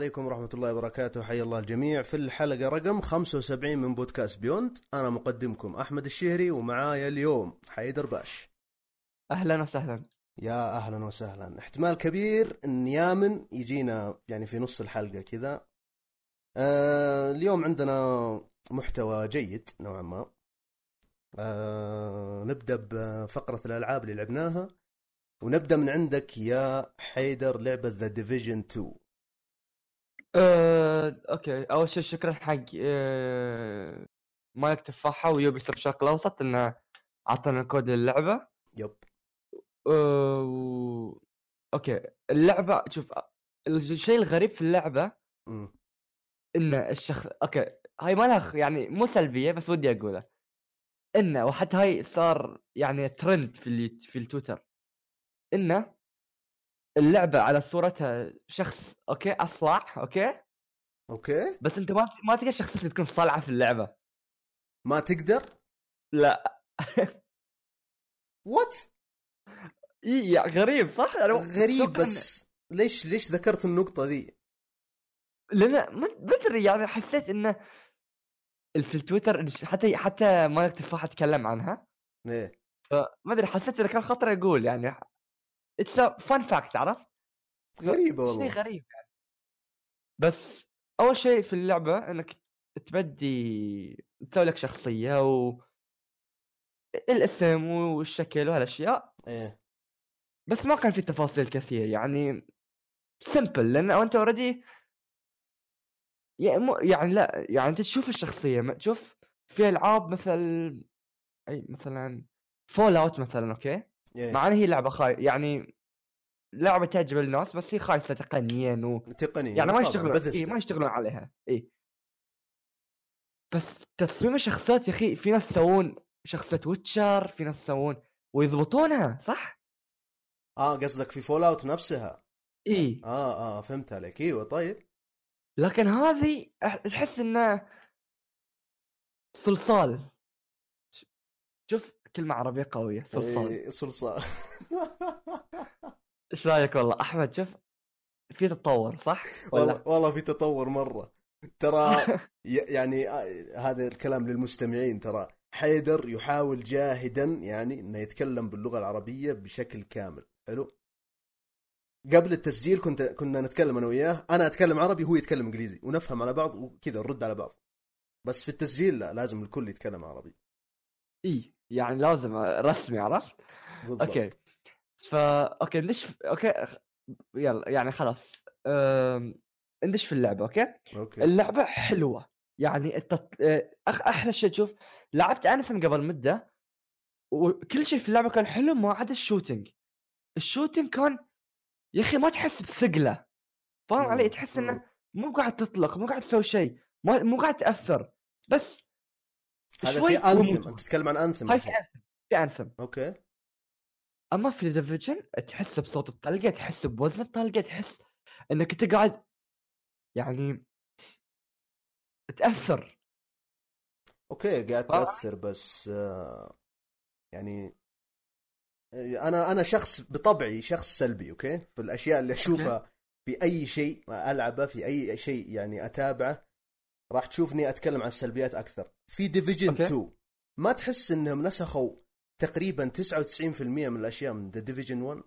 عليكم ورحمة الله وبركاته. حيا الله الجميع في الحلقة رقم 75 من بودكاست بيوند. أنا مقدمكم أحمد الشهري ومعايا اليوم حيدر باش. اهلا وسهلا. يا أهلا وسهلا. احتمال كبير أن يامن يجينا يعني في نص الحلقة كذا. اليوم عندنا محتوى جيد نوعا ما. نبدأ بفقرة الألعاب اللي لعبناها، ونبدأ من عندك يا حيدر. لعبة The Division 2. اوكي، اول شيء شكرا حق مالك تفاحة ويوبي سوفت الشرق الاوسط انه اعطانا كود للعبة. يب. اوكي، اللعبة شوف، الشيء الغريب في اللعبة م. ان الشخص اوكي هاي ما لها يعني مو سلبية بس ودي اقوله انه، وحتى هاي صار يعني ترند في التويتر، انه اللعبة على صورتها شخص اوكي اصلع اوكي، بس انت ما تلقى شخصيتك تكون صالعة في اللعبة. ما تقدر. لا. وات؟ اي غريب صح؟ انا غريب، اتوقع بس ليش ذكرت النقطة دي؟ لان ما ادري يعني حسيت انه في التويتر حتى مالك تفاحة اتكلم عنها، ليه؟ فما ادري حسيت انه كان خطر اقول يعني اتس فان فاكت، عرفت؟ غريبة شيء والله. غريب يعني. بس اول شيء في اللعبة انك تبدي تسوي لك شخصية والاسم والشكل وهالاشياء، ايه. بس ما كان في تفاصيل كثير يعني سمبل، لان انت اوريدي يعني لا يعني انت تشوف الشخصيه، ما تشوف في العاب مثل اي مثلا فول اوت مثلا، اوكي ايه. مع ان هي لعبه يعني لعبه تعجب الناس بس هي خايسه تقنيا تقنيا يعني ما طبعا يشتغلون بثزدا. ما يشتغلون عليها بس تصميم الشخصيات يا اخي، في ناس يسوون شخصيه ويتشر، في ناس يسوون ويضبطونها صح. قصدك في فول اوت نفسها؟ اي فهمت عليك. ايوه طيب. لكن هذه تحس انه صلصال. شوف كلمه عربيه قويه، صلصال. ايه صلصال. ايش رايك والله احمد؟ شوف في تطور صح والله ولا؟ والله في تطور مرة ترى. يعني هذا الكلام للمستمعين. ترى حيدر يحاول جاهدا يعني انه يتكلم باللغة العربية بشكل كامل. حلو. قبل التسجيل كنا نتكلم انا وياه، انا اتكلم عربي وهو يتكلم انجليزي ونفهم على بعض وكذا نرد على بعض. بس في التسجيل لا، لازم الكل يتكلم عربي. اي يعني لازم رسمي، عرفت؟ اوكي بالضبط. اوكي اوكي يلا يعني خلاص. ندش في اللعبه. اوكي اوكي. اللعبه حلوه يعني احلى شيء تشوف، لعبت انثم قبل مده وكل شيء في اللعبه كان حلو ما عدا الشوتينج كان يا اخي ما تحس بثقله، فاهم علي؟ تحس مم. انه مو قاعد تطلق، مو قاعد تسوي شيء، مو قاعد تاثر، بس هذا في شوي انثم، انت ويموتون. تتكلم عن انثم هاي في الحين؟ انثم، في انثم. اوكي. اما في ديفيجن تحس بصوت الطلقه، تحس بوزن الطلقه، تحس انك انت قاعد يعني تاثر. اوكي قاعد تاثر، بس يعني انا شخص بطبعي شخص سلبي. اوكي، في الاشياء اللي اوكي اشوفها في اي شيء العبه، في اي شيء يعني اتابعه، راح تشوفني اتكلم عن السلبيات اكثر. في ديفيجن اوكي 2 ما تحس انهم نسخوا تقريبا 99% من الاشياء من ذا ديفيجن 1؟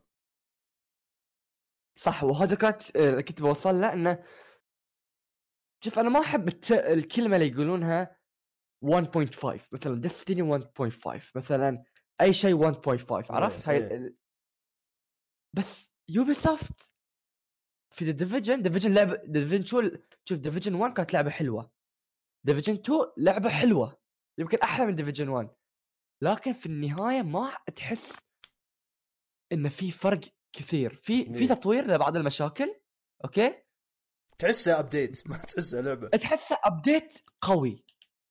صح. وهذا كنت بوصل له انه شوف انا ما احب الكلمه اللي يقولونها 1.5 مثلا ديستني 1.5 مثلا اي شيء 1.5، ايه عرفت هاي ايه. بس يوبي سوفت في ديفيجن لعبه ديفيجن شو شوف ديفيجن 1 كانت لعبه حلوه، ديفيجن 2 لعبه حلوه يمكن احلى من ديفيجن 1، لكن في النهايه ما تحس ان في فرق كثير في ايه تطوير لبعض المشاكل. اوكي تحسها ابديت ما تحسها لعبه. تحسه ابديت قوي.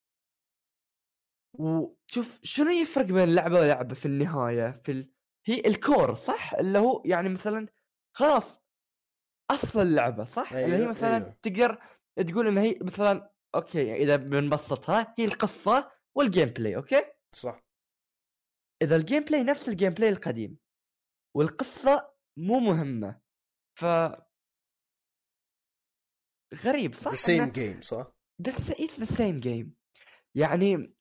وشوف شنو يفرق بين لعبه ولعبه في النهايه هي الكور صح، اللي هو يعني مثلا خلاص اصل اللعبه صح، اللي هي ايوه مثلا ايوه تقدر تقول ان هي مثلا اوكي اذا بنبسطها هي القصه والجيم بلاي. اوكي صح. اذا الجيم بلاي نفس الجيم بلاي القديم والقصه مو مهمه، ف غريب صح؟ the same game صح؟ it's the same game يعني.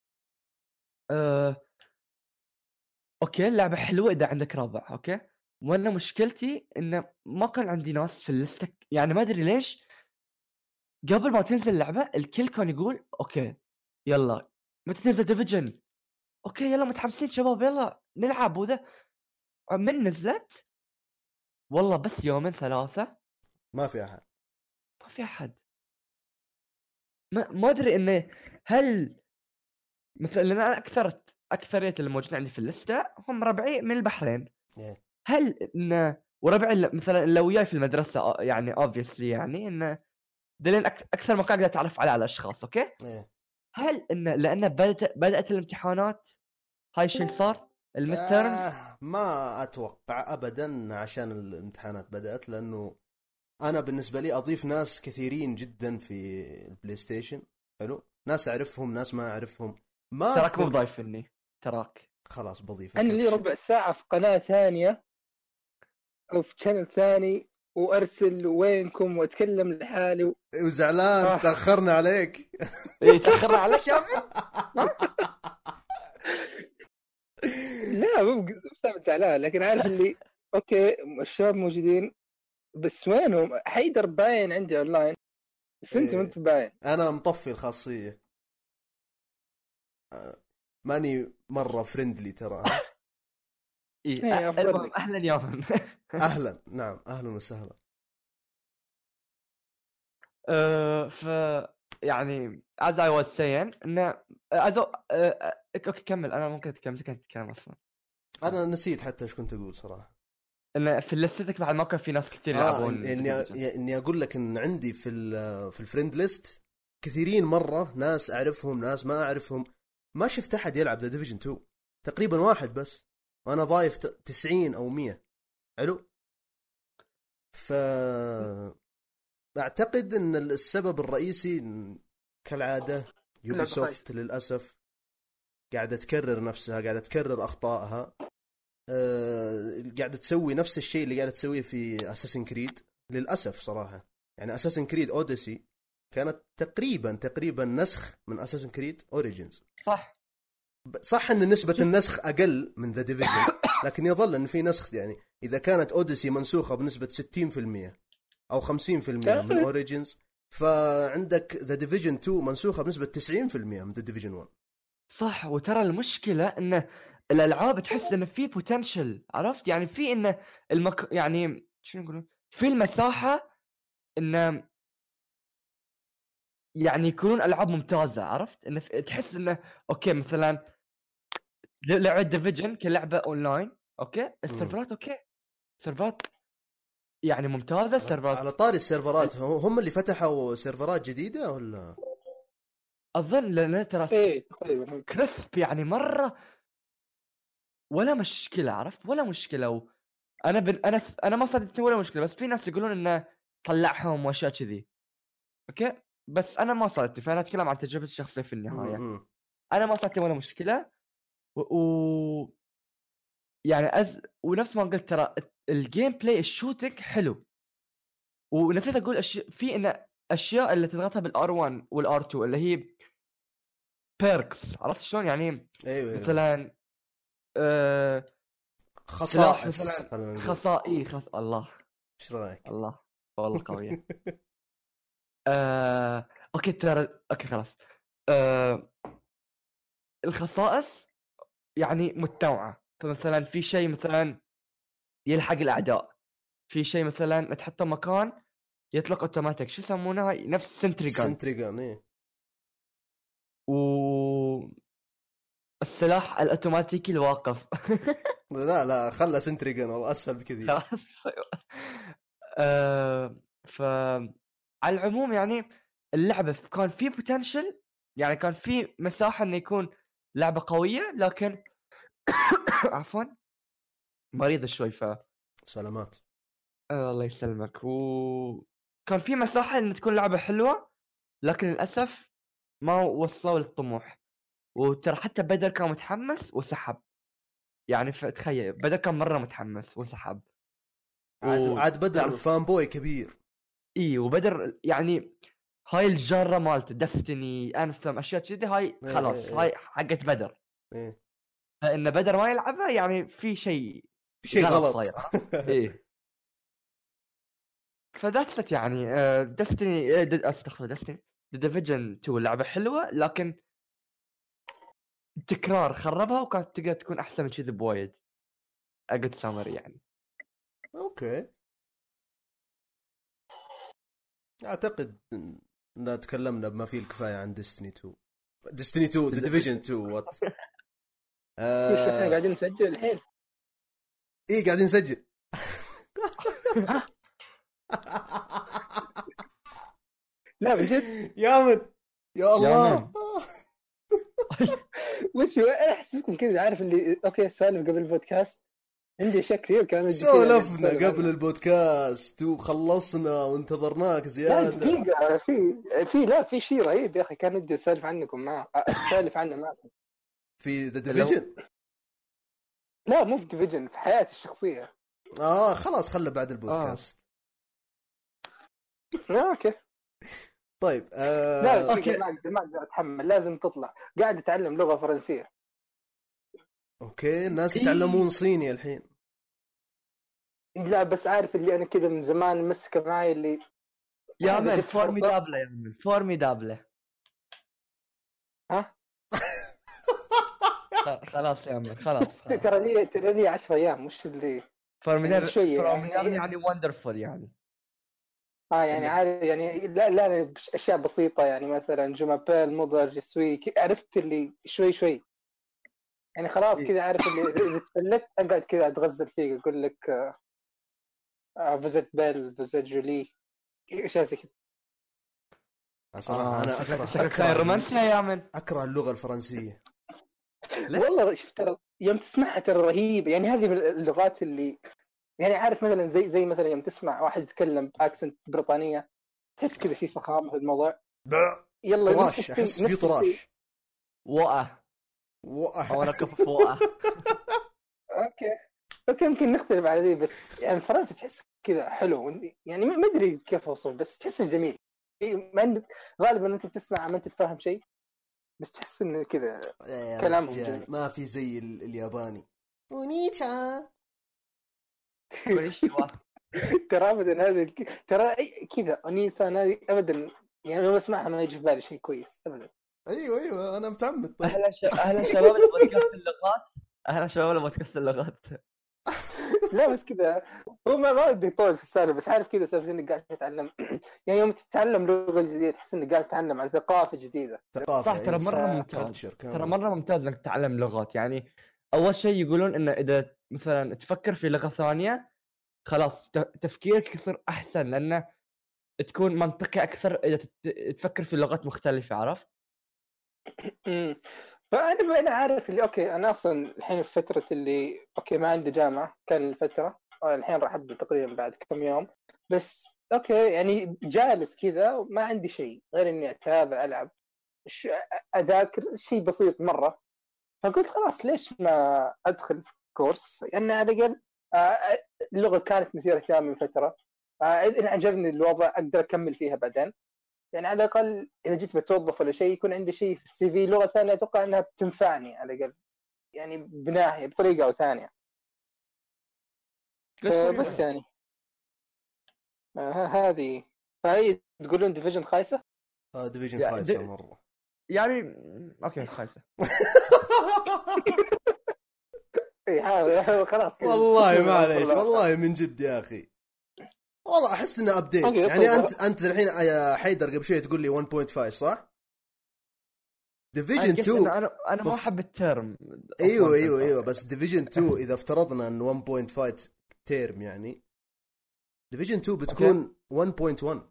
اوكي اللعبة حلوة اذا عندك رابع، اوكي. وانا مشكلتي انه ما كان عندي ناس في الليستة، يعني ما ادري ليش. قبل ما تنزل اللعبة الكل كان يقول اوكي يلا متى تنزل ديفيجن، اوكي يلا متحمسين شباب يلا نلعب وذا. من نزلت والله بس يومين ثلاثة ما في احد. ما في احد. ما ادري انه هل مثلا لأن انا اكثريه اللي موجودين عندي في الليسته هم ربعي من البحرين. yeah. هل ان وربعي مثلا لو وياي في المدرسه يعني obviously يعني انه دليل اكثر مكان اقدر اتعرف على الاشخاص، اوكي. yeah. هل ان لان بدات الامتحانات هاي الشيء صار الميدترمز؟ ما اتوقع ابدا عشان الامتحانات بدات، لانه انا بالنسبه لي اضيف ناس كثيرين جدا في البلاي ستيشن. حلو، ناس اعرفهم ناس ما اعرفهم. ما تراك مو ضايفني تراك. خلاص بضيفك. انا لي ربع ساعه في قناه ثانيه او في شانل ثاني وارسل وينكم واتكلم لحالي وزعلان تاخرنا عليك. اي تاخرنا عليك يا ابن. لا مو زعلان، لكن عارف اللي اوكي الشباب موجودين بس وينهم؟ حيدر باين عندي اونلاين بس انت ما انت باين. انا مطفي الخاصيه، ماني مره فريندلي ترى. المهم اهلا يا من. اهلا، نعم اهلا وسهلا. ف يعني as I was saying انه اوكي كمل. انا ممكن تكمل اصلا. انا نسيت حتى ايش كنت اقول صراحه. ان في لستك بعد ما كان في ناس كثير يلعبون. اني اقول لك ان عندي في الفريند ليست كثيرين مره، ناس اعرفهم ناس ما اعرفهم. ما شفت احد يلعب ذا ديفيجن 2 تقريبا، واحد بس وانا ضايف 90 او 100. حلو. ف اعتقد ان السبب الرئيسي كالعاده يوبيسوفت للاسف قاعده تكرر نفسها، قاعده تكرر اخطائها. قاعده تسوي نفس الشيء اللي قاعده تسويه في اساسن كريد للاسف صراحه. يعني اساسن كريد اوديسي كانت تقريبا نسخ من اساسن كريد اوريجينز. صح ان نسبه النسخ اقل من ذا ديفيجن، لكن يظل ان في نسخ. يعني اذا كانت اوديسي منسوخه بنسبه 60% او 50% من اوريجينز، فعندك ذا ديفيجن 2 منسوخه بنسبه 90% من ذا ديفيجن 1. صح. وترى المشكله ان الالعاب تحس ان في بوتنشل، عرفت يعني في ان يعني شنو نقول في المساحه ان يعني يكونون العاب ممتازه، عرفت ان تحس انه اوكي مثلا لعبه ديفيجن كلعبه اونلاين اوكي السيرفرات اوكي سيرفرات يعني ممتازه. سيرفرات على طاري السيرفرات، هم اللي فتحوا سيرفرات جديده ولا اظن لان ترى تقريبا كريسب يعني مره ولا مشكله، عرفت ولا مشكله. انا ما صدقتني ولا مشكله، بس في ناس يقولون انه طلعهم واشياء كذي اوكي، بس انا ما صدقتني. فانا اتكلم عن تجربتي الشخصيه في النهايه. انا ما صدقتني ولا مشكله يعني ونفس ما قلت ترى الجيم بلاي الشوتينج حلو. ونسيت اقول في ان اشياء اللي تضغطها بالار 1 والار 2 اللي هي بيركس، عرفت شلون يعني؟ أيوة. مثلا خصائص الله ايش رايك؟ الله والله قويه. اوكي ترى اوكي خلاص. الخصائص يعني متنوعه. فمثلا في شيء مثلا يلحق الاعداء، في شيء مثلا تحطه مكان يطلق اوتوماتيك، شو يسمونها نفس سنتريغان ايه. السلاح الاوتوماتيكي الواقص. لا خلى سنتريغان والله اسهل بكثير. ف على العموم يعني اللعبه كان في بوتنشل، يعني كان في مساحه انه يكون لعبه قويه، لكن عفوا مريض شوي سلامات. الله يسلمك. كان في مساحه ان تكون لعبه حلوه، لكن للاسف ما وصلوا للطموح. وترى حتى بدر كان متحمس وسحب، يعني تخيل بدر كان مره متحمس وسحب. عاد بدر فان بوي كبير. وبدر يعني هاي الجاره مالت دستني انثم اشياء كذي، هاي خلاص هاي حقت بدر. إيه. فان بدر ما يلعبها يعني في شيء شيء غلط صاير. ايه فذاتس يعني دستني استغفر دستني ديفيجن 2 لعبه حلوه، لكن تكرار خربها، وكانت تقدر تكون احسن من كذي بوايد. اجد سامري يعني. اوكي اعتقد ان تكلمنا بما فيه الكفايه عن ديستني 2 ذا ديفيجن 2 وات. مش احنا قاعدين نسجل الحين؟ ايه قاعدين نسجل. لا بجد يا من يا الله. وش انا احسبكم كذا عارف اللي اوكي سالف قبل البودكاست عندي اشياء كثير كانوا سولفنا قبل البودكاست وخلصنا وانتظرناك زياده. دقيقة في شيء رهيب يا اخي كان ودي اسولف عنكم اسولف عنه معكم في ذا ديفيجن. لا مو في ديفيجن، في حياتي الشخصية. خلاص خله بعد البودكاست. اوكي طيب لا اوكي ما اقدر اتحمل، لازم تطلع. قاعد اتعلم لغة فرنسية. اوكي الناس يتعلمون صيني الحين. لا بس عارف اللي انا كذا من زمان مسكه معي اللي يا من فورميدابله يا من فورميدابله. ها خلاص يا من خلاص. ترى لي 10 ايام مش اللي فورميدابله شويه يعني وندرفول يعني. يعني عارف يعني لا اشياء بسيطه يعني مثلا جومابيل مودر جسوي عرفت اللي شوي يعني خلاص كذا عارف اللي تفلت اقعد كذا اتغزل فيك اقول لك فيزيت بيل فيزيت جولي اشياء زي كذا. صراحه انا اكره رومانسيا يا من. اكره اللغه الفرنسيه والله شفت ترى يوم تسمعها ترى رهيبه يعني. هذه من اللغات اللي يعني عارف مثلا زي مثلا يوم تسمع واحد يتكلم باكسنت بريطانيه تحس كذا في فخامه في الموضوع. يلا طراش احس في طراش وقع وانا كفف وقع. اوكي يمكن نختلف على ذي، بس يعني فرنسا تحس كذا حلو يعني ما ادري كيف اوصف، بس تحس جميل. ما غالبا انت بتسمع ما انت فاهم شيء بس تحس انه كذا كلامهم جميل. ما في زي الياباني ونيتشا ترى ابدا هذه ترى كذا اونيسان هذه ابدا يعني لما اسمعها ما يجي في بالي شيء كويس ابدا. ايوه انا متعمد. طيب. اهلا شباب البودكاست اللغات. اهلا شباب البودكاست اللغات. لا بس كذا هو ما ودي يطول في السالفه، بس عارف كذا سالفه انك قاعد تتعلم يعني يوم تتعلم لغه جديده تحس انك قاعد تتعلم عن ثقافه جديده. صح ترى مره ممتاز. ترى مره ممتاز انك تتعلم لغات. يعني اول شيء يقولون انه اذا مثلا تفكر في لغه ثانيه خلاص تفكيرك يصير احسن، لانه تكون منطقي اكثر اذا تفكر في لغات مختلفه. عرفت؟ فانا عارف اللي اوكي انا اصلا الحين في فتره اللي اوكي ما عندي جامعه كان الفتره الحين راح ابدا تقريبا بعد كم يوم، بس اوكي يعني جالس كذا ما عندي شيء غير اني اتابع العب اذاكر شيء بسيط مره. فقلت خلاص ليش ما ادخل في كورس يعني على الاقل اللغه كانت مثيره اهتمامي من فتره إن عجبني الوضع اقدر اكمل فيها بعدين. يعني على الاقل اذا جيت بتوظف ولا شيء يكون عندي شيء في السي في لغه ثانيه اتوقع انها بتنفعني على الاقل يعني بناحيه بطريقه او ثانيه. بس يعني هذه فهي تقولون ديفيجن خايسه. ديفيجن خايسه مره يعني اوكي خايسه. خلاص والله معليش والله من جد يا اخي والله احس انه ابديت يعني. انت الحين يا حيدر قبل شوي تقول لي 1.5 صح؟ ديفيجن 2 انا ما احب الترم. ايوه بس ديفيجن 2 اذا افترضنا ان 1.5 تيرم يعني ديفيجن 2 بتكون 1.1.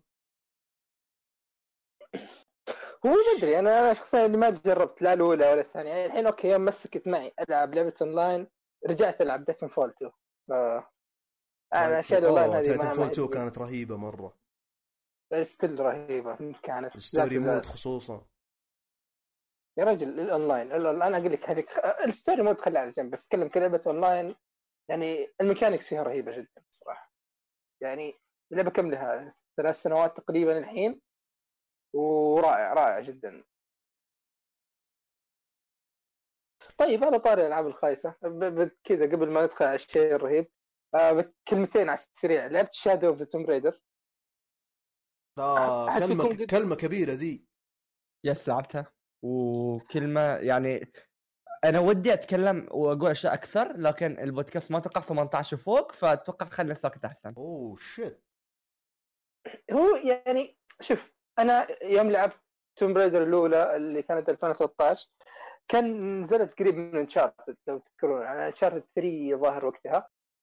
هو ما ادري انا شخصيا اللي ما جربت لا الاولى ولا الثانيه يعني الحين اوكي يوم مسكت معي العب لعبه اونلاين رجعت العب دايتن فول 2. انا اشياء الاونلاين هذه دايتن فول 2 كانت رهيبه مره. ستيل رهيبه كانت ستوري مود خصوصا يا رجل. الاونلاين انا اقول لك هذيك الستوري مود خليها على جنب، بس اتكلم كلعبه اونلاين يعني الميكانكس فيها رهيبه جدا صراحه. يعني اللعبه كم لها 3 سنوات تقريبا الحين ورائع رائع جدا. طيب على طاري الالعاب الخايسه كذا قبل ما ندخل على الشيء الرهيب، كلمتين على السريع. لعبت شادو اوف ذا توم رايدر؟ كلمة كبيرة ذي. يس لعبتها، وكلمة يعني أنا ودي أتكلم وأقول أشياء أكثر، لكن البودكاست ما توقع 18 فوق، فأتوقع خلنا ساكت أحسن. أوه شيت. هو يعني شوف، أنا يوم لعبت توم رايدر الأولى اللي كانت 2013 كان نزلت قريب من انشارتد لو تذكرون، يعني انشارتد 3 ظاهر وقتها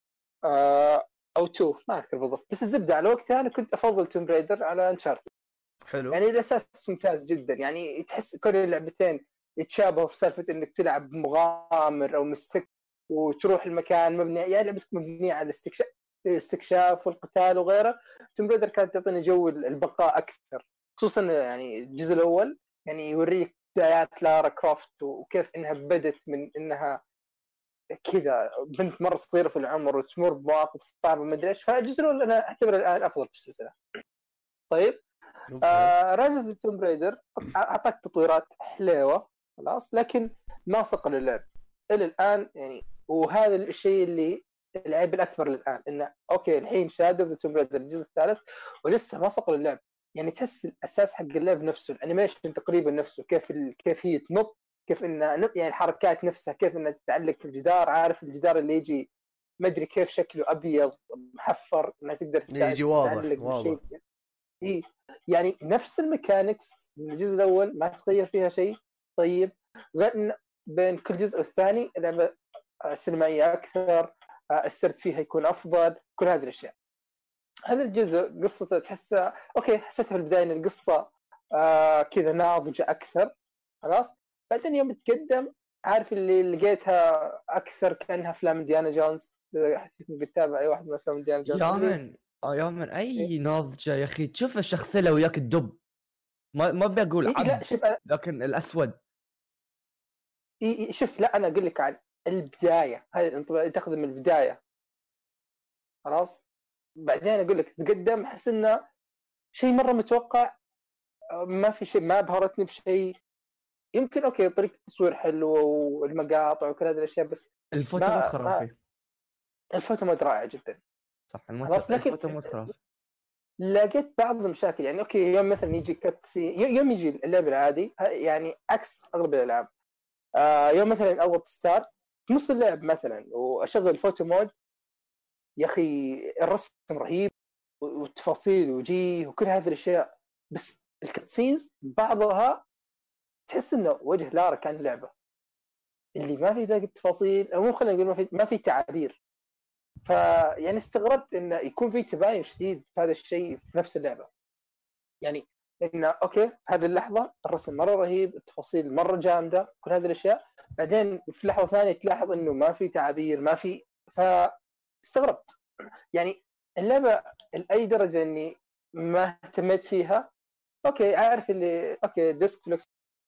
او 2 ما اذكر بالضبط، بس الزبده على وقتها انا كنت افضل توم رايدر على انشارتد. حلو. يعني الاساس ممتاز جدا، يعني تحس كل اللعبتين يتشابهوا في سالفه انك تلعب مغامر او مستك وتروح المكان مبني، يعني لعبتك مبنيه على الاستكشاف والقتال وغيره. توم رايدر كانت تعطيني جو البقاء اكثر، خصوصا يعني الجزء الاول يعني يوريك بدايات لارا كروفت وكيف انها بدت من انها كذا بنت مره صغيره في العمر وتمر بمواقف صعبه ما ادري ايش. فالجزء الاول انا اعتبره الان افضل في السلسله. طيب رايز توم برايدر اعطاك تطويرات حلوه خلاص، لكن ما صقل اللعب الى الان يعني. وهذا الشيء اللي العيب الاكبر للان، انه اوكي الحين شادو اوف توم برايدر الجزء الثالث ولسه ما صقل اللعب. يعني تحس الاساس حق اللعب نفسه، الانيميشن تقريبا نفسه، كيف هي تنط، كيف ان يعني الحركات نفسها، كيف انها تتعلق في الجدار، عارف الجدار اللي يجي ما ادري كيف شكله ابيض محفر انها تقدر يجي واضح واضح. إيه يعني نفس الميكانكس من الجزء الاول ما تغير فيها شيء. طيب غير ان بين كل جزء والثاني اللعبه سينمائيه اكثر، السرد فيها يكون افضل، كل هذه الاشياء. هذا الجزء قصته تحسها اوكي، حسيتها في البدايه ان القصه كذا ناضجه اكثر خلاص. بعدين يوم تقدم عارف اللي لقيتها اكثر كانها افلام ديانا جونز. اذا احد فيكم بيتابع اي واحد من افلام ديانا جونز يا من اي ناضجه يا اخي، تشوف الشخصيه لو وياك الدب، ما بقول عبد، لا شوف لكن الاسود. شوف لا انا اقول لك عن البدايه، هاي انت تاخذ من البدايه خلاص. بعدين اقول لك تقدم احس انه شيء مره متوقع، ما في شيء، ما ابهرتني بشيء. يمكن اوكي طريقه التصوير حلوه والمقاطع وكل هذه الاشياء، بس الفوتو مود خرافي. الفوتو مود رائع جدا صح، الفوتو مود خرافي. لقيت بعض المشاكل، يعني اوكي يوم مثلا يجي كاتسي، يوم يجي اللعب العادي يعني عكس اغلب الالعاب. يوم مثلا اضغط ستارت في نص اللعب مثلا واشغل الفوتو مود، يا اخي الرسم رهيب والتفاصيل وجيه وكل هذه الاشياء، بس الكاتسينز بعضها تحس انه وجه لارا كان لعبه اللي ما في ذاك التفاصيل، او مو خلينا نقول ما في تعابير. فيعني استغربت انه يكون في تباين شديد في هذا الشيء في نفس اللعبه. يعني انه اوكي هذه اللحظه الرسم مره رهيب، التفاصيل مره جامده، كل هذه الاشياء، بعدين في لحظه ثانيه تلاحظ انه ما في تعابير، ما في. فاستغربت يعني اللعبه لاي درجه اني ما اهتميت فيها. اوكي عارف اللي اوكي ديسك فلوكس،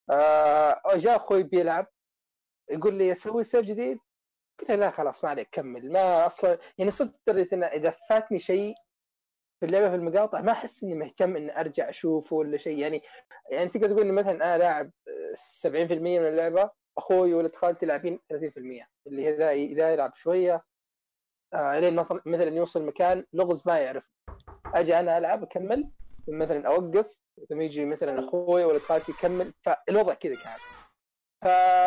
جاء اخوي بيلعب يقول لي اسوي سيف جديد، قلت لا خلاص ما عليك كمل. ما اصلا يعني صرت اضطريت ان اذا فاتني شيء في اللعبه في المقاطع ما احس اني مهتم ان ارجع اشوفه ولا شيء. يعني تقدر تقول اني مثلا انا لاعب 70% من اللعبه، اخوي ولد خالتي لاعبين 30%، اللي هي اذا يلعب شويه لين مثلا يوصل مكان لغز ما يعرف، اجي انا العب اكمل مثلا اوقف ثم يجي مثلا اخوي ولد خالتي يكمل. فالوضع كذا كان. ف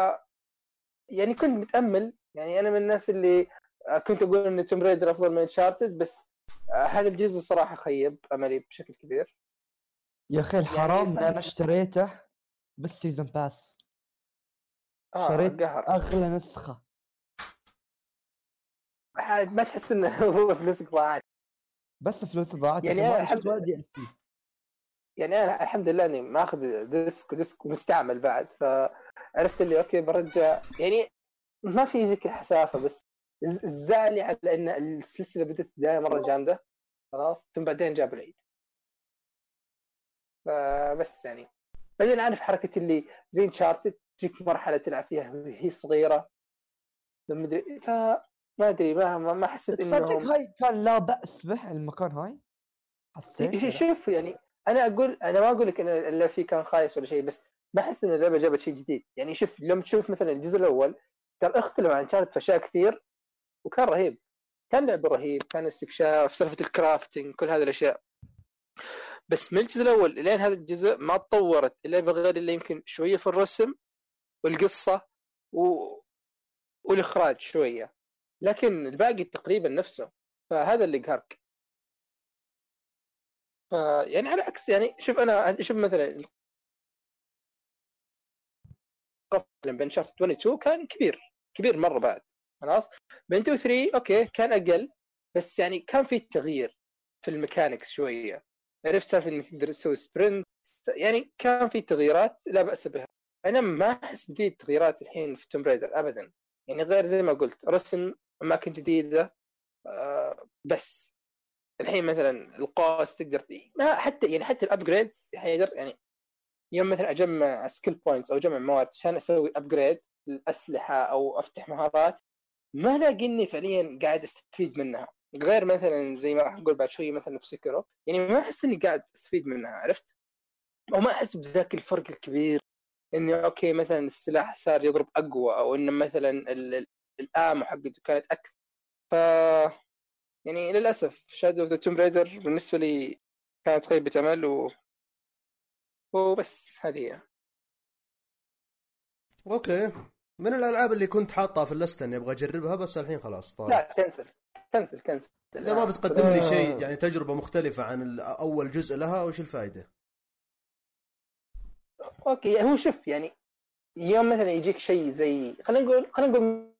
يعني كنت متامل، يعني انا من الناس اللي كنت اقول ان توم رايدر افضل من انشارتد، بس هذا الجزء صراحه خيب املي بشكل كبير. يا اخي الحرام يعني انا اشتريته بس سيزن باس، شريت اغلى نسخه. ما تحس انه هو فلوسك ضاعت؟ بس فلوس ضاعت يعني انا الحمد لله دي اس تي. يعني انا الحمد لله اني ماخذ ديسك مستعمل بعد، فعرفت اللي اوكي برجع. يعني ما في ذيك الحسافه، بس زعلي على ان السلسله بدت بدايه مره جامده خلاص ثم بعدين جاب العيد. بس يعني بعدين عارف حركه اللي زي انشارتد تجيك مرحله تلعب فيها وهي صغيره ما ادري، فما ادري ما حسيت انه تصدق هاي كان لا باس به المكان هاي. حسيت شوف يعني انا ما اقول لك ان اللعبه فيه كان خايس ولا شيء، بس بحس ان اللعبه جابت شيء جديد. يعني شوف لما تشوف مثلا الجزء الاول كان اختلف عن كانت في اشياء كثير وكان رهيب، كان لعبه رهيب، كان استكشاف سالفه الكرافتنج كل هذه الاشياء. بس من الجزء الاول لين هذا الجزء ما تطورت اللعبه غير اللي يمكن شويه في الرسم والقصه والاخراج شويه، لكن الباقي تقريبا نفسه. فهذا اللي قهرك. يعني على عكس يعني شوف انا شوف مثلا القفل بين شارت 22 كان كبير مره بعد خلاص. بين 2 3 اوكي كان اقل، بس يعني كان في تغيير في الميكانكس شويه، عرفت سالفه انك تقدر تسوي سبرنت، يعني كان في تغييرات لا باس بها. انا ما احس بذي التغييرات الحين في توم برايدر ابدا، يعني غير زي ما قلت رسم اماكن جديده بس الحين مثلا القوس تقدر ما حتى يعني حتى الابجريدز يا حيدر، يعني يوم مثلا اجمع سكيل بوينتس او اجمع موارد عشان اسوي ابجريد للاسلحه او افتح مهارات، ما الاقي اني فعليا قاعد استفيد منها. غير مثلا زي ما راح اقول بعد شويه مثلا في سكيرو، يعني ما احس اني قاعد استفيد منها، عرفت؟ وما احس بذاك الفرق الكبير اني اوكي مثلا السلاح صار يضرب اقوى او ان مثلا الامو حقته كانت اكثر. ف يعني للاسف شادو اوف ذا توم رايدر بالنسبه لي كانت خيبه امل وبس هذه هي. اوكي، من الالعاب اللي كنت حاطها في اللسته اني ابغى اجربها، بس الحين خلاص لا طارت. كنسل اذا ما بتقدم لي شيء يعني تجربه مختلفه عن اول جزء لها، وش الفائده؟ اوكي هو شوف يعني يوم مثلا يجيك شيء زي خلينا نقول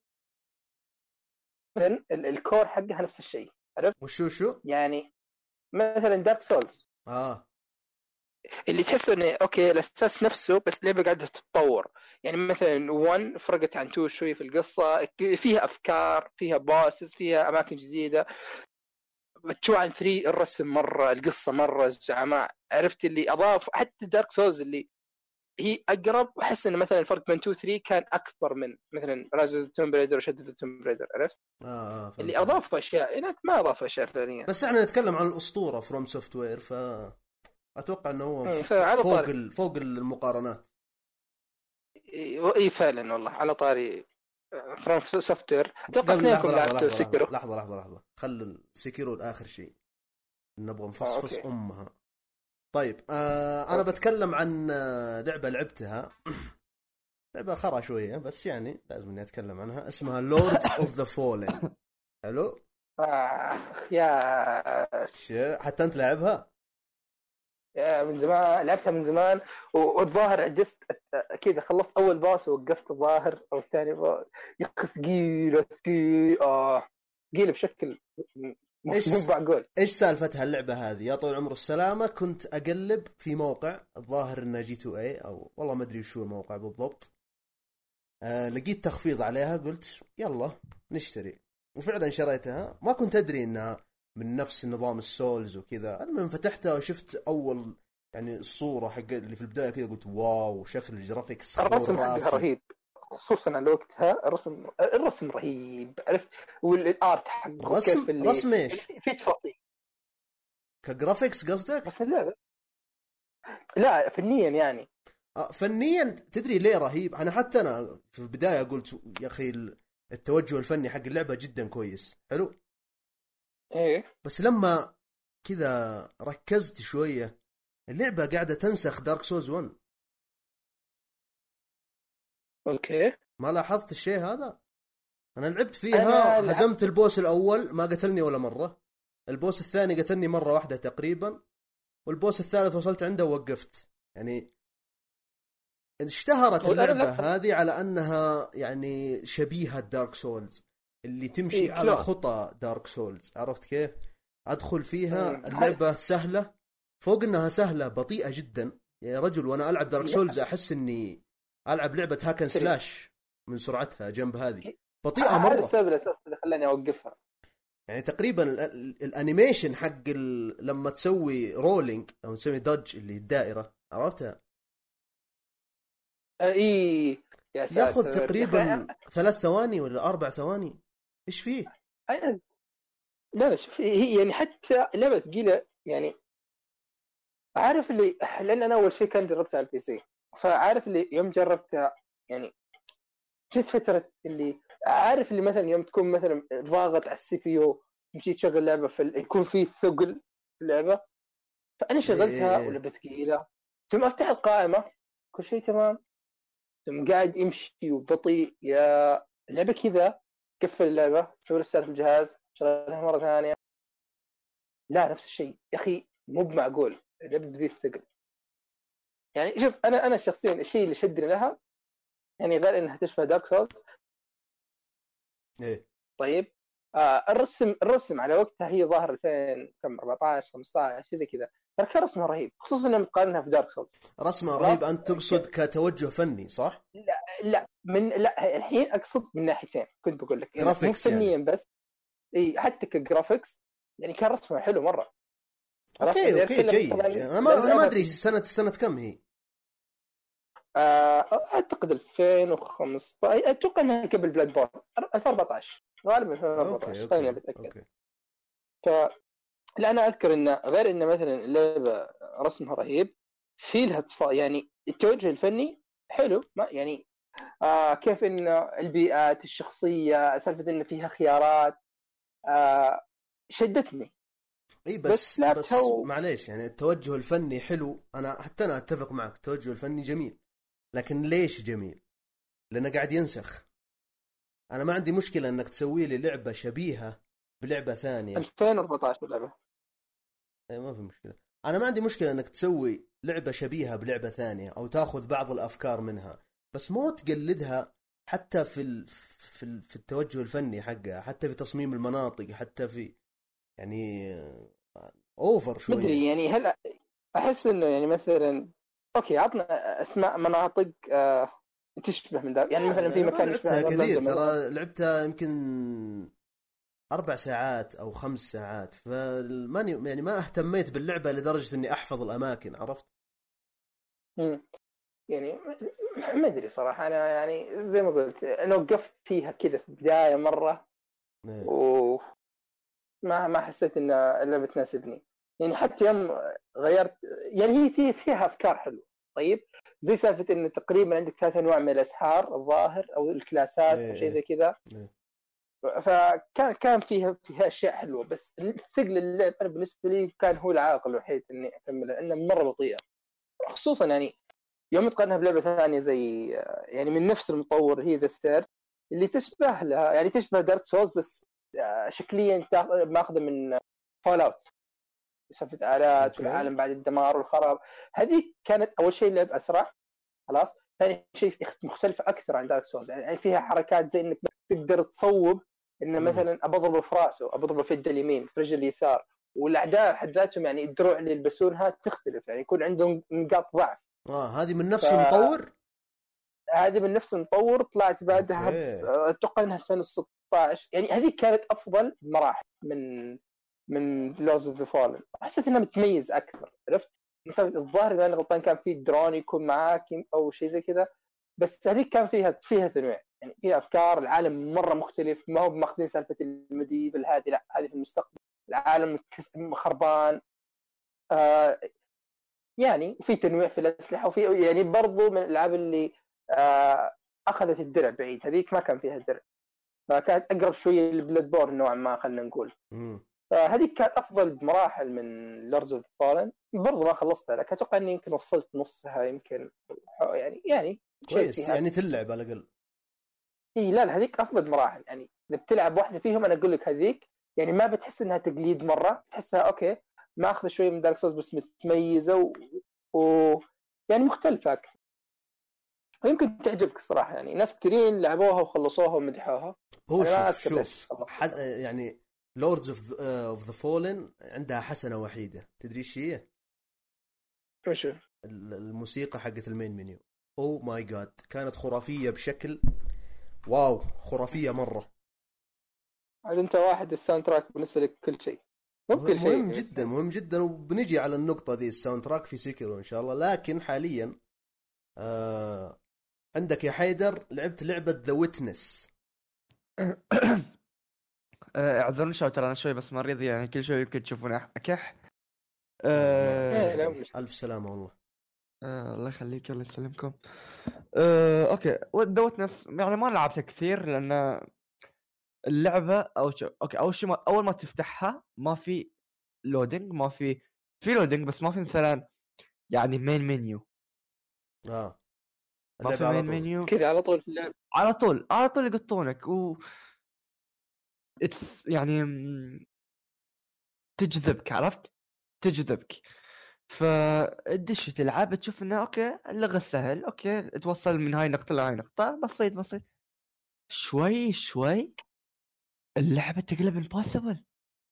مثلا الكور حقها نفس الشيء، عرفت؟ وشو يعني مثلا دارك سولز اللي تحس انه اوكي الاساس نفسه بس لعبه قاعده تتطور. يعني مثلا 1 فرقت عن 2 شوي في القصه، فيها افكار، فيها باسز، فيها اماكن جديده. 2 عن 3 الرسم مره، القصه مره الزعماء، عرفت اللي اضاف. حتى دارك سولز اللي هي اقرب، احس ان مثلا الفرق بين 2 3 كان اكبر من مثلا رايز اوف توم برايدر وشدد توم برايدر، عرفت؟ اللي اضاف اشياء هناك ما اضاف اشياء ثانيه. بس احنا نتكلم عن الاسطوره فروم سوفت وير، ف اتوقع انه هو فوق المقارنات. اي فعلا والله. على طاري فروم سوفت وير، اتوقع اثنينكم لعبتوا سكيرو. لحظه خل سكيرو لاخر شيء، نبغى نفصفص امها. طيب انا بتكلم عن لعبه لعبتها لعبه خرا شويه، بس يعني لازم اني اتكلم عنها. اسمها لوردز اوف ذا فولن. حلو يا حتى انت لعبها من زمان، لعبتها من زمان، والظاهر جست كذا خلصت اول باس ووقفت الظاهر او الثاني يا اخي ثقيله ثقيله بشكل مو معقول. ايش سالفتها اللعبه هذه؟ يا طول العمر السلامه، كنت اقلب في موقع الظاهر انه جي 2 اي او والله ما ادري شو الموقع بالضبط. لقيت تخفيض عليها، قلت يلا نشتري، وفعلا شريتها. ما كنت ادري انها من نفس نظام السولز وكذا. المهم فتحتها وشفت اول يعني الصوره حق اللي في البدايه كذا، قلت واو شكل الجرافيكس الرسم حقها رهيب، خصوصا على وقتها الرسم رهيب، عرفت؟ والارت حقه كيف اللي رسم ايش؟ في تفاصيل كجرافيكس قصدك؟ بس لا فنيا يعني. فنيا تدري ليه رهيب؟ انا حتى انا في البدايه قلت يا اخي التوجه الفني حق اللعبه جدا كويس، حلو. ايه بس لما كذا ركزت شويه، اللعبه قاعده تنسخ دارك سولز 1. اوكي ما لاحظت الشيء هذا؟ انا لعبت فيها هزمت البوس الاول ما قتلني ولا مره، البوس الثاني قتلني مره واحده تقريبا، والبوس الثالث وصلت عنده ووقفت. يعني اشتهرت اللعبه هذه على انها يعني شبيهه دارك سولز، اللي تمشي على خطى دارك سولز، عرفت كيف؟ ادخل فيها اللعبه سهله، فوق انها سهله بطيئه جدا يا رجل. وانا العب دارك سولز احس اني العب لعبه هاكن سلاش من سرعتها جنب هذه بطيئه مره. هذا السبب الاساسي اللي خلاني اوقفها. يعني تقريبا الانيميشن حق لما تسوي رولينج او تسوي دوج اللي الدائره، عرفتها؟ اي ياخذ تقريبا 3 ثواني ولا 4 ثواني. ايش فيه؟ لا شوف هي يعني حتى لعبه ثقيله يعني عارف اللي لان انا اول شيء كان جربتها على البي سي، فعارف اللي يوم جربتها يعني جت فتره اللي عارف اللي مثلا يوم تكون مثلا ضاغط على السي بي يو تمشي تشغل لعبه يكون في ثقل في اللعبه. فانا شغلتها إيه. ولعبه ثقيله، ثم افتح القائمه كل شيء تمام، ثم قاعد يمشي وبطيء يا اللعبه كذا. قفل اللعبه، سوي ريستارت الجهاز، شغلها مره ثانيه، لا نفس الشيء يا اخي مو بمعقول اللعبه بذي الثقل. يعني شوف انا شخصيا الشيء اللي شدني لها يعني غير انها تشبه دارك سولز. إيه. طيب الرسم على وقتها هي ظاهر 2014 15 شيء زي كذا، ترى كان رسمها رهيب خصوصا لما تقارنها في دارك سولز. رسمه خلاص؟ رهيب. أنت تقصد كتوجه فني صح؟ لا الحين اقصد من ناحيتين، كنت بقول لك يعني مو جرافيكس فنيا يعني. بس، اي حتى كجرافيكس يعني كان رسمها حلو مره. خلاص اوكي يعني اوكي اتكلم جيد. طبعا انا ما ادري سنة كم هي. اعتقد 2015، اتوقع انها قبل بلاد بورن 2014 غالبا 2014 خليني اوكي بتاكد. اوكي. لا انا اذكر ان غير ان مثلا اللعبه رسمها رهيب، في لها يعني التوجه الفني حلو، ما يعني كيف ان البيئات الشخصيه سالفه ان فيها خيارات شدتني. اي بس بس لعبتها معليش يعني التوجه الفني حلو، انا اتفق معك التوجه الفني جميل، لكن ليش جميل؟ لانه قاعد ينسخ. انا ما عندي مشكلة انك تسوي لي لعبة شبيهة بلعبة ثانية. 2014 اللعبه. اي ما في مشكلة. انا ما عندي مشكلة انك تسوي لعبة شبيهة بلعبة ثانية او تاخذ بعض الافكار منها، بس مو تقلدها. حتى في التوجه الفني حقها، حتى في تصميم المناطق، حتى في يعني اوفر مدري شوية. يعني هل احس انه يعني مثلا اوكي عطنا اسماء مناطق تشبه من ذا، يعني مثلا في انا ما مكان يشبه لعبتها اورلاندو كثير، مثلا. ترى لعبتها يمكن 4 ساعات او 5 ساعات، فماني يعني ما اهتميت باللعبة لدرجة اني احفظ الاماكن، عرفت؟ يعني ما ادري صراحه، انا يعني زي ما قلت انا وقفت فيها كذا في البدايه مره إيه. وما حسيت ان اللعبه تناسبني. يعني حتى يوم غيرت يعني هي فيها افكار حلوه. طيب زي سالفه ان تقريبا عندك 3 انواع من الاسحار الظاهر او الكلاسات او ايه شيء ايه زي كذا. ايه. فكان فيها اشياء حلوه، بس ثقل اللعب انا بالنسبه لي كان هو العائق الوحيد اني اكمله لانه مره بطيئه. خصوصا يعني يوم تقارنها بلعبه ثانيه زي يعني من نفس المطور هي ذا ستير اللي تشبه لها، يعني تشبه دارك سولز بس شكليا ماخذه من فول اوت، سالفه الات اوكي. والعالم بعد الدمار والخراب. هذه كانت اول شيء لعب اسرع، خلاص. ثاني شيء مختلفه اكثر عن دارك سولز، يعني فيها حركات زي انك تقدر تصوب ان امم. مثلا ابضربه في راسه، اضربه في يد اليمين، في رجل اليسار. والاعداء حد ذاتهم يعني الدروع اللي يلبسونها تختلف، يعني يكون عندهم نقاط ضعف. هذه من نفس المطور. هذه من نفس المطور، طلعت بعدها اوكي. اتوقع انها 2016. يعني هذه كانت افضل مراحل من لوز اوف ذا فالن، حسيت انها متميز اكثر، عرفت؟ مثلا الظاهر اذا انا غلطان كان في درون يكون معاك او شيء زي كذا، بس هذيك كان فيها تنويع، يعني فيها افكار، العالم مره مختلف، ما هو ماخذين سالفه المديفل هذه، لا هذه في المستقبل، العالم خربان. آه يعني في تنويع في الاسلحه، وفي يعني برضو من الالعاب اللي اخذت الدرع بعيد، هذيك ما كان فيها درع، فكانت اقرب شويه لبلاد بورن نوعا ما خلينا نقول. امم. فهذيك كانت افضل بمراحل من لوردز اوف فالن. برضو ما خلصتها، لكن اتوقع اني يمكن وصلت نصها يمكن، يعني مشيت كويس فيها. يعني تلعب على الاقل. اي لا هذيك افضل مراحل، يعني اذا بتلعب واحده فيهم انا اقول لك هذيك، يعني ما بتحس انها تقليد مره، تحسها اوكي ماخذه شويه من دارك سولز بس متميزه يعني مختلفه اكثر، ويمكن تعجبك الصراحه. يعني ناس كثيرين لعبوها وخلصوها ومدحوها. هو انا ما شوف اذكر ليش شوف خلصتها. يعني لوردز اوف ذا فولن عندها حسنة وحيدة، تدري ايش هي؟ وش الموسيقى حقت المين منيو. او ماي جاد، كانت خرافية بشكل واو، خرافية مرة. عاد انت واحد الساوند تراك بالنسبه لك كل شيء، مو بكل مهم شيء بس جدا، يعني. مهم جدا، وبنجي على النقطة دي الساوند تراك في سيكيرو ان شاء الله. لكن حاليا عندك يا حيدر لعبت لعبة ذا ويتنس. اعذرني شوي، ترى انا شوي بس مريض، يعني كل شوي يمكن تشوفوني اكح. لا مش الف سلامه والله. الله يخليك، الله يسلمكم. اوكي، ذا ويتنس يعني ما لعبتها كثير لان اللعبه اوكي اول شيء اول ما تفتحها ما في لودينج، ما في لودينج بس ما في مثلا يعني مين منيو، اه ما في اللعبه على مين طول منيو، كذا على طول في اللعب. على طول يقطونك و يعني تجذبك، عرفت؟ تجذبك، فدش تلعب تشوف انه اوكي اللغة سهل، اوكي توصل من هاي نقطة لهاي نقطة، بسيط بسيط. شوي شوي اللعبة تقلب امبوسيبل،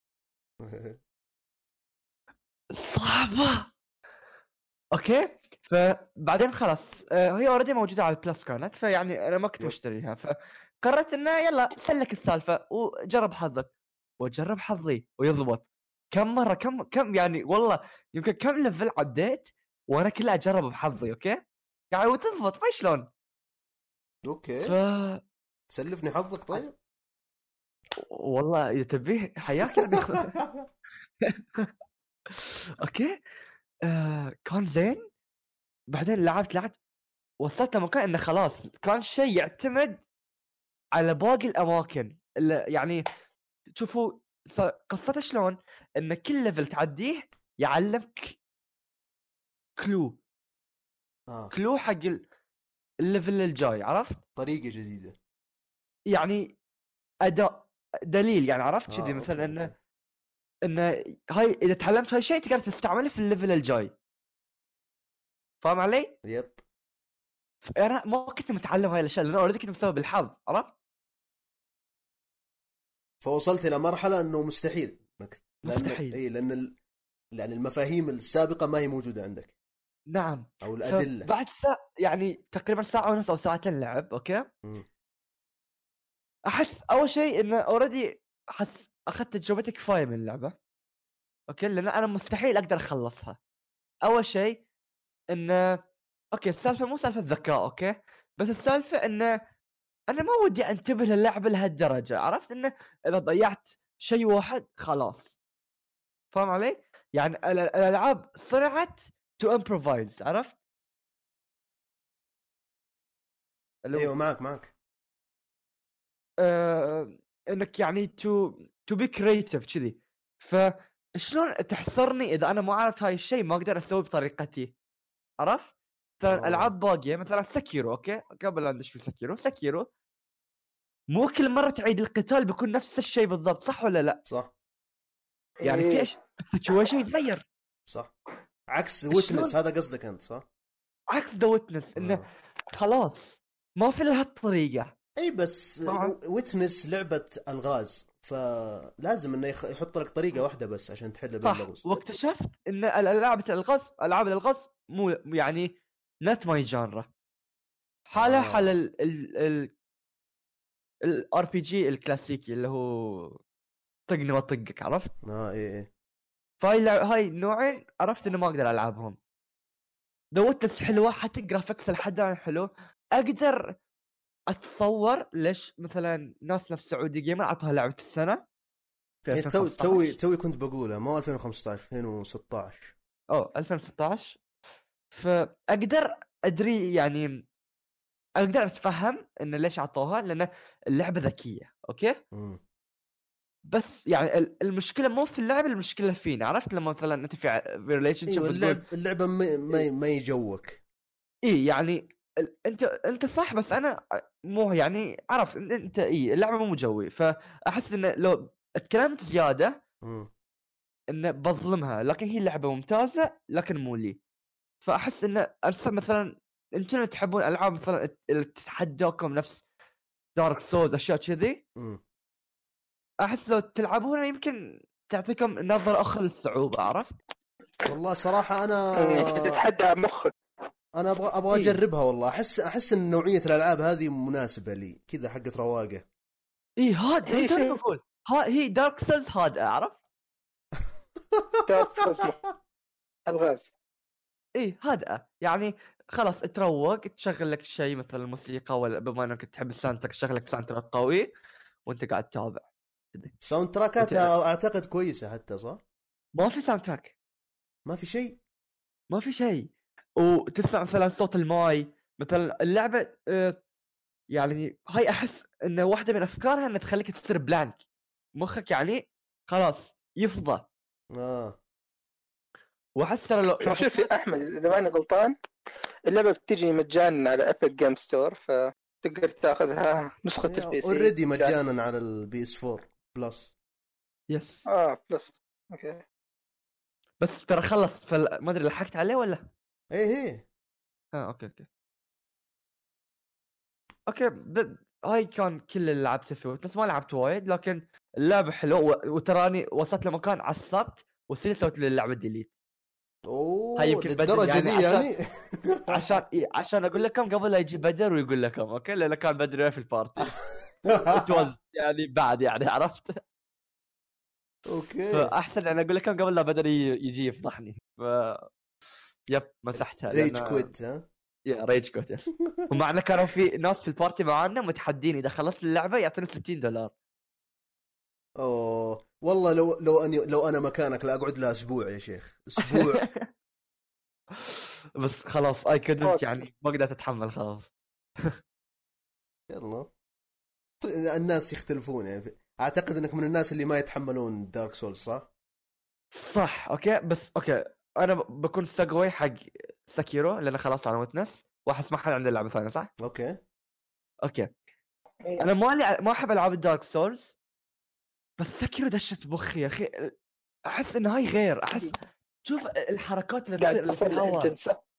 صعبة. اوكي، فبعدين خلاص هي اوريدي موجودة على البلس كانت، فيعني انا ما كنت يب. مشتريها، فقررت انه يلا سلك السالفة وجرب حظك. وجرب حظي ويضبط. كم مرة كم يعني والله يمكن كم ليفل عديت وانا كلها اجرب بحظي، اوكي يعني وتضبط ما شلون. اوكي ف تسلفني حظك طيب. والله اذا تبيه حياك يعني. اوكي كان زين. بعدين لعبت وصلت لمكان انه خلاص كان شيء يعتمد على باقي الاماكن اللي يعني تشوفوا قصته شلون، ان كل ليفل تعديه يعلمك كلو كلو حق الليفل الجاي، عرفت؟ طريقه جديده يعني اداء دليل يعني، عرفت كذي مثلا أوكي. انه هاي اذا تعلمت هاي الشيء تقدر تستعمله في الليفل الجاي، فاهم علي؟ يب انا ما كنت متعلم هاي الاشياء لان اوريدي كنت مسوي بالحظ، عرفت؟ فوصلت الى مرحله انه مستحيل مستحيل. اي لان يعني المفاهيم السابقه ما هي موجوده عندك نعم. او الادله. بعد يعني تقريبا ساعة ونص او ساعتين لعب، اوكي احس اول شيء انه اوريدي احس اخذت تجربتي كفايه من اللعبه، اوكي لان انا مستحيل اقدر اخلصها. اول شيء انه اوكي السالفه مو سالفه ذكاء، اوكي بس السالفه انه انا ما ودي انتبه للعبه لهالدرجه، عرفت؟ انه اذا ضيعت شيء واحد خلاص، فاهم علي؟ يعني الالعاب صنعت تو امبروفايز، عرفت؟ ايوه معك انك يعني تو بي كرييتيف كذي. فشلون تحصرني اذا انا ما عرفت هاي الشيء ما اقدر اسوي بطريقتي، عرفت؟ مثلا العاب باقيه مثلا سكيرو، اوكي قبل لا ندش في سكيرو مو كل مره تعيد القتال بيكون نفس الشيء بالضبط، صح ولا لا؟ صح يعني في السيتويشن يتغير، صح عكس ويتنس، هذا قصدك انت صح؟ عكس ذا ويتنس انه خلاص ما في لها الطريقه. اي بس ويتنس لعبه الغاز، فلازم انه يحط لك طريقه واحده بس عشان تحل باللغز. واكتشفت ان الالعاب الغاز مو يعني نت ماي جانرا، حاله حال الار بي جي الكلاسيكي اللي هو طقني وطقك، عرفت؟ ايه هاي نوعين عرفت انه ما اقدر العبهم. ذا ويتنس حلوه حتى جرافيكس لحد الان حلو، اقدر اتصور ليش مثلا ناس نفس سعودي جيمر عطوها لعبه السنه في 2015. توي كنت بقولها مو 2015 2016 2016. فاقدر ادري يعني اقدر اتفهم ان ليش عطوها لان اللعبه ذكيه، اوكي بس يعني المشكله مو في اللعبه، المشكله فينا، عرفت؟ لما مثلا انت في ريليشن شيب اللعبه ما يجوك. يعني انت صح بس انا مو يعني عرفت انت اللعبه مو جوي، فاحس انه لو اتكلمت زياده انه بظلمها، لكن هي لعبه ممتازه لكن مو لي. فاحس انه انصح مثلا انتم تحبون العاب مثلا تتحداكم نفس دارك سولز اشياء كذي، احس لو تلعبونها يمكن تعطيكم نظرة اخرى للصعوبة، عرفت؟ والله صراحة انا تتحدى مخك. انا ابغى اجربها والله. احس ان نوعية الالعاب هذه مناسبة لي كذا، حقت رواقة. هاد انت بقول هي دارك سولز هادئة، عرفت؟ دارك سولز الغاز هادئة يعني خلاص تروق، تشغل لك شيء مثل الموسيقى، ولا بما انك تحب الساوند تراك تشغل لك ساوند تراك قوي وانت قاعد تتابع. ساوند تراكاتها اعتقد كويسة حتى، صح؟ ما في ساوند تراك. ما في شيء. ما في شيء. وتسمع مثلا صوت الماي مثلا. اللعبه يعني هاي احس ان واحده من افكارها انها تخليك تصير بلانك مخك، يعني خلاص يفضى. واحس ترى لو شوف يا احمد اذا ماني غلطان اللعبه بتجي مجانا على ابيك جيم ستور، فتقدر تاخذها نسخه البي سي اوريدي مجانا على البي اس 4 بلس. يس بلس. اوكي بس ترى خلص ما ادري لحقت عليه ولا. ايه اوكي هاي كان كل اللي لعبته فيه، بس ما لعبت وايد، لكن اللعبه حلوه وتراني وصلت لمكان عصبت وسويت للعبه ديليت. هاي يمكن للدرجه يعني دي يعني عشان اقول لكم قبل لا يجي بدر ويقول لكم اوكي، لان كان بدر في البارتي يعني بعد يعني عرفت. اوكي فاحسن انا اقول لكم قبل لا بدر يجي يفضحني. يب مسحتها ريج كويت. يا ريج كويت يس. ومعنا كانوا في ناس في البارتي معانا متحدين اذا خلصت اللعبه يعطوني $60. اوه والله لو انا مكانك لا اقعد لها اسبوع يا شيخ، اسبوع. بس خلاص اي كدنت يعني ما قدرت اتحمل خلاص. يلا الناس يختلفون يعني. اعتقد انك من الناس اللي ما يتحملون دارك سولز صح اوكي بس اوكي انا بكون ساقوي حق ساكيرو لان خلاص انا ويتنس واحس ما حد عنده لعبه ثانيه صح. اوكي انا ما احب العاب الدارك سولز، بس ساكيرو دشت مخي يا اخي. احس ان هاي غير. احس شوف الحركات اللي تصير في الهواء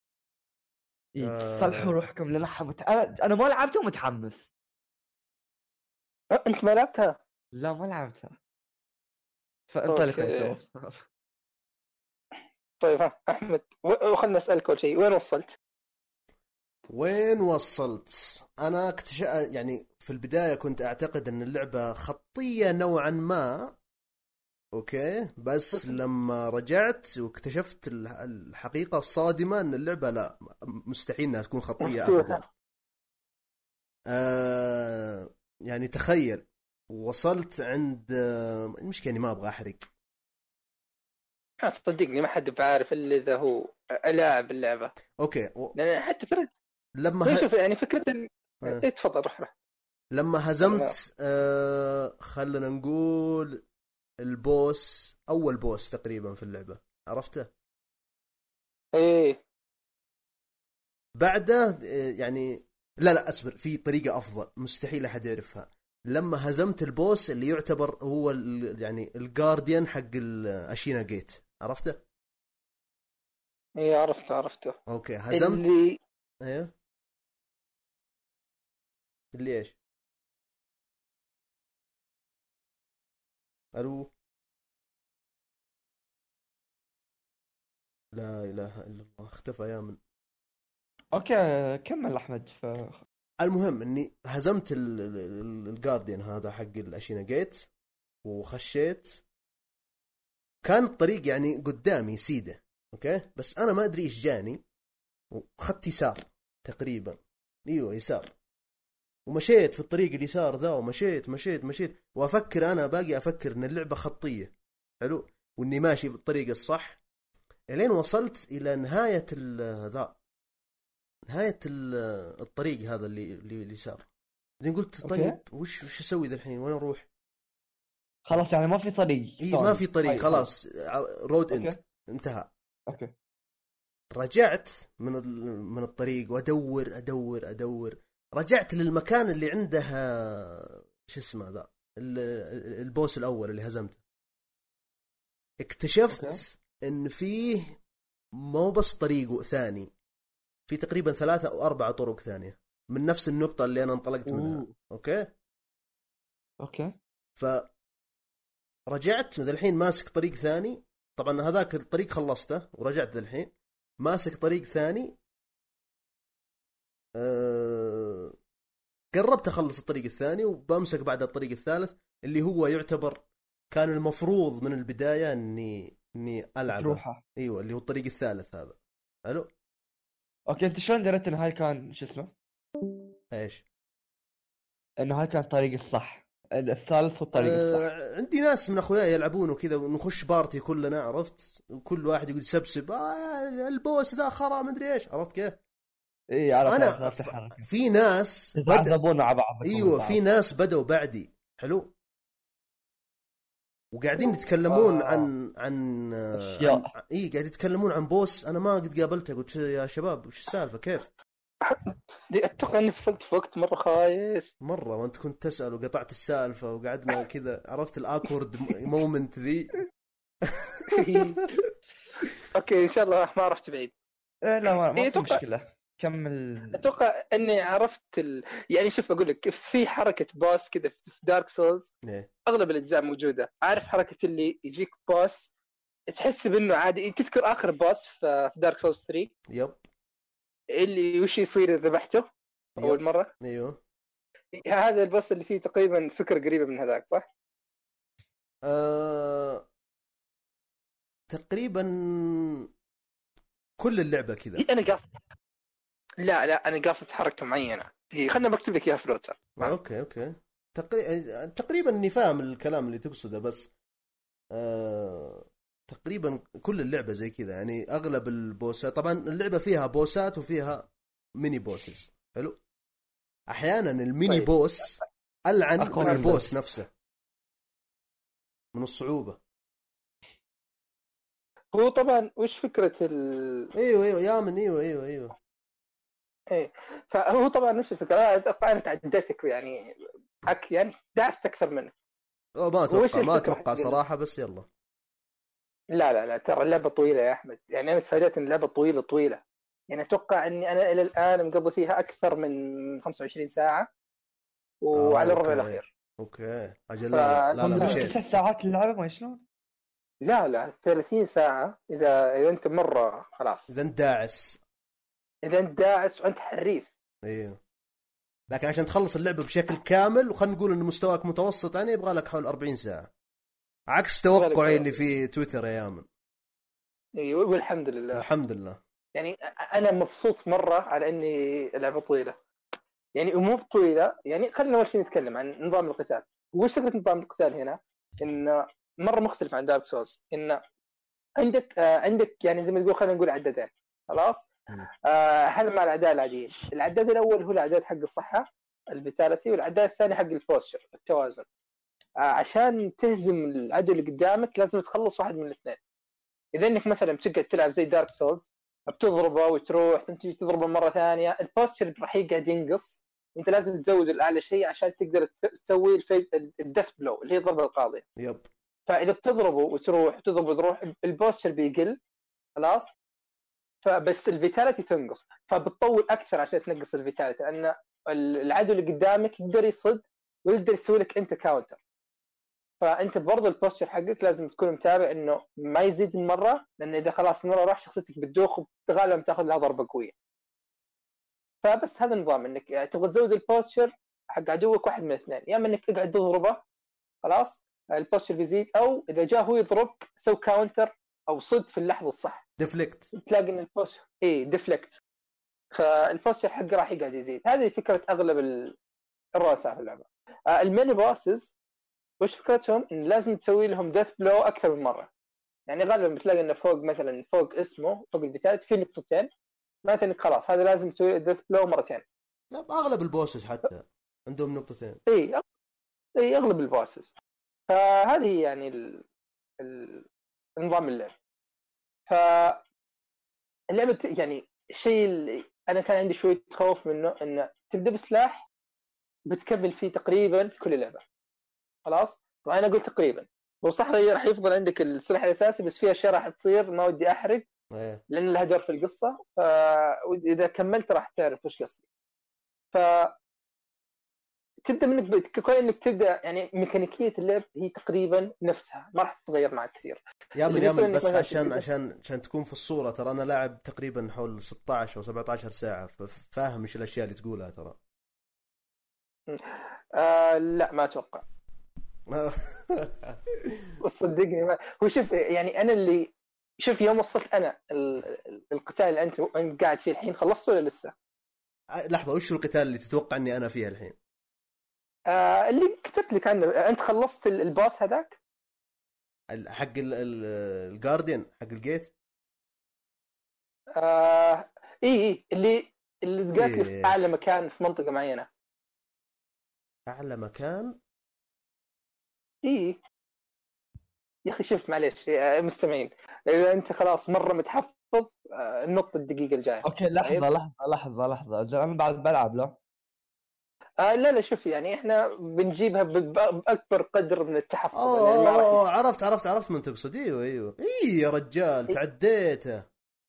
تصلحوا روحكم للحم. انا ما لعبته ومتحمس. انت ما لعبتها؟ لا ما لعبتها. فانطلق يا شباب. طيب احمد وخلنا اسالك اول شيء وين وصلت انا يعني في البدايه كنت اعتقد ان اللعبه خطيه نوعا ما اوكي، بس لما رجعت واكتشفت الحقيقه الصادمه ان اللعبه لا مستحيل انها تكون خطيه ابدا. يعني تخيل وصلت عند المشكله اني ما ابغى احرق. صدقني ما حد بعرف الا اذا هو لاعب اللعبه. اوكي يعني حتى ترى لما شوف يعني فكره تفضل روح. لما هزمت خلنا نقول البوس، اول بوس تقريبا في اللعبه، عرفته؟ ايه بعده يعني لا اصبر، في طريقه افضل مستحيل احد يعرفها. لما هزمت البوس اللي يعتبر هو يعني الجارديان حق الاشينا جيت، عرفته؟ ايه عرفته. اوكي هزمت اللي ايوه اللي ايش؟ الو لا اله الا الله اختفى يا من. اوكي كمل احمد. المهم اني هزمت الجارديان هذا حق الاشينا جيت وخشيت. كان الطريق يعني قدامي سيده اوكي، بس انا ما ادري ايش جاني وخدت يسار تقريبا. ايوه يسار، ومشيت في الطريق اليسار ذا ومشيت وافكر انا باقي افكر ان اللعبه خطيه حلو واني ماشي في الطريق الصح، لين وصلت الى نهايه نهايه الطريق هذا اللي اليسار. بعدين قلت طيب وش اسوي ذا الحين؟ وين اروح؟ خلاص يعني ما في طريق. اي ما في طريق خلاص رود انتهى. اوكي رجعت من الطريق وادور رجعت للمكان اللي عنده شو اسمه ذا البوس الاول اللي هزمته. اكتشفت ان فيه مو بس طريق ثاني، في تقريبا 3 أو 4 طرق ثانية من نفس النقطة اللي انا انطلقت منها. اوكي فرجعت ذا الحين ماسك طريق ثاني. طبعا هذاك الطريق خلصته ورجعت ذا الحين ماسك طريق ثاني. قربت أخلص الطريق الثاني وبمسك بعد الطريق الثالث اللي هو يعتبر كان المفروض من البداية اني العبه تروحه. ايوه اللي هو الطريق الثالث هذا. حلو اوكي انت شلون دريت ان هاي كان شو اسمه؟ ايش؟ انه هاي كان الطريق الصح الثالث والطريق الصح. عندي ناس من اخوياي يلعبون وكذا ونخش بارتي كلنا، عرفت، وكل واحد يقول يسبسب البوس ذا خرا مدري ايش، عرفت كيف. اي عرفت انا نفس الحركه، في ناس يتعذبون مع بعض. ايوه في ناس بدوا بعدي حلو، وقاعدين يتكلمون عن اشياء. اي قاعد يتكلمون عن بوس انا ما قد قابلته. قلت يا شباب وش السالفه كيف؟ دي اتوقع اني فصلت في وقت مره خايس مره، وانت كنت تسال وقطعت السالفه وقعدنا كذا، عرفت الاكورد مومنت ذي. اوكي ان شاء الله ما رحت بعيد. لا ما في أتوقع... مشكله، كمل. اتوقع اني عرفت يعني شوف اقول لك في حركه باس كذا في دارك سولز اغلب الاجزاء موجوده. عارف حركه اللي يجيك باس تحس بانه عادي. تذكر اخر باس في دارك سولز 3 يب اللي وش يصير اذا ذبحته اول مره؟ ايوه هذا الباص اللي فيه تقريبا فكره قريبه من هذاك صح؟ تقريبا كل اللعبه كذا. انا قاصد لا انا قاصد حركه معينه. خلنا بكتب لك اياها في الواتساب. اوكي تقريبا اني فاهم الكلام اللي تقصده، بس تقريبا كل اللعبه زي كذا يعني. اغلب البوسات طبعا اللعبه فيها بوسات وفيها ميني بوسز حلو. احيانا الميني طيب. بوس العن من أقوى البوس نفسه من الصعوبه. هو طبعا وش فكره ايوه يا من ايوه ايه فهو طبعا نفس الفكره. اتوقع انا تعديتك يعني يعني دعست اكثر منه. ما اتوقع صراحه، بس يلا. لا ترى اللعبه طويله يا احمد. يعني انا تفاجأت ان اللعبه طويله. يعني اتوقع اني انا الى الان مقضي فيها اكثر من 25 ساعه وعلى الربع الاخير. اوكي اجل لا مشيت 9 ساعات اللعبه ما شلون. لا 30 ساعه اذا انت مره خلاص، اذا انت داعس وانت حريف. ايوه لكن عشان تخلص اللعبه بشكل كامل، وخلينا نقول ان مستواك متوسط، يعني يبغى لك حول 40 ساعه عكس توقعي اللي في تويتر يا يامن. ايوه والحمد لله. الحمد لله. يعني انا مبسوط مره على اني لعبه طويله، يعني مو طويله. يعني خلينا اول شيء نتكلم عن نظام القتال. وش فكره نظام القتال هنا؟ انه مره مختلف عن دارك سولز. انه عندك يعني زي ما تقول خلينا نقول عددين خلاص. هذا مع الاعداء العاديين. العداد الاول هو العداد حق الصحه الفيتاليتي، والعداد الثاني حق البوستشر التوازن. عشان تهزم العدو اللي قدامك لازم تخلص واحد من الاثنين. اذا انك مثلا بتقعد تلعب زي دارك سولز بتضربه وتروح ثم تيجي تضربه مره ثانيه، البوستشر راح يقعد ينقص. انت لازم تزود الاعلى شيء عشان تقدر تسوي الدث بلو اللي هي ضربه القاضيه. يب. فاذا بتضربه وتروح البوستشر بيقل خلاص. فبس الفيتاليتي تنقص، فبتطول اكثر عشان تنقص الفيتاليتي، لان العدو اللي قدامك يقدر يصد ويقدر يسوي لك انت كاونتر. فانت برضه البوستشر حقك لازم تكون متابع انه ما يزيد مره، لان اذا خلاص مره راح شخصيتك بتدوخ وغالبا تاخذ لها ضربه قويه. فبس هذا النظام، انك تبغى تزود البوستشر حق عدوك واحد من الاثنين، يا اما انك اقعد تضربه خلاص البوستشر بيزيد، او اذا جاء هو يضربك سو كاونتر او صد في اللحظه الصح ديفليكت. تلاقي ان البوستشر ديفليكت، فالبوستشر حقه راح يقعد يزيد. هذه فكره اغلب الرؤساء في اللعبه. الميني باسز وش فكرتهم؟ إن لازم تسوي لهم ديث بلو أكثر من مرة. يعني غالبا بتلاقي إنه فوق اسمه فوق الفيتاليتي في نقطتين، معناته إنك خلاص هذا لازم تسوي ديث بلو مرتين. لا أغلب البوسز حتى عندهم نقطتين. إي أغلب البوسز. فهذه يعني النظام اللعب. فاللعبة يعني الشيء اللي أنا كان عندي شوية خوف منه إنه تبدأ بسلاح بتكمل فيه تقريبا كل لعبة خلاص. طبعا انا قلت تقريبا، وصح راح يفضل عندك السلاح الاساسي، بس في اشياء راح تصير ما ودي احرق لان لها دور في القصه. فاذا كملت راح تعرف وش قصدي. ف تبدا منك كون انك تبدا يعني ميكانيكيه اللعب هي تقريبا نفسها، ما راح تتغير معك كثير. يا من بس عشان تكون في الصوره، ترى انا لاعب تقريبا حول 16 او 17 ساعه، ففاهم ايش الاشياء اللي تقولها ترى. لا ما اتوقع. صدقني ما هو. شوف يعني انا اللي شوف يوم وصلت انا القتال اللي انت قاعد فيه الحين خلصت ولا لسه؟ لحظه، وش القتال اللي تتوقع اني انا فيها الحين؟ اللي كتبت لك عنه، انت خلصت الباص هذاك حق الجارديان حق الجيت. اي اللي تقاتل لي في إيه. اعلى مكان في منطقه معينه. اعلى مكان. اي يا اخي شفت معليش مستمعين، اذا انت خلاص مره متحفظ النقطه الدقيقه الجايه. اوكي لحظه زين انا بعد بلعب له. لا شوف يعني احنا بنجيبها باكبر قدر من التحفظ يعني ما راح عرفت من تقصد. ايوه يا رجال تعديته.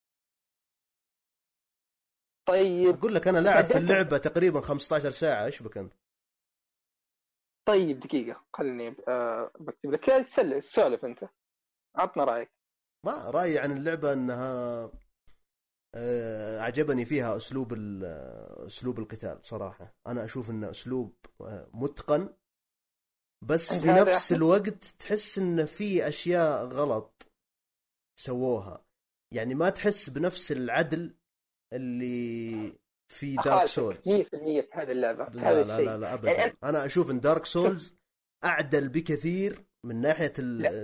طيب اقول لك انا لاعب في اللعبه تقريبا 15 ساعه. ايش بك انت؟ طيب دقيقه خليني بكتب لك سولف انت عطنا رايك. ما رايي عن اللعبه انها أعجبني فيها أسلوب القتال. صراحة أنا أشوف أنه أسلوب متقن، بس في نفس الوقت تحس أن في أشياء غلط سووها. يعني ما تحس بنفس العدل اللي في دارك سولز 100% في هذه اللعبة. لا أبدا يعني أنا أشوف أن دارك سولز أعدل بكثير من ناحية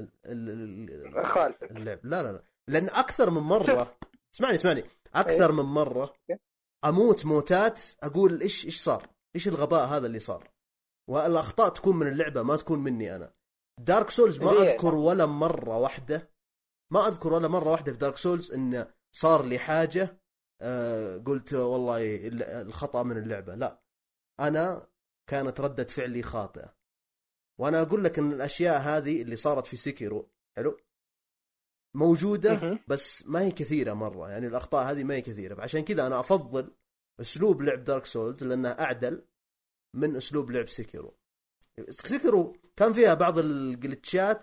اللعب. لا لأن أكثر من مرة اسمعني أكثر من مرة أموت موتات أقول إيش صار، إيش الغباء هذا اللي صار، والأخطاء تكون من اللعبة ما تكون مني أنا. دارك سولز ما أذكر ولا مرة واحدة في دارك سولز إن صار لي حاجة قلت والله الخطأ من اللعبة. لا، أنا كانت ردة فعلي خاطئة. وأنا أقول لك إن الأشياء هذه اللي صارت في سيكيرو حلو موجودة بس ما هي كثيرة مرة. يعني الأخطاء هذه ما هي كثيرة، فعشان كذا أنا أفضل أسلوب لعب دارك سولز لأنه أعدل من أسلوب لعب سيكيرو. سيكيرو كان فيها بعض الجلتشات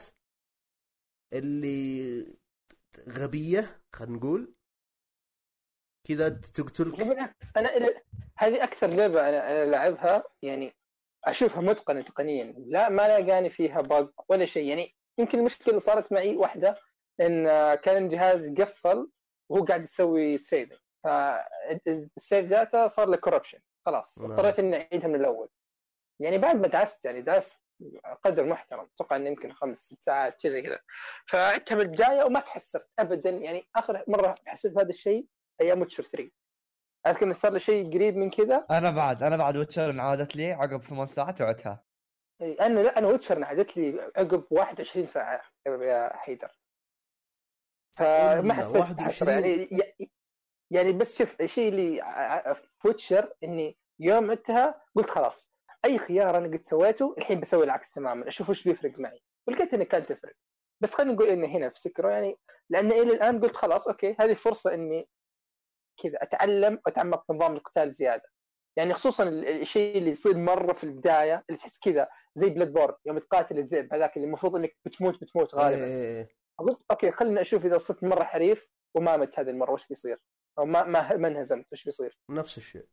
اللي غبية، خلينا نقول كذا تقتلك. بالعكس أنا هذه أكثر لعبة أنا لعبها يعني أشوفها متقنة تقنيا، لا ما لاقاني فيها باج ولا شيء. يعني يمكن المشكلة اللي صارت معي واحدة ان كان الجهاز قفل وهو قاعد يسوي سيف، فالسيف ذاته صار له كوربشن خلاص اضطريت اني اعيدها من الاول. يعني بعد ما داست قدر محترم، اتوقع انه يمكن 5-6 ساعات شيء زي كذا، فعدتها من البدايه وما تحسرت ابدا. يعني اخر مره حسيت بهذا الشيء ايام ويتشر 3، اذكر انه صار لي شيء قريب من كذا. انا بعد ويتشر انعادت لي عقب 8 ساعات وعدتها. انا ويتشر انعادت لي عقب 21 ساعه يا حيدر، فما حسيت بحسرة. يعني بس شوف الشيء اللي في ويتشر اني يوم عدتها قلت خلاص اي خيار انا قد سويته الحين بسوي العكس تماما، اشوف وش بيفرق معي، ولقيت انه كانت تفرق. بس خلينا نقول انه هنا في سكرو يعني لان الى الان قلت خلاص اوكي هذه فرصه اني كذا اتعلم واتعمق في نظام القتال زياده. يعني خصوصا الشيء اللي يصير مره في البدايه اللي تحس كذا زي بلاد بورن يوم تقاتل الذئب هذاك اللي المفروض انك بتموت غالبا. قلت اوكي خلينا اشوف اذا صرت مره حريف وما مت هذه المره وش بيصير، او ما انهزمت وش بيصير. نفس الشيء.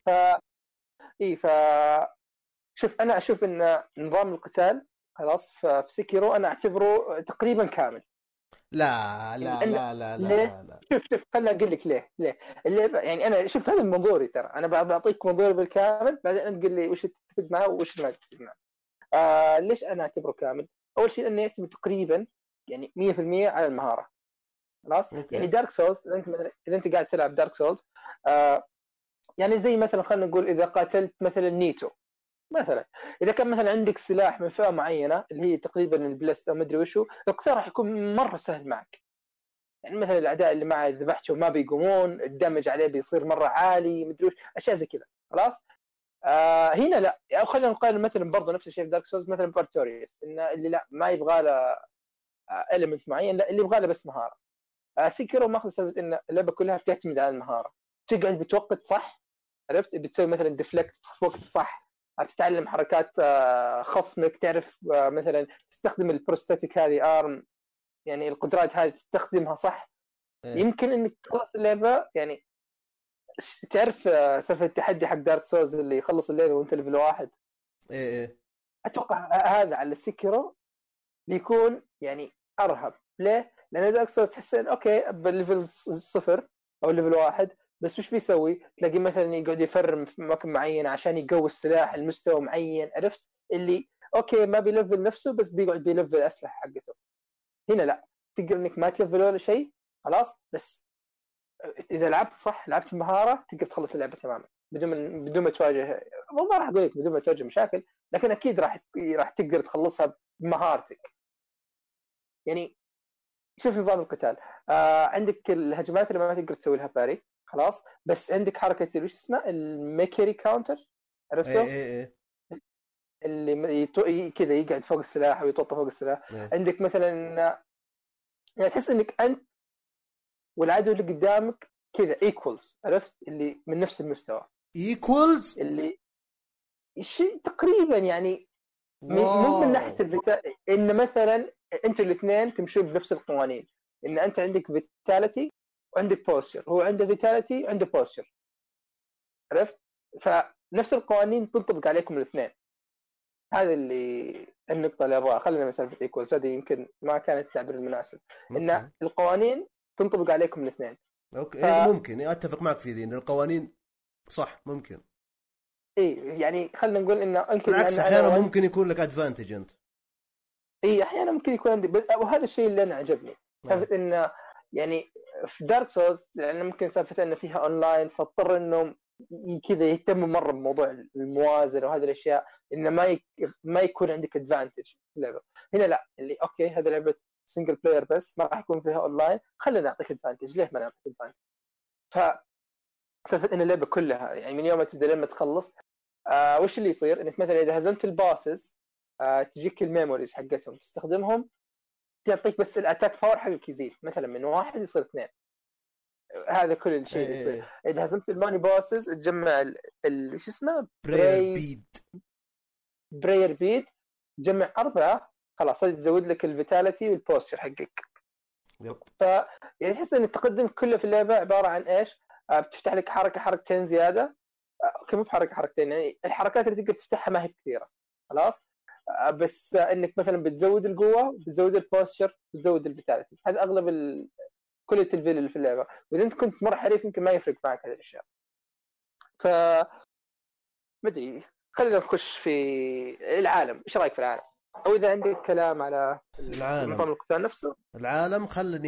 شوف انا اشوف ان نظام القتال خلاص في سيكيرو انا اعتبره تقريبا كامل. لا شوف خلنا اقول لك ليه اللعبه. يعني انا شوف هذا منظوري، ترى انا بعطيك منظوري بالكامل بعدين انت قل لي وش تتفق معه وش ما تتفق معه. ليش انا اعتبره كامل؟ اول شيء انه يعتمد تقريبا يعني 100% على المهاره خلاص. يعني دارك سولز اذا انت قاعد تلعب دارك سولز يعني زي مثلا خلينا نقول اذا قاتلت مثلا نيتو مثلا، اذا كان مثلا عندك سلاح من فئه معينه اللي هي تقريبا البلست او مدري وشو، القتال راح يكون مره سهل معك. يعني مثلا الاعداء اللي معي ذبحتهم ما بيقومون، الدمج عليه بيصير مره عالي مدري وش، اشياء زي كذا خلاص. هنا لا، او خلينا نقارن مثلا برضه نفس الشيء في دارك سولز مثلا بارتوريوس، ان اللي لا ما يبغى له اليمنت معين، لا اللي يبغى له بس مهاره. سيكيرو ماخذ سبب ان اللعبه كلها بتعتمد على المهاره، تقعد بتوقت صح، عرفت بتسوي مثلا ديفلكت في وقت صح، تتعلم حركات خصمك، تعرف مثلا تستخدم البروستاتيك هذه ارم، يعني القدرات هذه تستخدمها صح. يمكن انك تخلص اللعبه يعني تعرف سالفه التحدي حق دارك سولز اللي يخلص اللعبه وانت ليفل 1. اتوقع هذا على سيكيرو بيكون يعني ارهب. ليه؟ لان دارك سولز تحسين اوكي بالليفل 0 او ليفل 1 بس وش بيسوي؟ تلاقي مثلا يقعد يفرم في مكان معين عشان يقوي السلاح المستوى معين، عرفت اللي اوكي ما بيلفل نفسه بس بيقعد بيلفل الاسلحه حقته. هنا لا، تقدر انك ما تلفل ولا شيء خلاص، بس اذا لعبت صح لعبت مهاره تقدر تخلص اللعبه تماما بدون ما تواجه، ما راح اقول لك بدون ما تواجه مشاكل، لكن اكيد راح تقدر تخلصها بمهارتك. يعني شوف نظام القتال، عندك الهجمات اللي ما تقدر تسوي لها باري خلاص، بس عندك حركه وش اسمها الميكري كاونتر، عرفته؟ ايه اللي كذا يقعد فوق السلاح ويطط فوق السلاح. عندك مثلا يعني تحس انك انت والعدو اللي قدامك كذا ايكوالز، عرفت؟ اللي من نفس المستوى ايكوالز اللي شيء تقريبا يعني مو من ناحيه الفيتا، ان مثلا انتوا الاثنين تمشوا بنفس القوانين، ان انت عندك فيتاليتي وعندك بوستشر، هو عنده فيتاليتي وعنده بوستشر، عرفت؟ فنفس القوانين تنطبق عليكم الاثنين. هذا اللي النقطه اللي ابغاها. خلينا مسافه ايكوالز هذه يمكن ما كانت التعبير المناسب، ان القوانين تنطبق عليكم الاثنين. اوكي ممكن اتفق معك في ذي ان القوانين صح ممكن. اي يعني خلينا نقول انه بالعكس احيانا ممكن يكون لك ادفانتج انت. اي احيانا ممكن يكون عندي وهذا الشيء اللي انا عجبني سالفه انه يعني في دارك سولز يعني ممكن سالفه انه فيها اونلاين فاضطر انهم كذا يهتموا مره بموضوع الموازنه وهذه الاشياء، انه ما يكون عندك ادفانتج في اللعبه. هنا لا، اللي اوكي هذه لعبه سنجل بلاير بس ما راح يكون فيها اونلاين، خلينا نعطيك ادفانتج، ليه ما نعطيك ادفانتج؟ سالفه ان اللعبه كلها يعني من يوم ما تبدا لما تخلص وش اللي يصير انك مثلا اذا هزمت الباسز تجيك الميموريز حقتهم تستخدمهم، تعطيك بس الاتاك باور حقك يزيد مثلا من 1 يصير 2. هذا كل الشيء اللي يصير. اذا هزمت الماني باسز تجمع وش اسمه براير بيد تجمع 4 خلاص هذه تزود لك الفيتاليتي والبوستر حقك. ف يعني تحس ان التقدم كله في اللعبه عباره عن ايش؟ بتفتح لك حركتين زياده، اوكي مو حركتين، يعني الحركات اللي تقدر تفتحها ما هي كثيره خلاص، بس انك مثلا بتزود القوه بتزود البوستشر بتزود الفيتاليتي. هذا اغلب كل التلفيل اللي في اللعبه، واذا انت كنت مره حريف يمكن ما يفرق معك هذه الاشياء. ف ما ادري، خلينا نخش في العالم. ايش رايك في العالم؟ او اذا عندك كلام على العالم نظام القتال نفسه. العالم خلني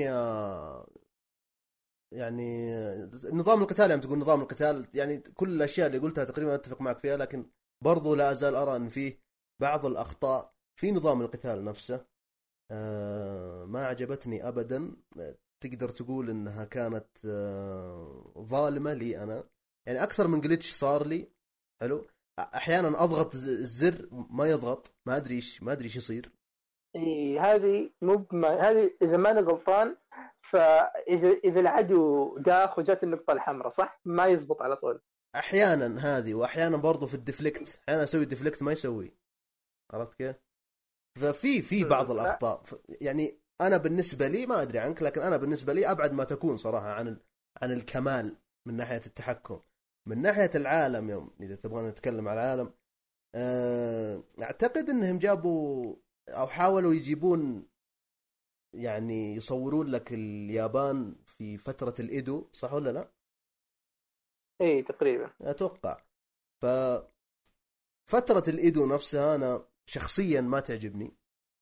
يعني نظام القتال يعني تقول نظام القتال يعني كل الاشياء اللي قلتها تقريبا اتفق معك فيها، لكن برضو لا ازال ارى ان فيه بعض الاخطاء في نظام القتال نفسه ما عجبتني ابدا. تقدر تقول انها كانت ظالمه لي انا، يعني اكثر من جليتش صار لي. حلو، احيانا اضغط الزر ما يضغط، ما ادري ايش يصير. هذه هذه اذا ما انا غلطان، فاذا العدو داخ وجات النقطه الحمراء صح ما يزبط على طول احيانا هذه، واحيانا برضو في الديفليكت احيانا اسوي ديفليكت ما يسوي، عرفت كيف؟ ففي بعض الاخطاء يعني انا بالنسبه لي ما ادري عنك، لكن انا بالنسبه لي ابعد ما تكون صراحه عن الكمال من ناحيه التحكم. من ناحيه العالم يوم اذا تبغى نتكلم على العالم، اعتقد انهم جابوا او حاولوا يجيبون يعني يصورون لك اليابان في فتره الايدو، صح ولا لا؟ اي تقريبا اتوقع. ف فتره الايدو نفسها انا شخصيا ما تعجبني.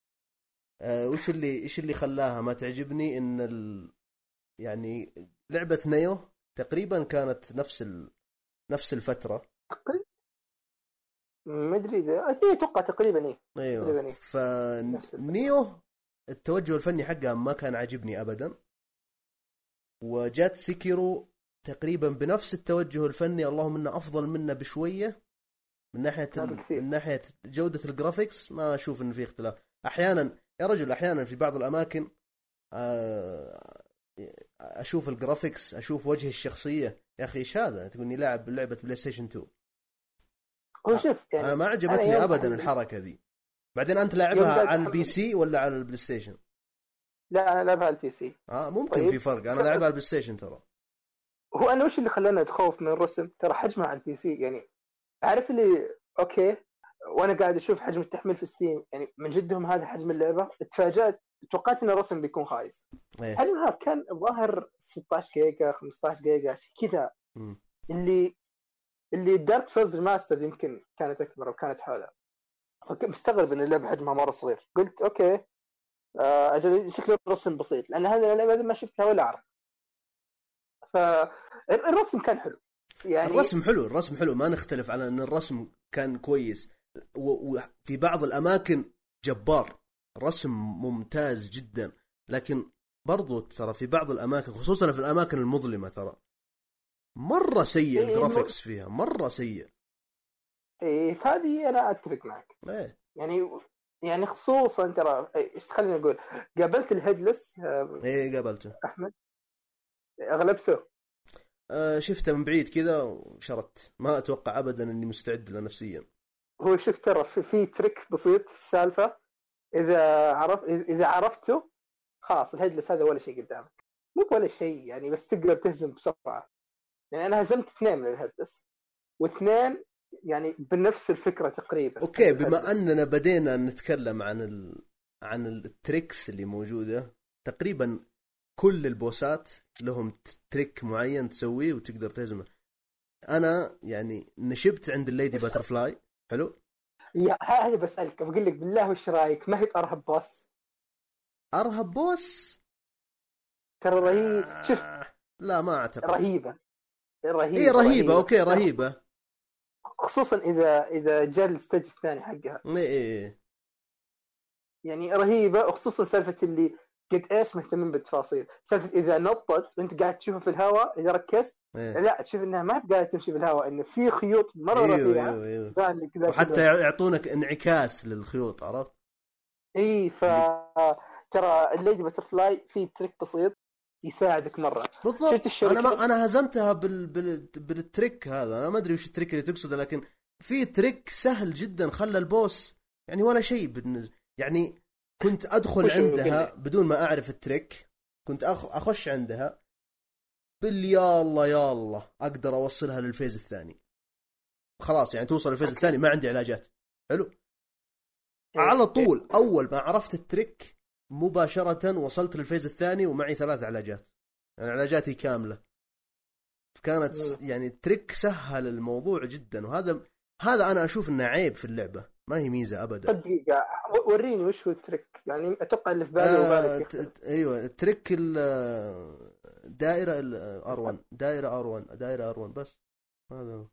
ايش اللي خلاها ما تعجبني ان يعني لعبه نيو تقريبا كانت نفس الفتره ما ادري اذا اتوقع تقريبا ايوه. فنيو التوجه الفني حقها ما كان عاجبني ابدا، وجات سيكيرو تقريبا بنفس التوجه الفني، اللهم انه افضل منه بشويه من ناحيه جوده الجرافيكس. ما اشوف ان في اختلاف. احيانا يا رجل احيانا في بعض الاماكن اشوف الجرافيكس اشوف وجه الشخصيه، يا اخي ايش هذا؟ تقولني لاعب لعبه بلاي ستيشن 2. هو شوف يعني انا ما عجبتني ابدا الحركه ذي. بعدين انت لاعبها على البي سي ولا على البلاي ستيشن؟ لا انا لعبها على البي سي. ممكن طيب. في فرق. انا لعبها على البلاي ستيشن ترى. هو انا وش اللي خلاني اتخوف من الرسم؟ ترى حجمها على البي سي يعني عارف اللي اوكي، وانا قاعد اشوف حجم التحميل في ستيم يعني من جدهم هذا حجم اللعبه، اتفاجأت. توقعت ان الرسم بيكون خايس. حجمها كان ظاهر 16 جيجا 15 جيجا كذا. اللي دارك سولز ريماستر يمكن كانت اكبر وكانت حولها. مستغرب ان اللعبه حجمها مره صغير. قلت اوكي اجل شكل الرسم بسيط، لان هذه اللعبه ما شفتها ولا اعرف. فالرسم كان حلو يعني. الرسم حلو، ما نختلف على ان الرسم كان كويس، وفي بعض الاماكن جبار، رسم ممتاز جدا. لكن برضو ترى في بعض الاماكن، خصوصا في الاماكن المظلمه، ترى مره سيء الجرافيكس فيها، مره سيء. ايه فهذه انا اتفق معك. ايه يعني خصوصا ترى ايش خلينا نقول، قابلت الهيدلس. ايه قابلته احمد، اغلبته. شفته من بعيد كذا وشرت، ما اتوقع ابدا اني مستعد له نفسيا. هو شفت ترى في تريك بسيط في السالفه، اذا عرفته خلاص الهيدلس هذا ولا شيء قدامك، مو ولا شيء يعني، بس تقدر تهزم بسرعه. يعني انا هزمت 2 من الهيدلس، و2 يعني بنفس الفكره تقريبا. اوكي، بما اننا بدينا نتكلم عن التريكس اللي موجوده، تقريبا كل البوسات لهم تريك معين تسويه وتقدر تهزمه. انا يعني نشبت عند الليدي باترفلاي. حلو، يا هذا بسألك بقول لك بالله وش رايك؟ ما هي ارهب بوس؟ ارهب بوس ترى رهيب. شوف لا ما اعتقد. رهيبه هي رهيبه. اوكي رهيبه، خصوصا اذا جاء الستيج الثاني حقها. ايه يعني رهيبه، وخصوصا سالفه اللي قد ايش مهتمين بالتفاصيل. سالفه اذا نطت وانت قاعد تشوفها في الهواء، اذا ركزت لا تشوف انها ما قاعده تمشي بالهواء، انه في خيوط مره رفيعه. أيوه. وحتى يعطونك انعكاس للخيوط، عرفت؟ اي ترى الليدي باترفلاي في تريك بسيط يساعدك مره. بالضبط. انا هزمتها بالتريك هذا. انا ما ادري وش التريك اللي تقصده، لكن في تريك سهل جدا خلى البوس يعني ولا شيء يعني كنت ادخل عندها بدون ما اعرف التريك، كنت اخش عندها يا الله اقدر اوصلها للفيز الثاني. خلاص يعني توصل الفيز الثاني ما عندي علاجات. حلو، على طول اول ما عرفت التريك مباشرة وصلت للفيز الثاني ومعي 3 علاجات، يعني علاجاتي كاملة. كانت يعني تريك سهل الموضوع جدا، وهذا انا اشوف انه عيب في اللعبة، ما هي ميزة ابدا. دقيقة وريني وش هو التريك، يعني اتوقع اللي في بالي وبالك. ايوه التريك دائرة R1 دائرة R1 بس هذا.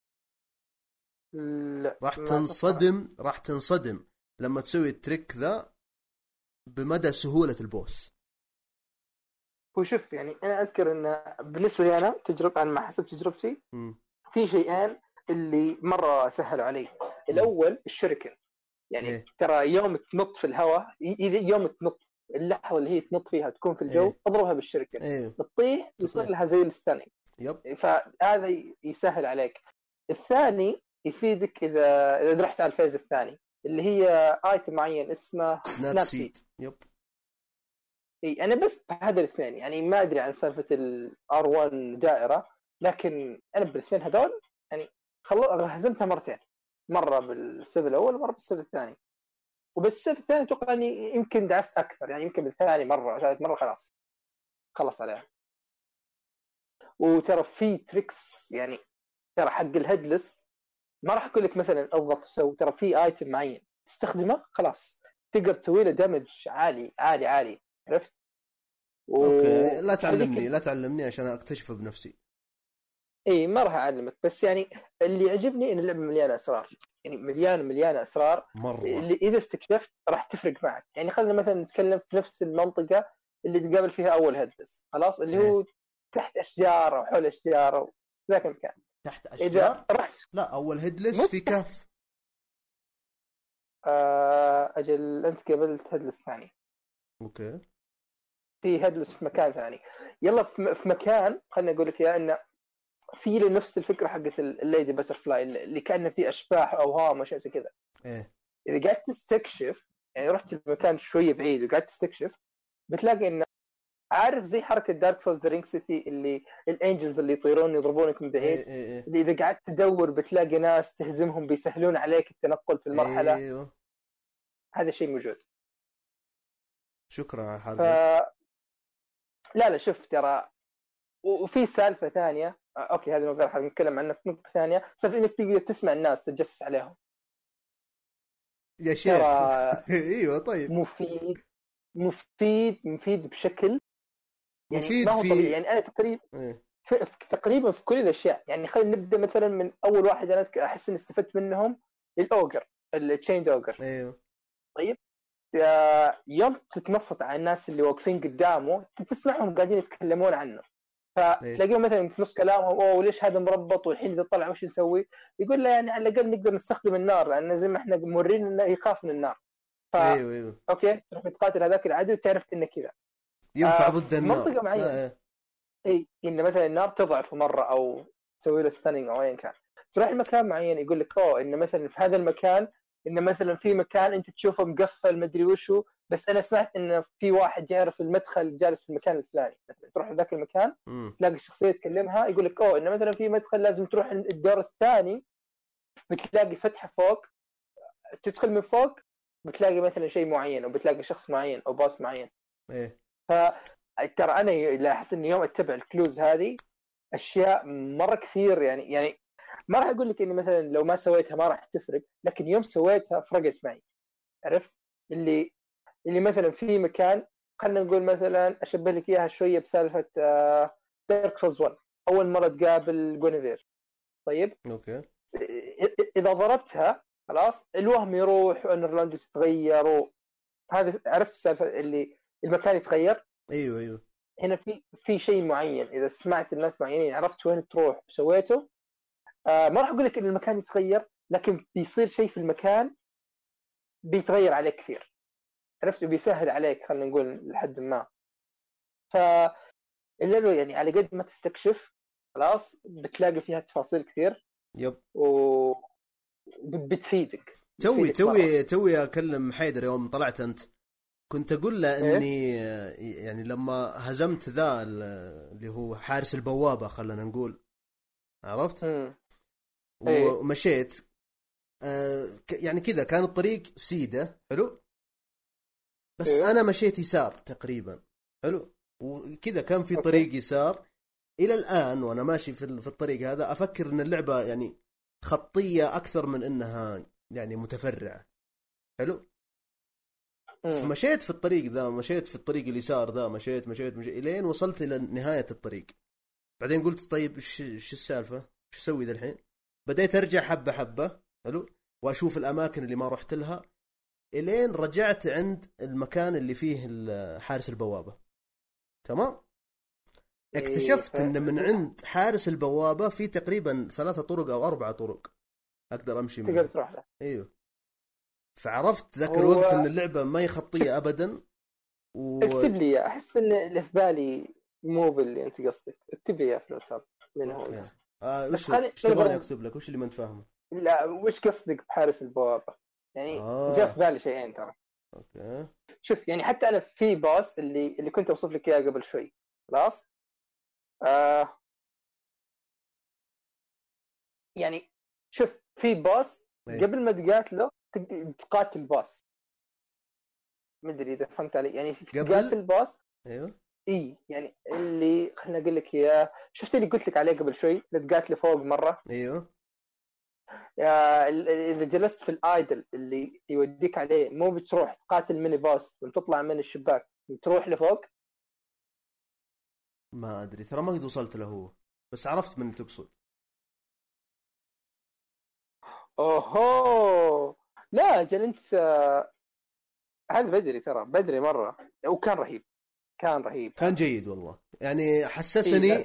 لا راح تنصدم لما تسوي التريك ذا بمدى سهولة البوس. هو شوف يعني انا اذكر ان بالنسبة لي انا تجربة، انا ما حسب تجربتي في شيئين اللي مرة سهلوا علي. الاول الشركن، يعني ترى يوم تنط في الهواء، يوم تنط اللحظة اللي هي تنط فيها تكون في الجو اضربها بالشركن تطيح يصير لها زي الستانينج. فهذا يسهل عليك. الثاني يفيدك اذا رحت على الفيز الثاني اللي هي ايتم معين اسمه سناب سيد. اي انا بس بهذا الاثنين، يعني ما ادري عن سالفه الR1 دائره، لكن انا بالاثنين هذول يعني هزمتها مرتين، مره بالسيف الاول ومره بالسيف الثاني. وبالسيف الثاني اتوقع اني يمكن دعست اكثر، يعني يمكن بالثاني مره ثالث مره خلص عليها. وترى في تريكس، يعني ترى حق الهيدلس ما راح اقول لك مثلا اضغط سو، ترى في ايتم معين تستخدمه خلاص تقدر تسوي له دمج عالي عالي عالي، عرفت؟ اوكي لا تعلمني عشان اكتشفه بنفسي. اي ما راح اعلمك، بس يعني اللي يعجبني ان اللعبه مليانه اسرار، يعني مليانه اسرار مرة. اللي اذا استكشفت راح تفرق معك. يعني خلينا مثلا نتكلم في نفس المنطقه اللي تقابل فيها اول هدس، خلاص اللي هو تحت اشجار او حول اشجار او ذاك المكان. تحت اشجار؟ اذا رحت لا اول هيدلس في كهف. اجل انت قابلت هيدلس ثاني. اوكي في هيدلس في مكان ثاني. يلا في مكان خليني اقول لك يا انه في نفس الفكره حقت الليدي باترفلاي اللي كانه في اشباح او اوهام وشيء زي كذا. اذا قاعد تستكشف، يعني رحت المكان شويه بعيد وقاعد تستكشف، بتلاقي انه عارف زي حركه دارك سولز ذا رينج سيتي اللي الانجلز اللي يطيرون يضربونك من بعيد. اللي اذا قاعد تدور بتلاقي ناس تهزمهم بيسهلون عليك التنقل في المرحله. هذا شيء موجود. شكرا على الحركه. لا شوف ترى وفي سالفه ثانيه. اوكي هذا موضوع نتكلم عنه في نقطه ثانيه، سالفه انك تقدر تسمع الناس تتجسس عليهم. يا شيخ ترى ايوه طيب مفيد بشكل يعني مفيد ما هو في طبيعي. يعني انا إيه. تقريبا في كل الاشياء. يعني خلينا نبدا مثلا من اول واحد انا احس اني استفدت منهم، الاوجر، التشيند اوجر. ايوه طيب يوم تتنصت على الناس اللي واقفين قدامه تسمعهم قاعدين يتكلمون عنه، ايه فتلاقيهم مثلا في نص كلامهم اوه ليش هذا مربط والحين اذا طلع وش نسوي؟ يقول له يعني على الاقل نقدر نستخدم النار، لان زي ما احنا مورين انه يخاف من النار. ف ايوه ايوه اوكي تروح تقاتل هذاك العدو وتعرف انه كذا. ينفع ضد في النار منطقه معينه ايه. اي ان مثلا النار تضعف مره او تسوي له ستانينج او ايا كان، تروح لمكان معين يقول لك اوه ان مثلا في هذا المكان ان مثلا في مكان انت تشوفه مقفل مدري وشو، بس انا سمعت ان في واحد يعرف المدخل جالس في المكان الفلاني. مثلا تروح لذاك المكان تلاقي الشخصيه تكلمها يقول لك اوه ان مثلا في مدخل لازم تروح الدور الثاني، بتلاقي فتحه فوق، تدخل من فوق بتلاقي مثلا شيء معين او بتلاقي شخص معين او باص معين. ايه فترى انا لاحظت ان يوم اتبع الكلوز هذه اشياء مره كثير. يعني ما راح اقول لك اني مثلا لو ما سويتها ما راح تفرق، لكن يوم سويتها فرقت معي. عرفت اللي مثلا في مكان، خلينا نقول مثلا اشبه لك اياها شويه بسالفه دارك سولز 1 اول مره تقابل جونيفير. طيب اوكي اذا ضربتها خلاص الوهم يروح وانرلاند تتغير هذا عرفت السالفه اللي المكان يتغير. ايوه ايوه هنا في شيء معين اذا سمعت الناس معينين عرفت وين تروح وسويته، ما راح اقول لك ان المكان يتغير، لكن بيصير شيء في المكان بيتغير عليك كثير. عرفت وبيسهل عليك خلينا نقول لحد ما. فاللعبه يعني على قد ما تستكشف خلاص بتلاقي فيها تفاصيل كثير يب وبتفيدك. توي اكلم حيدر يوم طلعت انت، كنت اقول له اني يعني لما هزمت ذا اللي هو حارس البوابه خلينا نقول، عرفت ومشيت يعني كذا كان الطريق سيده حلو، بس انا مشيت يسار تقريبا حلو، وكذا كان في طريق يسار الى الان وانا ماشي في الطريق هذا افكر ان اللعبه يعني خطيه اكثر من انها يعني متفرعه حلو. فمشيت في الطريق ذا، مشيت في الطريق اليسار ذا، مشيت الين وصلت الى نهايه الطريق. بعدين قلت طيب ايش السالفه، ايش اسوي ذا الحين؟ بديت ارجع حبه حبه حلو واشوف الاماكن اللي ما رحت لها، الين رجعت عند المكان اللي فيه حارس البوابه. تمام اكتشفت ان من عند حارس البوابه في تقريبا 3 طرق او 4 طرق اقدر امشي منها. تقدر تروح له. ايوه فعرفت ذاك الوقت ان اللعبه ما هي خطيه ابدا. اكتب لي احس ان اللي في بالي مو باللي انت قصدك، اكتب لي في الواتساب من هو قصدك. وش تبغاني اكتب لك؟ وش اللي ما انت فاهمه؟ لا وش قصدك بحارس البوابه يعني؟ جاء في بالي شيئين ترى. اوكي شوف يعني حتى انا في باص اللي كنت اوصف لك اياه قبل شوي خلاص يعني شوف في باص قبل ما تقاتله تقاتل باص، ما ادري اذا فهمت علي يعني تقاتل باص. ايوه اي يعني اللي خلنا اقول لك اياه، شفت اللي قلت لك عليه قبل شوي اللي تقاتله فوق مره. ايوه اذا جلست في الايدل اللي يوديك عليه مو بتروح تقاتل ميني باص وتطلع من الشباك وتروح لفوق. ما ادري ترى ما قد وصلت له هو، بس عرفت من اللي تقصد. اوهو لا جل انت هذا بدري ترى بدري مره وكان رهيب كان جيد والله يعني حسسني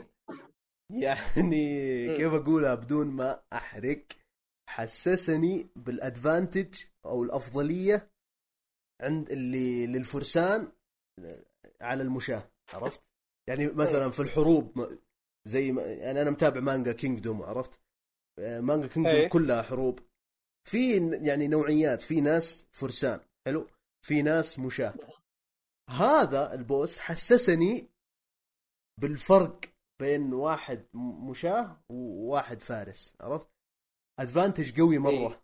يعني كيف اقولها بدون ما احرق، حسسني بالادفانتج او الافضليه عند اللي للفرسان على المشاة. عرفت يعني مثلا في الحروب زي يعني انا متابع مانجا كينجدوم، عرفت مانجا كينجدوم كلها حروب، في يعني نوعيات، في ناس فرسان حلو، في ناس مشاة. هذا البوس حسسني بالفرق بين واحد مشاة وواحد فارس، عرفت ادفانتج قوي مرة.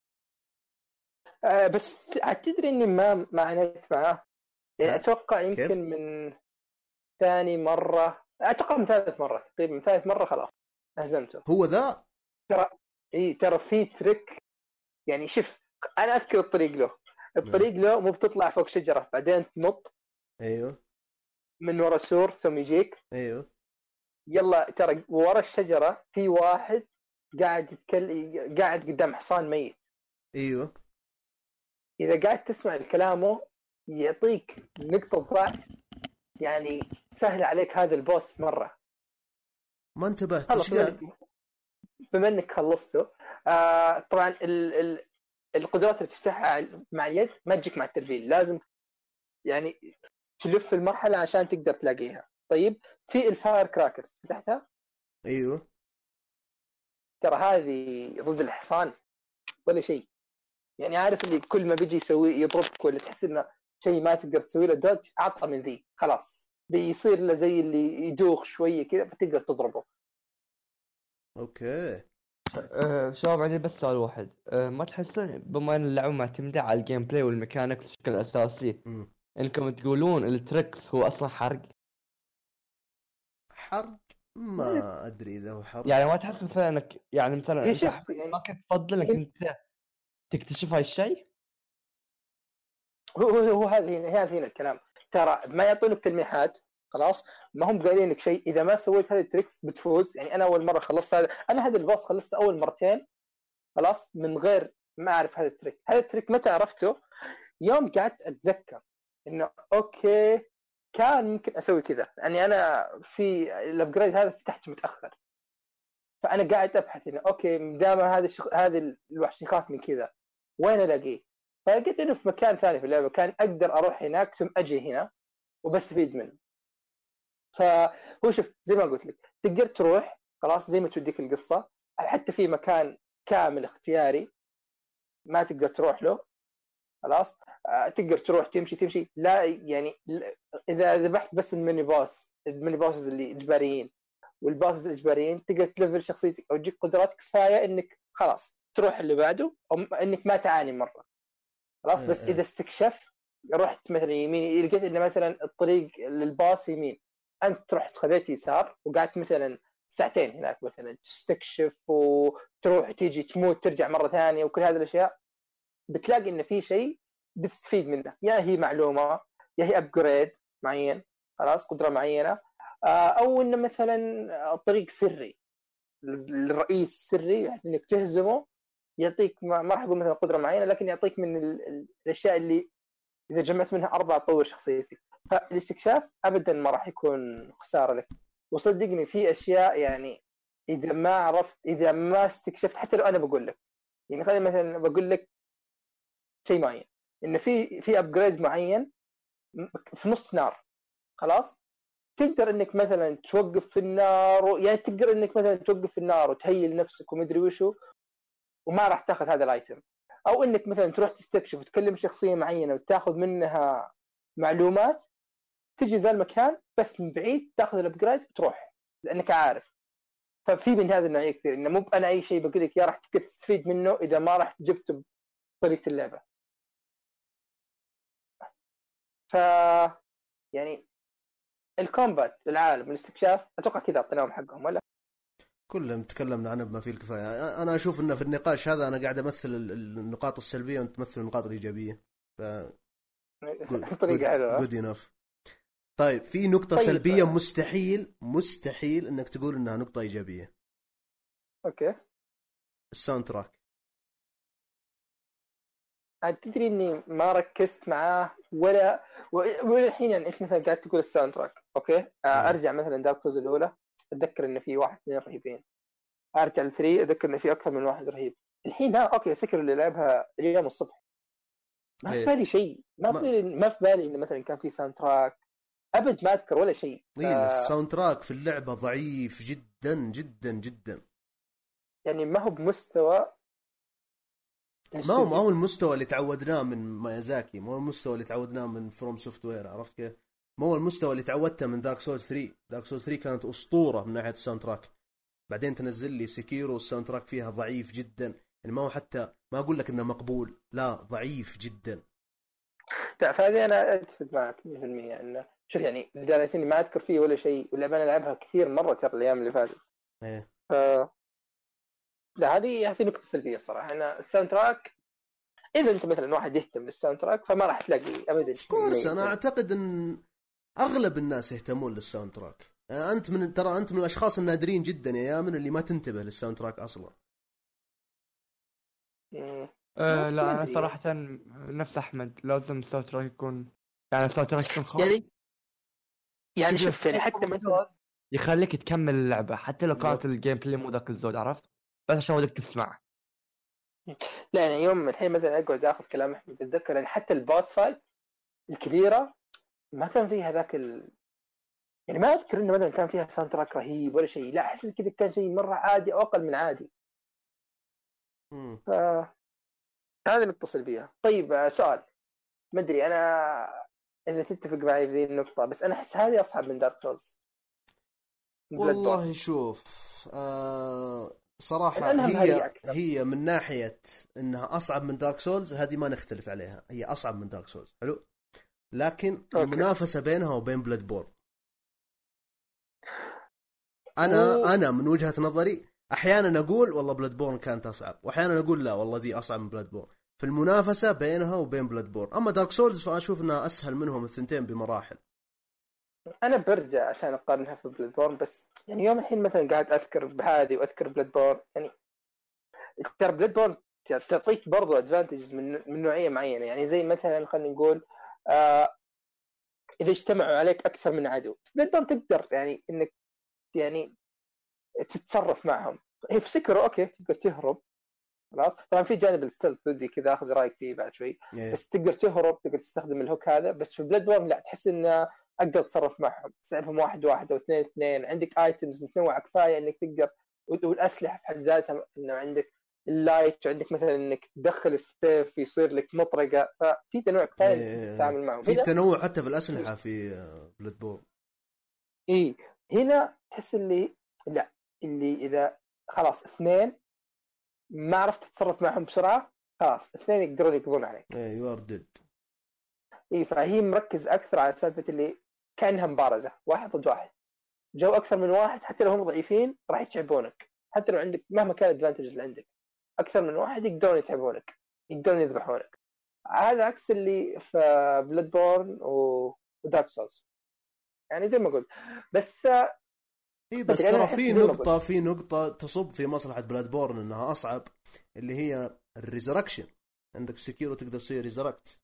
بس تدري اني ما عانيت معاه يعني اتوقع يمكن كيف؟ من ثاني مرة اتوقع من ثالث مرة تقريبا، من ثالث مرة خلاص هزمته. هو ذا ترى في تريك يعني شوف انا اذكر الطريق له مو بتطلع فوق شجره بعدين تنط ايوه من ورا سور ثم يجيك. ايوه يلا ترى ورا الشجره في واحد قاعد قدام حصان ميت. ايوه اذا قاعد تسمع كلامه يعطيك نقطه ضعف، يعني سهل عليك هذا البوس مره. ما انتبهت خلص ايش قال؟ بما انك خلصته. طبعا القدرات اللي تفتحها مع اليد ما تجيك مع الترفيل، لازم يعني تلف المرحله عشان تقدر تلاقيها. طيب في الفاير كراكرز فتحتها؟ ايوه ترى هذه ضد الحصان ولا شيء، يعني عارف اللي كل ما بيجي يسوي يضربك ولا تحس انه شيء ما تقدر تسوي له دوج، عطى من ذي خلاص بيصير له زي اللي يدوخ شويه كذا فتقدر تضربه. اوكي. شباب عندي بس سؤال واحد. ما تحسون بما ان اللعبه معتمده على الجيم بلاي والميكانكس بشكل اساسي انكم تقولون التريكس هو اصلا حرق؟ حرق ما ادري اذا هو حرق. يعني ما تحس مثلا انك يعني مثلا انت يعني ما كنت تفضل انك انت تكتشف هاي الشيء؟ هو هذه الكلام. ترى ما يعطونك تلميحات، خلاص ما هم قايلين لك شيء. اذا ما سويت هذه التريكس بتفوز. يعني انا اول مره خلصت هذا الباص خلصته اول مرتين خلاص من غير ما اعرف هذا التريك. هذا التريك متى عرفته؟ يوم قعدت اتذكر انه اوكي كان ممكن اسوي كذا، يعني انا في الابجريد هذا فتحته متاخر، فانا قاعد ابحث انه اوكي دام هذا الوحش يخاف من كذا وين الاقيه؟ فلقيت انه في مكان ثاني في اللعبه كان اقدر اروح هناك ثم اجي هنا وبستفيد منه. فهو شوف زي ما قلت لك تقدر تروح خلاص زي ما توديك القصه، حتى في مكان كامل اختياري ما تقدر تروح له خلاص. تقدر تروح تمشي لا يعني اذا ذبحت بس الميني بوسز اللي اجباريين والباسز الاجباريين تقدر تلفل شخصيتك او تجيك قدرات كفايه انك خلاص تروح اللي بعده او انك ما تعاني مره خلاص. بس اذا استكشفت رحت مثلا يمين لقيت ان مثلا الطريق للباص يمين، انت رحت خذيت يسار وقعدت مثلا ساعتين هناك مثلا تستكشف وتروح تيجي تموت ترجع مره ثانيه وكل هذه الاشياء، بتلاقي ان في شيء بتستفيد منه، يا هي معلومه يا هي ابجريد معين خلاص قدره معينه، او انه مثلا طريق سري الرئيس سري يعني انك تهزمه يعطيك ما راح اقول مثلا قدره معينه لكن يعطيك من الاشياء اللي اذا جمعت منها 4 تطور شخصيتك. فالاستكشاف ابدا ما راح يكون خساره لك. وصدقني في اشياء يعني اذا ما عرفت اذا ما استكشفت حتى لو انا بقول لك يعني خلينا مثلا بقول لك شيء معين انه في ابجريد معين في نص نار خلاص تقدر انك مثلا توقف في النار يعني تقدر انك مثلا توقف في النار وتهيل نفسك ومدري وشو وما راح تاخذ هذا الايتم، او انك مثلا تروح تستكشف وتكلم شخصيه معينه وتاخذ منها معلومات تجي ذا المكان بس من بعيد تاخذ الابجريد وتروح لانك عارف. ففي من هذا النوعيه كثير انه مو انا اي شيء بقول لك يا راح تقدر تستفيد منه اذا ما راح جبته بطريقه اللعبه. ف يعني الكومبات العالم الاستكشاف اتوقع كذا اعطيناهم حقهم ولا كلهم تكلمنا عنه بما فيه الكفايه. انا اشوف انه في النقاش هذا انا قاعد امثل النقاط السلبيه وانت تمثل النقاط الايجابيه. ف طريقه حلوه. جود انف. طيب في نقطه طيب. سلبيه مستحيل انك تقول انها نقطه ايجابيه. اوكي. الساوند تراك. تدري اني ما ركزت معاه ولا الحين يعني انت مثلا قاعد تقول الساوند تراك اوكي. ارجع مثلا دارك سولز الاولى اتذكر ان في 1 2 رهيبين، ارجع ل3 اذكر ان في اكثر من واحد رهيب. الحين اوكي سكر اللي لعبها اليوم الصبح ما في بالي شيء، ما في بالي انه مثلا كان في ساوند تراك ابد ما اذكر ولا شيء. الساوند تراك في اللعبه ضعيف جدا جدا جدا، يعني ما هو بمستوى ما هو المستوى اللي تعودناه من مايازاكي، ما هو المستوى اللي تعودناه من فروم سوفت وير، عرفت كيف؟ ما هو المستوى اللي تعودته من دارك سولز 3. دارك سولز 3 كانت أسطورة من ناحية الساوند تراك، بعدين تنزل لي سكيرو الساوند تراك فيها ضعيف جدا، يعني ما هو حتى ما أقول لك إنه مقبول، لا ضعيف جدا. لا فهذه أنا أتفق معك 100% إنه شوف يعني لدرجة إني ما أذكر فيه ولا شيء، واللعبة أنا ألعبها كثير مرة ترى الأيام اللي فاتت. إيه. لا هذه نقطة سلبية الصراحة. أنا الساوند تراك اذا انت مثلا واحد يهتم بالساوند تراك فما راح تلاقي ابدا شيء كورس مميز. انا اعتقد ان اغلب الناس يهتمون للساوند تراك. انت من الاشخاص النادرين جدا يا يامن اللي ما تنتبه للساوند تراك اصلا. لا انا أدري. صراحه نفس احمد، لازم الساوند تراك يكون، يعني الساوند تراك يكون يعني خاص. يعني شوف، شوف يعني حتى مثلا ممتاز يخليك تكمل اللعبه حتى لو كانت يب. الجيم بلاي مو ذاك الزود، عرفت؟ بس عشان ودك تسمع. لا يعني يوم الحين مثلا اقعد اخذ كلام احمد اتذكر يعني حتى الباس فايت الكبيره ما كان فيها ذاك يعني ما اذكر انه مثلا كان فيها ساوند تراك رهيب ولا شيء، لا احس كذا كان شيء مره عادي او اقل من عادي. مم. هذا نتصل بيها. طيب سؤال، ما ادري انا اذا تتفق معي في ذي النقطه، بس انا احس هذه اصعب من دارك سولز. والله شوف، صراحة الانهم هري اكثر. هي من ناحية انها اصعب من دارك سولز، هذه ما نختلف عليها، هي اصعب من دارك سولز، حلو. لكن أوكي. المنافسة بينها وبين بلاد بورن، و... انا من وجهة نظري احيانا اقول والله بلاد بورن كانت اصعب، واحيانا اقول لا والله ذي اصعب من بلاد بورن. في المنافسة بينها وبين بلاد بورن. اما دارك سولز فاشوف انها اسهل منهم الثنتين بمراحل. انا برجع عشان اقارنها في بلاد بورن، بس يعني يوم الحين مثلا قاعد اذكر بهذه واذكر بلاد بورن، يعني ترى بلاد بورن تعطيك برضو ادفانتجز من نوعيه معينه. يعني زي مثلا خلينا نقول اذا اجتمعوا عليك اكثر من عدو في بلاد بورن تقدر يعني انك يعني تتصرف معهم. هي في سكر اوكي تقدر تهرب خلاص، طبعا في جانب الستيلث ضدي كذا اخذ رايك فيه بعد شوي، بس تقدر تهرب تقدر تستخدم الهوك هذا. بس في بلاد بورن لا، تحس ان اقدر اتصرف معهم، سالفهم واحد او اثنين، عندك ايتمز متنوعه كفايه انك تقدر، والاسلحه في حد ذاتها انه عندك اللايت، وعندك مثلا انك تدخل السيف يصير لك مطرقه، ففي تنوع كفايه انك تتعامل معهم. في تنوع حتى في الاسلحه في بلاد بورن. اي هنا تحس اللي لا، اللي اذا خلاص اثنين ما عرفت تتصرف معهم بسرعه خلاص اثنين يقدرون يقضون عليك. يو ار ديد. اي فهي مركز اكثر على سالفه اللي كانها مبارزه واحد ضد واحد، جو اكثر من واحد حتى لو هم ضعيفين راح يتعبونك، حتى لو عندك مهما كان الادفانتج اللي عندك اكثر من واحد يقدرون يتعبونك، يقدرون يذبحونك. هذا عكس اللي في بلاد بورن ودارك سولز، يعني زي ما قلت. بس اي بس ترى في نقطة تصب في مصلحة بلاد بورن انها اصعب، اللي هي الريزركشن. عندك سكيرو تقدر تصير ريزركت.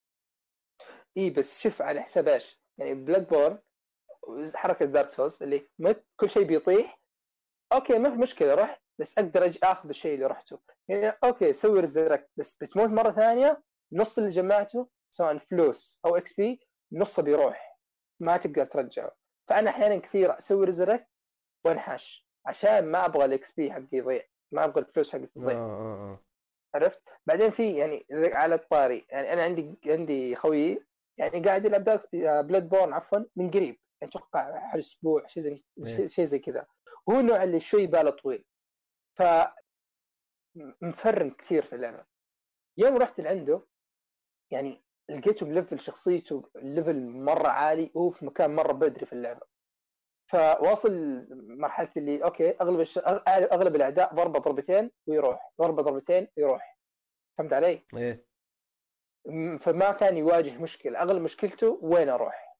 اي بس شوف على حساب ايش، يعني بلاد بورن حركة دارك سولز اللي مت كل شيء بيطيح، اوكي ما في مشكلة رحت بس اقدر اجي اخذ الشيء اللي رحته، يعني اوكي سوي ريزركت بس بتموت مرة ثانية، نص اللي جمعته سواء فلوس او اكس بي نصه بيروح ما تقدر ترجعه. فانا احيانا كثير اسوي ريزركت وانحاش عشان ما ابغى الاكس بي حقي يضيع، ما ابغى الفلوس حقي تضيع. عرفت؟ بعدين في يعني على الطاري، يعني انا عندي خوي يعني قاعد يلعب بلاد بورن عفوا من قريب، اتوقع حول اسبوع شيء زي كذا، وهو النوع اللي شوي باله طويل، ف مفرم كثير في اللعبه. يوم رحت لعنده يعني لقيته بليفل شخصيته الليفل مره عالي، وهو في مكان مره بدري في اللعبه، فواصل مرحله اللي اوكي اغلب الاعداء ضربه ضربتين ويروح، ضربه ضربتين ويروح، فهمت علي؟ ايه. فما كان يواجه مشكله، اغلب مشكلته وين اروح.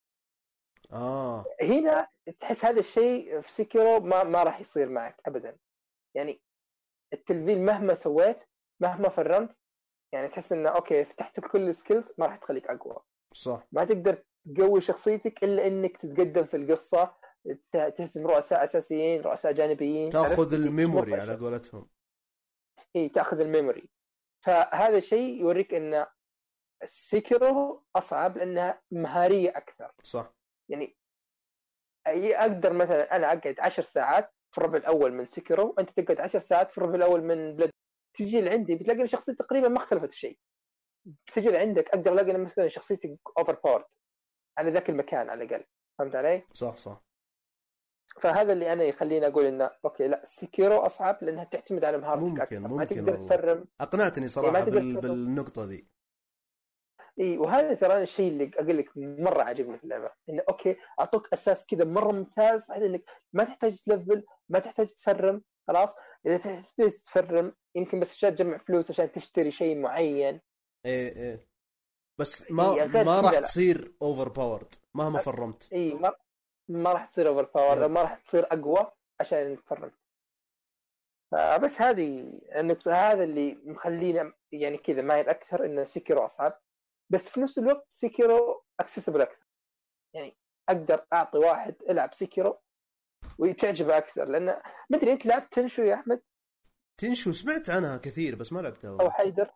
هنا تحس هذا الشيء في سيكيرو ما راح يصير معك ابدا، يعني التلفيل مهما سويت مهما فرمت يعني تحس انه اوكي فتحت كل السكيلز ما راح تخليك اقوى. صح. ما تقدر تقوي شخصيتك الا انك تتقدم في القصه، تهزم رؤساء اساسيين رؤساء جانبيين، تاخذ الميموري على قولتهم. اي تاخذ الميموري. فهذا شيء يوريك ان سيكيرو اصعب لانها مهاريه اكثر. صح. يعني اقدر مثلا انا اقعد 10 ساعات في الربع الاول من سيكيرو، وانت تقعد 10 ساعات في الربع الاول من بلاد. تجي لعندي بتلاقي ان شخصيتي تقريبا ما اختلفت في شيء، تجي لعندك اقدر الاقي مثلا شخصيتي اوفر باورد على ذاك المكان على الاقل، فهمت علي؟ صح. فهذا اللي انا يخليني اقول انه اوكي لا سيكيرو اصعب لانها تعتمد على مهارتك اكثر، ما تقدر تفرم. اقنعتني صراحه بالنقطه ذي. اي وهذا ترى الشيء اللي اقول لك مره عجبني في اللعبه، انه اوكي اعطوك اساس كذا مره ممتاز، بحيث انك ما تحتاج تلفل ما تحتاج تفرم، خلاص اذا تحتاج تفرم يمكن بس عشان تجمع فلوس عشان تشتري شيء معين. ايه بس غير ما راح كذا لا. تصير اوفر باورد مهما فرمت. اي ما راح تصير اوفر باور، يب. ما راح تصير اقوى عشان تفرم. بس هذه النقطة، هذا اللي مخلينا يعني كذا مايل اكثر انه سيكيرو اصعب، بس في نفس الوقت سيكيرو اكسسبل اكثر. يعني اقدر اعطي واحد العب سيكيرو وتعجبه اكثر، لان ما ادري انت لعبت تنشو يا احمد؟ تنشو سمعت عنها كثير بس ما لعبتها او والله. حيدر؟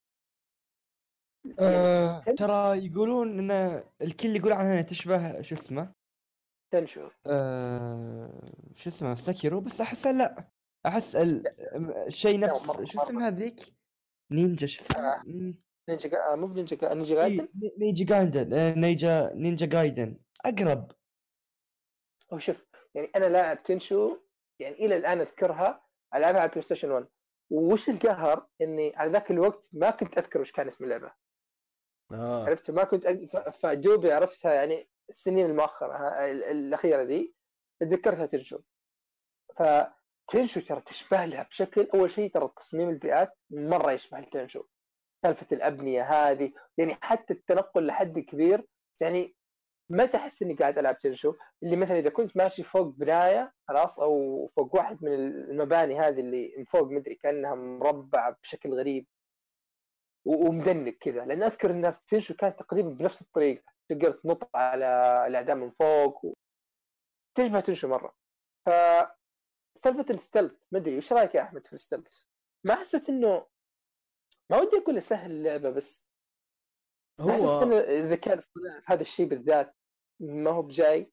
يعني ترى يقولون ان الكل يقول عنها تشبه شو اسمه تنشو شو اسمه ساكيرو، بس احس لا، احس الشيء نفس شو اسمها هذيك نينجا شو اسمها نينجا مو نينجا جايدن. نينجا جايدن نينجا جايدن اقرب. هو شوف يعني انا لاعب تنشو يعني الى الان اذكرها العبها على بلاي ستيشن 1، وش القهر اني على ذاك الوقت ما كنت اذكر وش كان اسم اللعبه. عرفت ما كنت فدوبي عرفتها يعني السنين المؤخره الاخيره ذي تذكرتها تنشو. فتنشو ترى تشبه لها بشكل، اول شيء ترى تصميم البيئات مره يشبه التنشو، سالفه الابنيه هذه يعني حتى التنقل لحد كبير يعني ما تحس اني قاعد العب تنشو. اللي مثلا اذا كنت ماشي فوق بنايه خلاص او فوق واحد من المباني هذه اللي من فوق مدري كانها مربعه بشكل غريب ومدنك كذا، لان اذكر انها في تنشو كانت تقريبا بنفس الطريقه، تقدر تنط على الاعداء من فوق تشبه تنشو مره. ف سالفه الستلث ما ادري ايش رايك يا احمد في الستلث؟ ما حسيت انه، ما ودي اقول سهل اللعبه بس حسيت انه الذكاء الاصطناعي في هذا الشيء بالذات ما هو بجاي.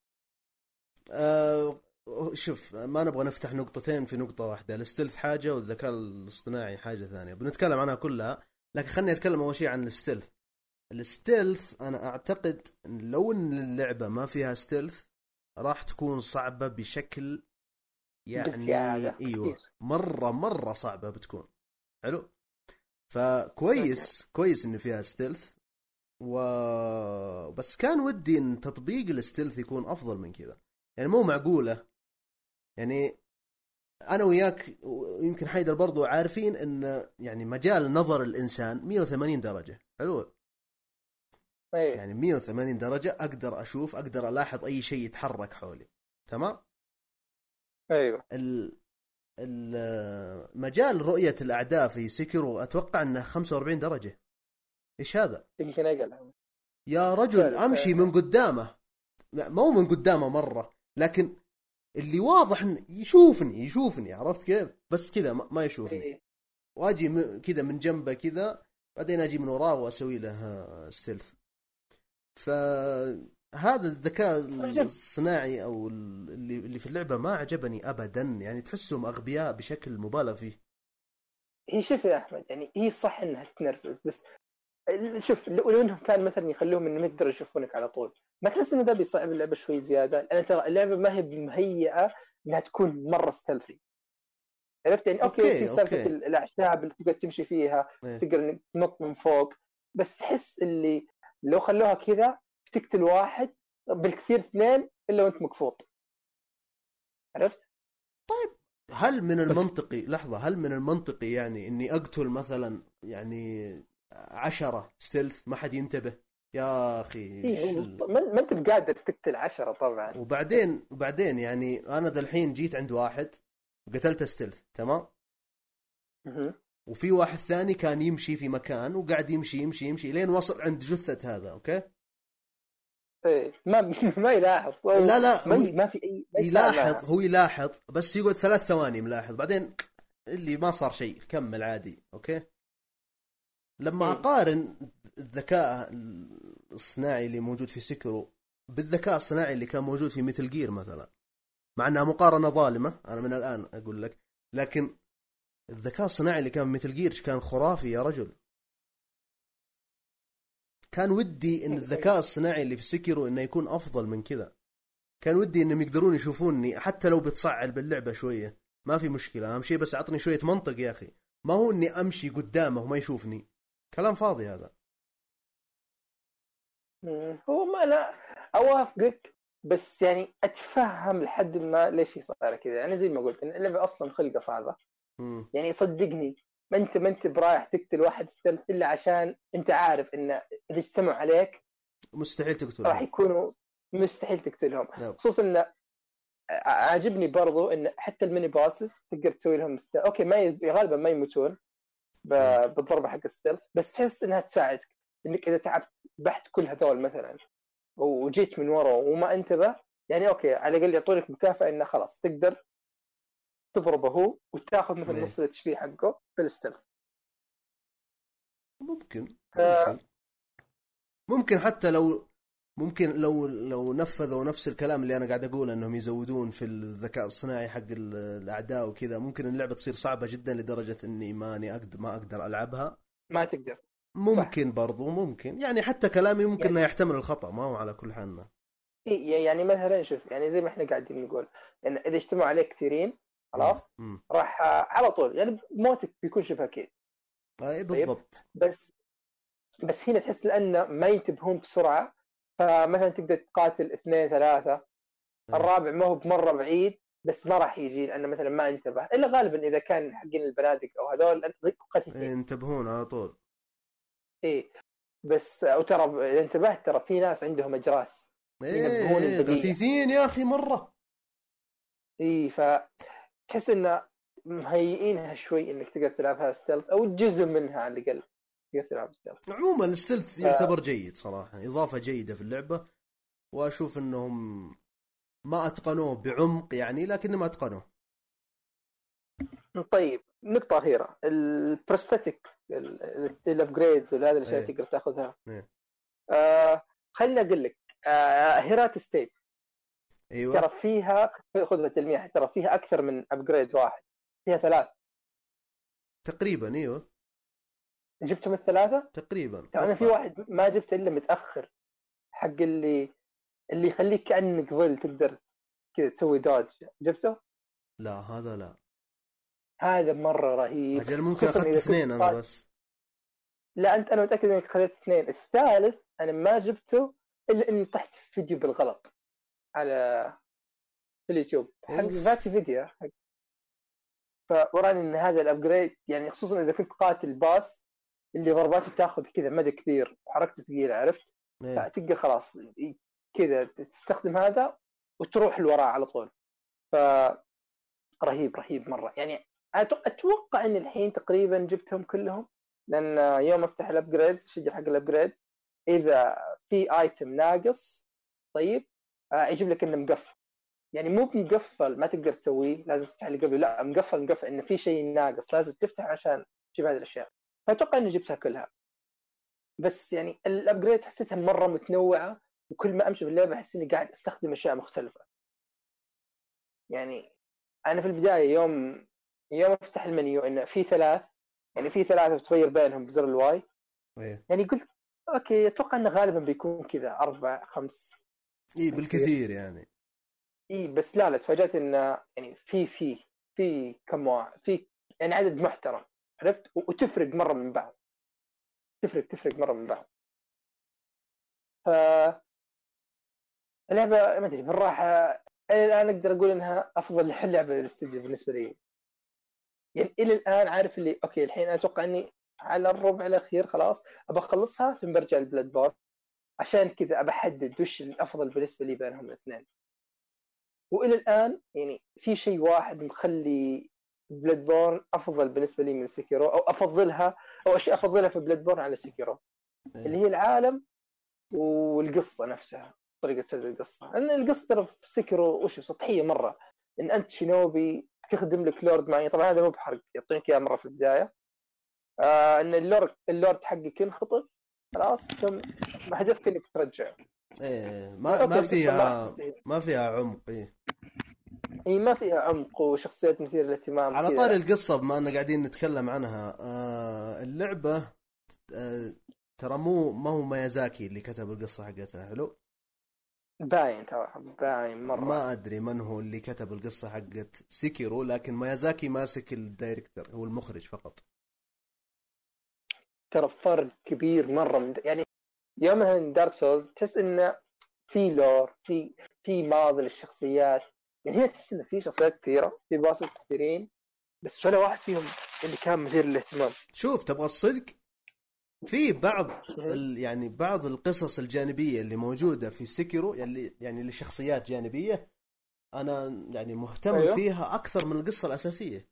شوف ما نبغى نفتح نقطتين في نقطة واحدة، الستيلث حاجة والذكاء الاصطناعي حاجة ثانية، بنتكلم عنها كلها. لكن خلني أتكلم أول شيء عن الستيلث. أنا أعتقد إن لو إن اللعبة ما فيها ستيلث راح تكون صعبة بشكل يعني بزيادة أيوة كتير. مرة صعبة بتكون. حلو. فكويس كويس إن فيها ستيلث بس كان ودي إن تطبيق الستيلث يكون أفضل من كذا. يعني مو معقولة يعني أنا وياك يمكن حيدر برضو عارفين إن يعني مجال نظر الإنسان 180 درجة. حلو. أيه. يعني 180 درجة أقدر أشوف، أقدر ألاحظ أي شيء يتحرك حولي. تمام. أيوة. مجال رؤية الأعداء في سيكيرو أتوقع أنه 45 درجة. إيش هذا؟ يمكن أقل يا رجل أمشي من قدامه، مو من قدامه مرة، لكن اللي واضح إن يشوفني عرفت كيف؟ بس كذا ما يشوفني. إيه. واجي كذا من جنبه كذا، بعدين اجي من وراه واسوي له ستيلث. فهذا الذكاء الصناعي او اللي في اللعبه ما عجبني ابدا، يعني تحسهم اغبياء بشكل مبالغ فيه. هي شوف يا احمد يعني هي صح انها تنرفز، بس شوف لو انهم كان مثلا يخلوهم انهم يقدروا يشوفونك على طول ما تحس انه ده بيصعب اللعبه شوي زياده؟ لان ترى اللعبه ما هي مهيئه انها تكون مره ستلفي، عرفت يعني؟ اوكي في سالفه الاعشاب اللي تقدر تمشي فيها، تقدر تنط من فوق، بس تحس اللي لو خلوها كذا تقتل واحد بالكثير اثنين الا وانت مكفوط، عرفت؟ طيب هل من المنطقي لحظه، هل من المنطقي يعني اني اقتل مثلا يعني 10 ستيلث ما حد ينتبه؟ يا اخي ما انت بقادر تقتل 10 طبعا. وبعدين يعني انا ذا الحين جيت عند واحد وقتلته ستيلث تمام، وفي واحد ثاني كان يمشي في مكان وقاعد يمشي لين وصل عند جثة هذا. اوكي ايه ما يلاحظ. لا ما في اي يلاحظ، هو يلاحظ بس يقعد 3 ثواني ملاحظ، بعدين اللي ما صار شيء كمل عادي. اوكي. لما اقارن الذكاء الصناعي اللي موجود في سيكرو بالذكاء الصناعي اللي كان موجود في ميتل جير مثلا، مع انها مقارنة ظالمة انا من الان اقول لك، لكن الذكاء الصناعي اللي كان ميتل جير كان خرافي يا رجل. كان ودي ان الذكاء الصناعي اللي في سيكيرو انه يكون افضل من كذا. كان ودي انهم يقدرون يشوفوني حتى لو بتصعل باللعبة شوية ما في مشكلة، اهم شيء بس اعطني شوية منطق يا اخي، ما هو اني امشي قدامه وما يشوفني، كلام فاضي هذا. هو ما لا اوافقك، بس يعني اتفهم لحد ما ليش يصير كذا. يعني زي ما قلت ان اللعبه اصلا خلقه صعبه. يعني صدقني ما انت برايح تقتل واحد ستيلث الا عشان انت عارف ان اذا اجتمعوا عليك مستحيل راح تقتلهم. يكونوا مستحيل تقتلهم. نعم. خصوصا ان عاجبني برضو ان حتى الميني باسز تقدر تسوي لهم اوكي ما غالبا ما يموتون بالضربه حق الستيلث، بس تحس انها تساعدك انك اذا تعبت بحت كل هذول مثلا وجيت من ورا وما انتبه، يعني اوكي على الاقل يعطونك مكافاه انه خلاص تقدر تضربه هو وتاخذ مثلا نص الاتش بي حقه بالستيلث. ممكن حتى لو نفذوا نفس الكلام اللي انا قاعد اقوله انهم يزودون في الذكاء الصناعي حق الاعداء وكذا، ممكن اللعبه تصير صعبه جدا لدرجه اني ما اقدر العبها. ما تقدر. ممكن صح. برضو ممكن يعني حتى كلامي ممكن انه يعني يحتمل الخطا، ما هو على كل حال. يعني مثلا شوف، يعني زي ما احنا قاعدين نقول ان اذا اجتمعوا عليك كثيرين خلاص راح على طول يعني موتك بيكون شبه اكيد. بالضبط. طيب. بس هنا تحس لأنه ما ينتبهون بسرعة، فمثلا تقدر تقاتل 2 3 الرابع ما هو بمرة بعيد بس ما راح يجي لأنه مثلا ما انتبه، إلا غالبا إذا كان حقين البنادق أو هذول قتلتين ينتبهون على طول. إيه بس وترى إذا انتبهت ترى في ناس عندهم أجراس ينبهون البقية. غثيثين يا أخي مرة. إيه فتحس إنه مهيئينها شوي إنك تقدر تلعبها ستيلث أو جزء منها على الأقل تلعب ستيلث. عموما الستيلث يعتبر جيد صراحة، إضافة جيدة في اللعبة، وأشوف إنهم ما أتقنوه بعمق يعني لكنهم أتقنوه. طيب نقطة أخيرة، البروستاتيك الابجريدز وهذه الأشياء تقدر تأخذها. خليني أقول لك هيرات ستيت أيوة. ترى فيها خذها تلميح، ترى فيها أكثر من ابجريد واحد، فيها 3 تقريبا. أيوة جبتهم 3 تقريبا. ترى أنا في واحد ما جبته إلا متأخر، حق اللي يخليك كأنك ظل تقدر كذا تسوي دوج، جبته؟ لا هذا لا، هذا مرة رهيب. أجل ممكن أخذت 2 أنا بس. لا أنا متأكد إنك خذت 2. الثالث أنا ما جبته إلا إني طحت في فيديو بالغلط على في اليوتيوب حق ذاتي فيديو فوراني إن هذا الأبجريد يعني خصوصا إذا كنت قاتل باس اللي ضرباته تاخذ كذا مدى كبير وحركته ثقيلة، عرفت؟ فتقدر خلاص كذا تستخدم هذا وتروح لوراء على طول. رهيب مرة يعني. أتوقع إن الحين تقريبا جبتهم كلهم، لأن يوم أفتح الأبجريدز شجر حق الأبجريدز إذا في آيتم ناقص طيب يجيب لك إنه مقفل، يعني مو مقفل ما تقدر تسويه لازم تفتح اللي قبله، لا مقفل إنه في شيء ناقص لازم تفتح عشان تجيب هذه الأشياء. فأتوقع إني جبتها كلها، بس يعني الأبجريد حسيتها مرة متنوعة وكل ما أمشي باللعبة أحس إني قاعد أستخدم أشياء مختلفة. يعني أنا في البداية يوم أفتح المنيو إنه في 3 يعني في 3 بتغير بينهم بزر الواي يعني قلت أوكي أتوقع إنه غالبا بيكون كذا 4 5 إيه بالكثير يعني. إيه بس لا تفاجأت إنه يعني في كم واحد في يعني عدد محترم، عرفت؟ وتفرق مرة من بعض، تفرق مرة من بعض. اللعبة ما أدري بالراحة الآن أقدر أقول إنها أفضل لعبة للاستديو بالنسبة لي يعني إلى الآن. عارف اللي أوكي الحين أنا أتوقع إني على الربع الأخير خلاص أبى أخلصها ثم برجع البلاد بورن، عشان كذا أبى أحدد وش الأفضل بالنسبة لي بينهم الاثنين. وإلى الآن يعني في شيء واحد مخلي بلاد بورن أفضل بالنسبة لي من سيكيرو، أو أفضلها أو أشياء أفضلها في بلاد بورن على سيكيرو اللي هي العالم والقصة نفسها، طريقة سرد القصة. لأن القصة ترى في سيكيرو وش سطحية مرة، إن أنت شينوبي تخدم لك لورد معين، طبعا هذا مو بحرق يعطيك إياه مرة في البداية إن اللورد حقك ينخطف خلاص ثم هدفك إنك ترجع. إيه ما فيها عمق. إيه ما فيها عمق وشخصيات مثيرة للاهتمام. على طاري القصة بما أننا قاعدين نتكلم عنها اللعبة ترى ما هو ميازاكي اللي كتب القصة حقتها. حلو باين مرة. ما أدري من هو اللي كتب القصة حقت سيكيرو، لكن ميازاكي ماسك الدايركتور، هو المخرج فقط. ترى فرق كبير مرة من يعني يومها دارك سولز تحس إنه في لور في ماضي للشخصيات. يعني هي تحس إن في شخصيات كثيرة، في باسس كثيرين، بس ولا واحد فيهم اللي كان مثير للاهتمام. شوف تبغى الصدق، في بعض يعني بعض القصص الجانبية اللي موجودة في سيكيرو يعني لشخصيات جانبية أنا يعني مهتم أيوه. فيها أكثر من القصة الأساسية.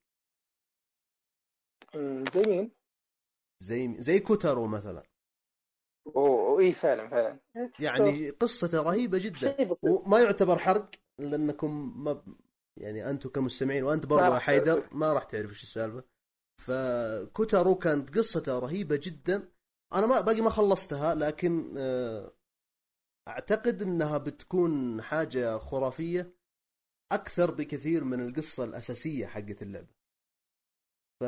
زي مين؟ زي كوتارو مثلا. إيه فعلا يعني قصته رهيبة جدا شيء بسيط. وما يعتبر حرق لأنكم ما يعني أنتم كمستمعين وأنت برضو يا راح حيدر ما راح تعرف إيش السالفة. فكوتارو كانت قصته رهيبة جدا. أنا ما خلصتها، لكن أعتقد أنها بتكون حاجة خرافية أكثر بكثير من القصة الأساسية حقت اللعبة. ف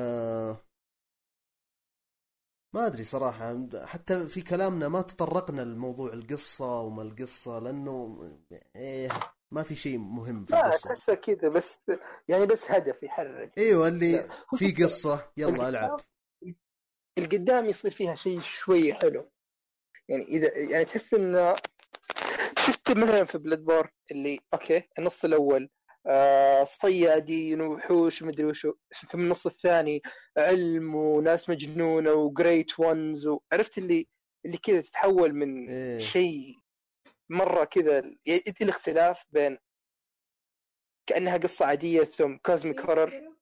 ما أدري صراحة، حتى في كلامنا ما تطرقنا لموضوع القصة وما القصة، لأنه ما في شيء مهم في لا القصة. تحسه كذا بس، يعني بس هدف يحرك. ايوه اللي لا. في قصة يلا العب. القدام يصير فيها شيء شوي حلو. يعني اذا يعني تحس انه شفت مثلا في بلاد بور اللي اوكي النص الاول صيادين وحوش مدري وشو، شفت من النص الثاني علم وناس مجنونة وجريت وانز، وعرفت اللي كذا تتحول من شيء مرة كذا الاختلاف بين كأنها قصة عادية ثم كوزميك هورر.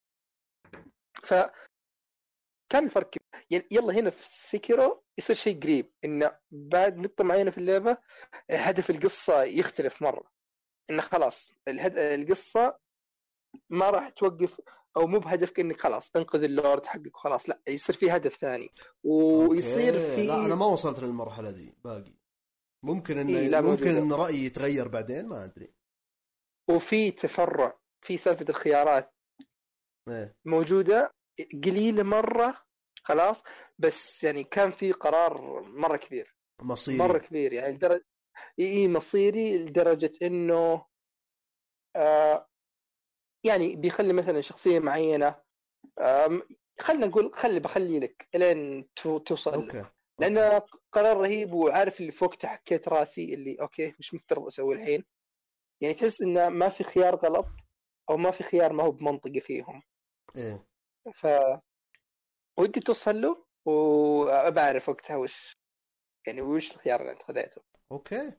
فكان الفرق يلا هنا في سيكيرو يصير شيء قريب، إنه بعد نقطة معينة في اللعبة هدف القصة يختلف مرة، إنه خلاص القصة ما راح توقف، أو مو بهدفك إنك خلاص انقذ اللورد حقك وخلاص، لا يصير في هدف ثاني ويصير في. لا أنا ما وصلت للمرحلة ذي باقي. ممكن إن رأيي يتغير بعدين، ما أدري. وفي تفرع في سالفة الخيارات موجودة قليلة مرة خلاص، بس يعني كان في قرار مرة كبير، مصيري مرة كبير يعني لدرجة مصيري لدرجة إنه يعني بيخلي مثلا شخصية معينة خلنا نقول بخلي لك لين توصل له، لأنه قرار رهيب وعارف اللي فوق تحكيت راسي اللي أوكي مش مفترض أسوي الحين. يعني تحس إنه ما في خيار غلط أو ما في خيار ما هو بمنطقة فيهم. ف ودي توصل له وبعرف وقتها وش يعني وش الخيار اللي انت خذيته. اوكي.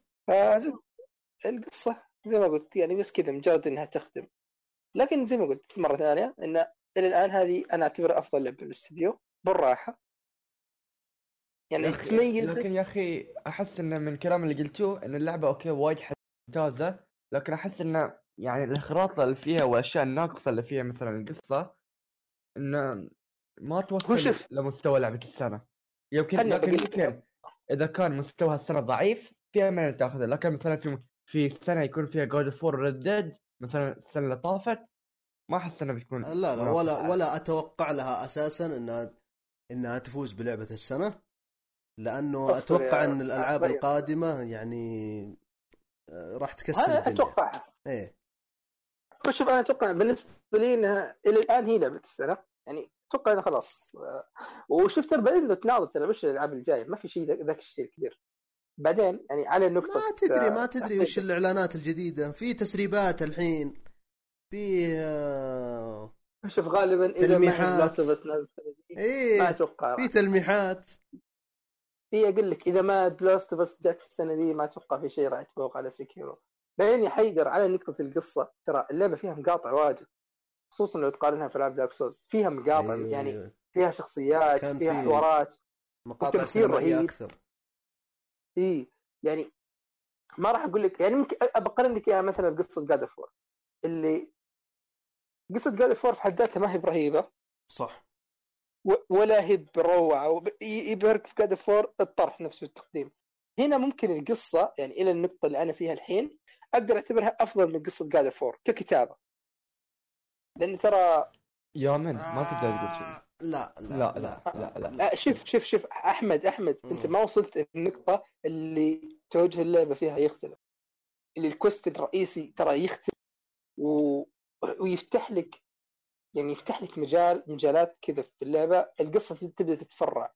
القصة زي ما قلت يعني بس كذا مجرد انها تخدم، لكن زي ما قلت مرة ثانية ان الى الان هذه انا اعتبرها افضل لعبة بالاستديو بالراحة. يعني تميز. لكن يا اخي احس ان من كلام اللي قلتوه ان اللعبة اوكي وايد ممتازة، لكن احس ان يعني الاخراط اللي فيها والاشياء الناقصة اللي فيها مثلا القصة انه ما توصل لمستوى لعبة السنة. يمكن لكن اذا كان مستوى السنة ضعيف في امل تاخذه، لكن مثلا في السنة يكون فيها God of War Red Dead مثلا السنة اللي طافت ما احس انها بتكون لا ولا اتوقع لها اساسا انها تفوز بلعبة السنة، لانه اتوقع ان الالعاب القادمة يعني راح تكسر الدنيا. اتوقعها. ايه شوف انا اتوقع بالنسبة لي انها الى الان هي لعبة السنة، يعني اتوقع انه خلاص. وشفت بعدين لو تناظر ترى وش الالعاب الجايه ما في شيء ذاك الشيء الكبير بعدين، يعني على النقطه ما تدري وش الاعلانات الجديده، في تسريبات الحين، في شوف غالبا اذا ما بلاست بس نازل ما اتوقع في تلميحات. اقول لك اذا ما بلاست بس جات السنه دي ما اتوقع في شيء راح يتفوق على سيكيرو. بعدين يحيدر على نقطه القصه، ترى اللعبه فيها مقاطع واجد، خصوصا لو تقارنها في العاب دارك سولز فيها مقاطع. يعني فيها شخصيات، فيها حوارات، مقاطع سينمائية أكثر. يعني ما راح أقول لك، يعني ممكن أبقارن لك إياها مثلا قصة God of War، اللي قصة God of War في حد ذاتها ما هي برهيبة صح، ولا هي بروعة، يبهرك في God of War الطرح نفسه التقديم. هنا ممكن القصة يعني إلى النقطة اللي أنا فيها الحين أقدر أعتبرها أفضل من قصة God of War ككتابة، لأن ترى يا من ما تقدر تقول شيء. لا شوف احمد انت ما وصلت النقطه اللي توجه اللعبه فيها يختلف، اللي الكوست الرئيسي ترى يختلف ويفتح لك، يعني يفتح لك مجالات كذا في اللعبه، القصه تبدا تتفرع.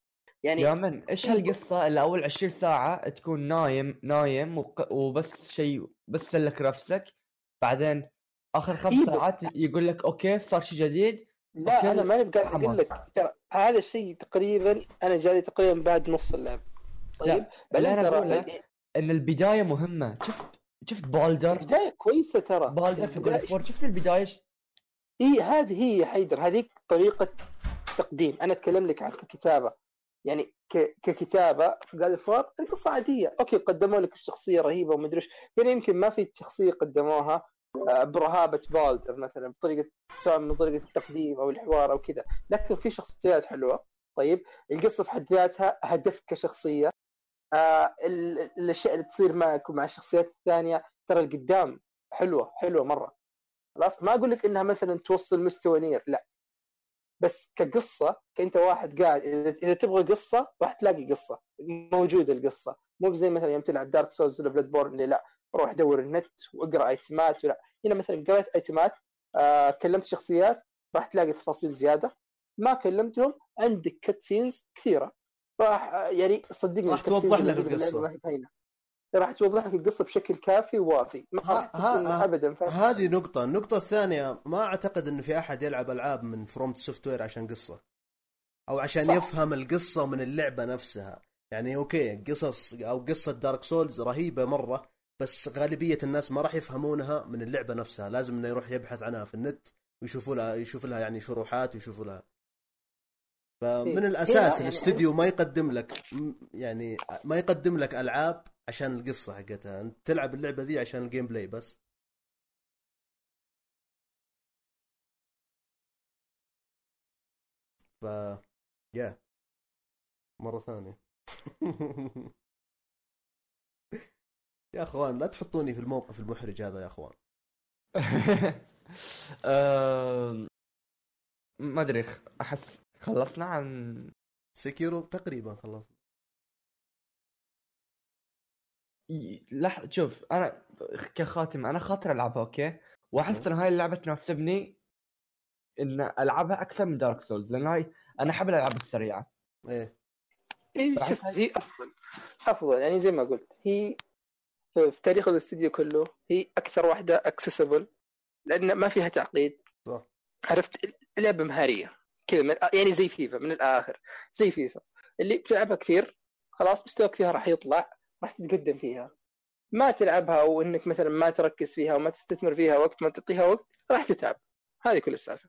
يعني يا من ايش هالقصه اللي اول 20 ساعه تكون نايم وبس شيء بس سلك نفسك، بعدين اخر 5 إيه بس ساعات يقول لك اوكي صار شيء جديد. لا، انا اوكي ماني قاعد اقول حماس. لك ترى هذا الشيء تقريبا انا جالي تقريبا بعد نص اللعب. طيب لا اللي بعدين انا ترى اقوله ان البدايه مهمه. شفت بالدر البدايه كويسه ترى في جود اوف وور، شفت البدايه اي هذه هي يا حيدر، هذيك طريقه تقديم. انا اتكلم لك عن ككتابه، يعني ككتابه في جاد فور القصه عاديه. اوكي قدموا لك الشخصيه رهيبه وما ادري ايش، يعني يمكن ما في شخصيه قدموها برهابه بالدر مثلا بطريقه، سواء من طريقه التقديم او الحوار او كذا، لكن في شخصيات حلوه. طيب القصه في حد ذاتها هدف كشخصيه، الاشياء اللي تصير معك ومع الشخصيات الثانيه ترى القدام حلوه مره. خلاص ما اقول لك انها مثلا توصل مستوى نير، لا، بس كقصه كأنت واحد قاعد اذا تبغى قصه راح تلاقي قصه موجوده. القصه مو زي مثلا يوم تلعب دارك سولز ولا بلاد بورن اللي لا روح دور النت واقرا ايتمات، ولا هنا مثلا قرأت ايتمات، كلمت شخصيات راح تلاقي تفاصيل زياده، ما كلمتهم عندك كت سينز كثيره راح يعني صدقني راح توضح لك القصه، راح توضح لك القصه بشكل كافي ووافي، ما راح تحس انه ابدا. هذه النقطه الثانيه، ما اعتقد انه في احد يلعب العاب من فروم سوفت وير عشان قصه او عشان صح. يفهم القصه من اللعبه نفسها. يعني اوكي قصص او قصه دارك سولز رهيبه مره، بس غالبيه الناس ما راح يفهمونها من اللعبه نفسها، لازم انه يروح يبحث عنها في النت ويشوف لها يعني شروحات ويشوفوا لها. فمن الاساس الاستوديو ما يقدم لك يعني ما يقدم لك العاب عشان القصه حقتها، انت تلعب اللعبه ذي عشان الجيم بلاي بس. ف يا مره ثانيه يا اخوان لا تحطوني في الموقف المحرج هذا يا اخوان. ما ادري، احس خلصنا عن سيكيرو تقريبا خلصنا. شوف انا كخاتم انا خاطر العبها اوكي، واحس ان هاي اللعبه تناسبني ان العبها اكثر من دارك سولز، لان هاي انا احب الالعاب السريعه. ايه شوف هي افضل يعني زي ما قلت، هي في تاريخ الاستديو كله هي اكثر واحده اكسسبل، لان ما فيها تعقيد. صح. عرفت لعبه مهاريه كذا يعني زي فيفا، من الاخر زي فيفا اللي بتلعبها كثير خلاص مستواك فيها راح يطلع، راح تتقدم فيها. ما تلعبها وانك مثلا ما تركز فيها وما تستثمر فيها وقت، ما تعطيها وقت، راح تتعب. هذه كل السالفه.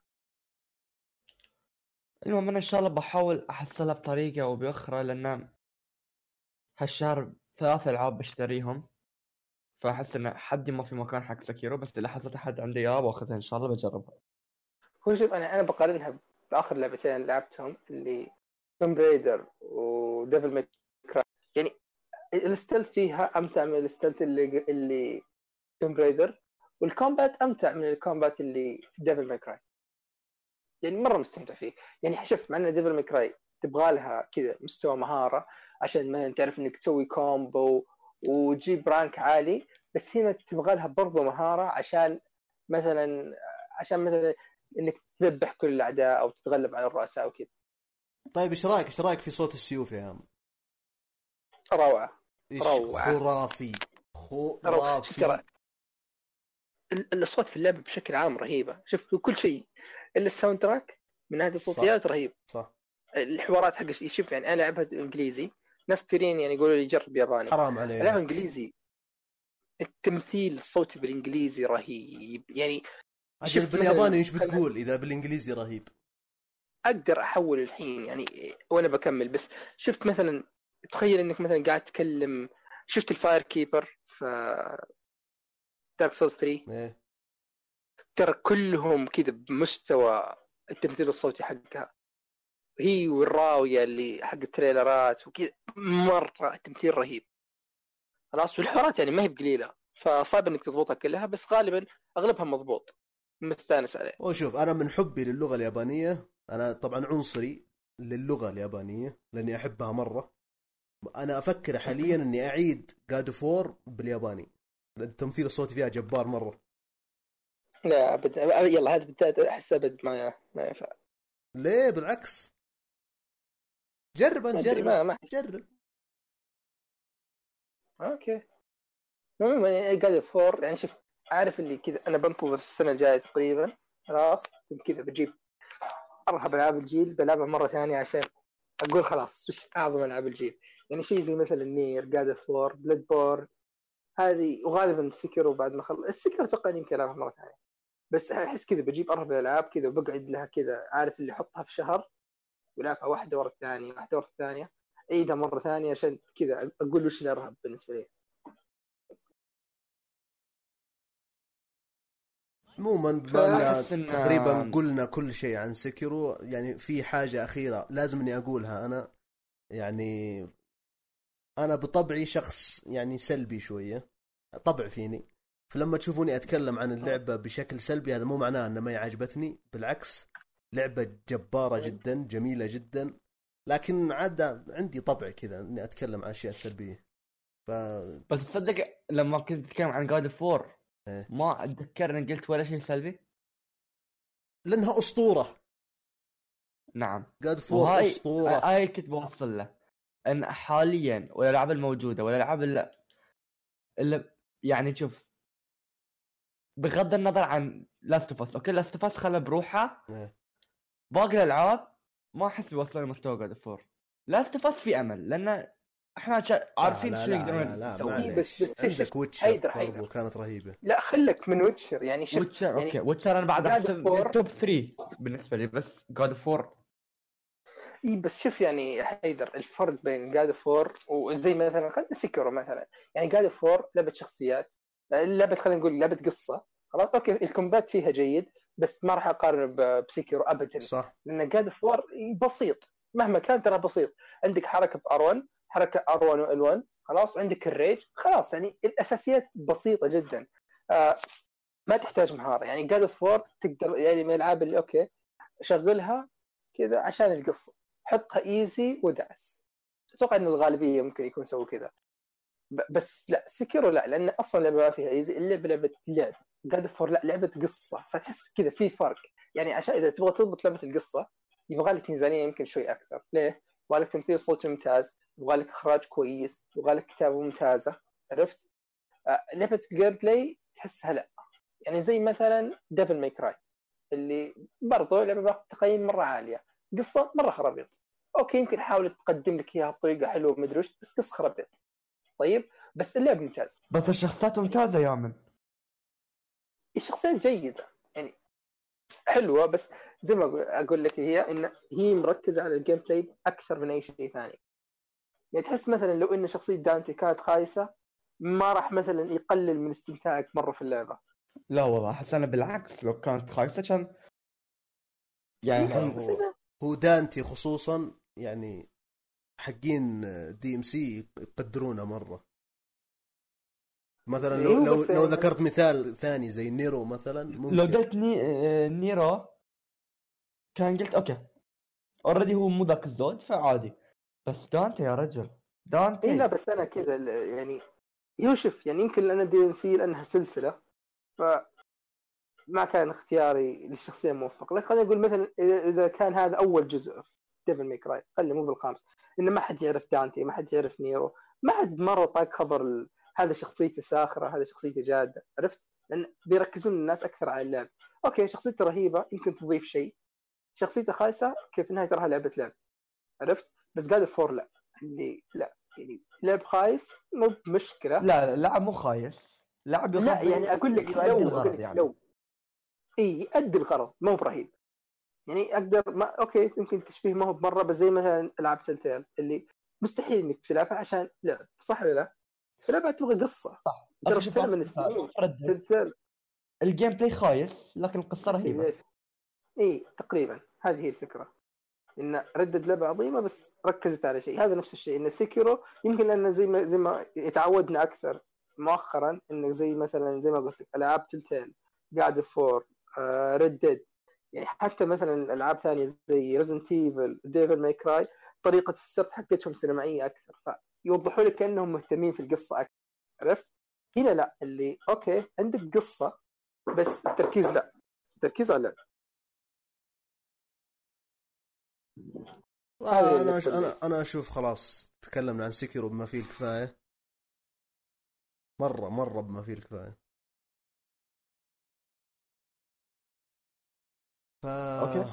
المهم انا ان شاء الله بحاول احصلها بطريقه او باخرى، لان هالشهر 3 ألعاب بشتريهم، فاحس ان حدي ما في مكان حق سكيرو، بس اذا حصلت احد عنده اياه باخذها ان شاء الله بجربها. هو شوف انا بقارنها باخر لعبتين لعبتهم اللي توم بريدر وديفل ماي كراي. يعني الستيلث فيها امتع من الستيلث اللي توم بريدر، والكومبات امتع من الكومبات اللي في ديفل ماي كراي. يعني مره مستمتع فيه. يعني شوف مع ان ديفل ماي كراي تبغى لها كذا مستوى مهاره عشان ما تعرف انك تسوي كومبو وتجيب رانك عالي، بس هنا تبغى لها برضو مهاره عشان مثلا انك تذبح كل الاعداء او تتغلب على الرؤساء وكذا. طيب ايش رايك في صوت السيوف يا عم؟ روعه خرافي. ترى الاصوات في اللعبه بشكل عام رهيبه. شوف كل شيء الا الساوند تراك من ناحيه الصوتيات رهيب. صح. الحوارات حق شوف يعني انا لعبها انجليزي، ناس كثيرين يعني يقولوا لي جرب ياباني، حرام عليك. لعبها انجليزي، التمثيل الصوتي بالانجليزي رهيب. يعني شوف بالياباني ايش بتقول اذا بالانجليزي رهيب؟ اقدر احول الحين يعني وانا بكمل. بس شفت مثلا تخيل انك مثلا قاعد تكلم، شفت الفاير كيبر في دارك سولز 3 إيه؟ ترى كلهم كذا بمستوى التمثيل الصوتي حقها، هي والراوية اللي حق التريلرات وكذا، مرة تمثيل رهيب. خلاص والحوارات يعني ما هي بقليلة، فصعب انك تضبطها كلها، بس غالبا اغلبها مضبوط مستانس عليه. وشوف انا من حبي للغة اليابانية، انا طبعا عنصري للغة اليابانية لاني احبها مرة. انا افكر حاليا اني اعيد God of War بالياباني، التمثيل الصوتي فيها جبار مرة. لا أبد. يلا هذا بالذات احس ابد ما ينفع. ليه؟ بالعكس جرب انت، أدري، جرب ما جرب. اوكي. المهم يعني قاعد فور، يعني شوف، عارف اللي كذا انا بنتظر السنه الجايه تقريبا، خلاص كذا بجيب ارهب العاب الجيل بلعبها مره ثانيه عشان اقول خلاص وش اعظم العاب الجيل. يعني شيء زي مثلا نير، قاعد فور، بلاد بورن، هذه، وغالبا سكر. وبعد ما خلص السكر اتوقع اني يمكن العبها مره ثانيه، بس احس كذا بجيب ارهب الالعاب كذا وبقعد لها كذا، عارف اللي احطها في شهر ولعبها واحده ورا الثانيه واحده ورا الثانيه، عيدها مره ثانيه عشان كذا اقول وش الارهب بالنسبه لي. عموما بما ان احس ان تقريبا قلنا كل شيء عن سكرو، يعني في حاجة أخيرة لازم اني اقولها. انا يعني انا بطبعي شخص يعني سلبي شوية، طبع فيني. فلما تشوفوني اتكلم عن اللعبة بشكل سلبي هذا مو معناه انها ما عجبتني، بالعكس لعبة جبارة جدا، جميلة جدا، لكن عاد عندي طبع كذا اني اتكلم عن اشياء سلبية. ف بس تصدق لما كنت تتكلم عن جاد فور إيه. ما اتذكر ان قلت ولا شيء سلبي. لانها اسطورة. نعم. جاد فور وهاي اسطورة. هاي كنت بوصل له، ان حاليا والالعاب الموجوده والالعاب اللي يعني شوف، بغض النظر عن لاست اوف اس، اوكي لاست اوف اس خلى بروحها، إيه. باقي الالعاب ما احس بيوصلون لمستوى جاد فور. لاست اوف اس في امل لان احنا عارفين لا شو لا يقدرون لا لا يسوون. بس معليش، شوف عندك ويتشر حيدر برضو كانت رهيبة. لا خلك من ويتشر، يعني شوف ويتشر يعني اوكي، ويتشر انا بعد God of احسب War. توب 3 بالنسبه لي، بس جاد فور اي بس شوف يعني حيدر الفرق بين جاد فور وزي مثلا خلينا سيكورو مثلا. يعني جاد فور لعبه شخصيات، لعبه خلينا نقول لعبه قصه، خلاص اوكي الكومبات فيها جيد، بس ما راح اقارن بسيكورو ابدا. صح. لان جاد فور بسيط مهما كان، ترى بسيط. عندك حركه ار1، حركه ار1 وال1، خلاص عندك الريج، خلاص يعني الاساسيات بسيطه جدا. ما تحتاج مهاره. يعني جاد فور تقدر يعني من الالعاب اللي اوكي شغلها كذا عشان القصه، حطها ايزي ودعس. اتوقع ان الغالبيه ممكن يكون سووا كذا. بس لا سكيرو لا، لان اصلا لعبه ما فيها ايزي، اللعبه لعبه لعب. جاد فور لا لعبه قصه، فتحس كذا في فرق. يعني عشان اذا تبغى تضبط لعبه القصه يبغى لك ميزانيه يمكن شوي اكثر. ليه؟ يبغى لك تمثيل صوت ممتاز، يبغى لك اخراج كويس، يبغى لك كتابه ممتازه، عرفت؟ لعبه الجيم بلاي تحسها لا. يعني زي مثلا ديفل ماي كراي اللي برضو لعبه باخذ تقييم مره عاليه، قصه مره خرابيط. اوكي يمكن حاولت تقدم لك اياها بطريقه حلوه مدري وش، بس قصه خرابيط. طيب بس اللعب ممتاز، بس الشخصيات ممتازه يا من. الشخصيات جيده يعني حلوه، بس زي ما اقول لك هي مركزه على الجيم بلاي اكثر من اي شيء ثاني. يعني تحس مثلا لو ان شخصيه دانتي كانت خايسه ما راح مثلا يقلل من استمتاعك مره في اللعبه. لا والله احس انا بالعكس، لو كانت خايسه كان يعني لا بس هو دانتي خصوصا يعني حقين دي ام سي يقدرونه مرة. مثلا لو ذكرت مثال ثاني زي نيرو مثلا ممكن. لو قلت نيرو كان قلت اوكي اوريدي هو مو ذاك الزود فعادي، بس دانتي يا رجل دانتي. لا بس انا كذا يعني يوشف، يعني يمكن لان دي ام سي لانها سلسله فما كان اختياري للشخصيه موفق. لكن خلينا نقول مثلا اذا كان هذا اول جزء في ديفل ماي كراي، خلي مو بالخامس، انه ما حد يعرف دانتي، ما حد يعرف نيرو، ما حد مره طاق خبر هذا شخصيته ساخره، هذا شخصيته جاده، عرفت؟ لان بيركزون الناس اكثر على اللعب. اوكي شخصيته رهيبه يمكن تضيف شيء، شخصيته خايسه كيف انها تراها لعبه لعب، عرفت؟ بس قاعد فور لا، اللي لا يعني لعب خايس مو بمشكله. لا لا مو خايس، لعب لا يغطي يعني اقول لك يؤدي لو الغرض يعني. لو يؤدي الغرض مو برهيب. يعني اقدر ما اوكي يمكن تشبيه ما هو بمره، بس زي مثلا العاب تلتيل اللي مستحيل انك تلعبها عشان لعب، صح ولا لا؟ تلعبها تبغى قصه. صح. ترى شوف سنه من السنين ردد تلتيل الجيم بلاي خايس لكن القصه رهيبه. اي تقريبا هذه هي الفكره، ان ردد لعبه عظيمه بس ركزت على شيء. هذا نفس الشيء ان سيكيرو يمكن لان زي ما تعودنا اكثر مؤخرا، انه زي مثلا زي ما قلت لك العاب تلتيل، قاعد فور، ردد، يعني حتى مثلا الالعاب ثانيه زي ريزنت ايفل، ديفل ماي كراي، طريقه السرد حقتهم سينمائيه اكثر، فيوضحوا لك كانهم مهتمين في القصه اكثر، عرفت؟ هنا لا، اللي اوكي عندك قصه بس التركيز لا، التركيز على اللعب. هذه انا النقطة اللي- انا اشوف خلاص تكلمنا عن سيكيرو بما فيه الكفايه، مره بما فيه الكفايه. ف اوكي.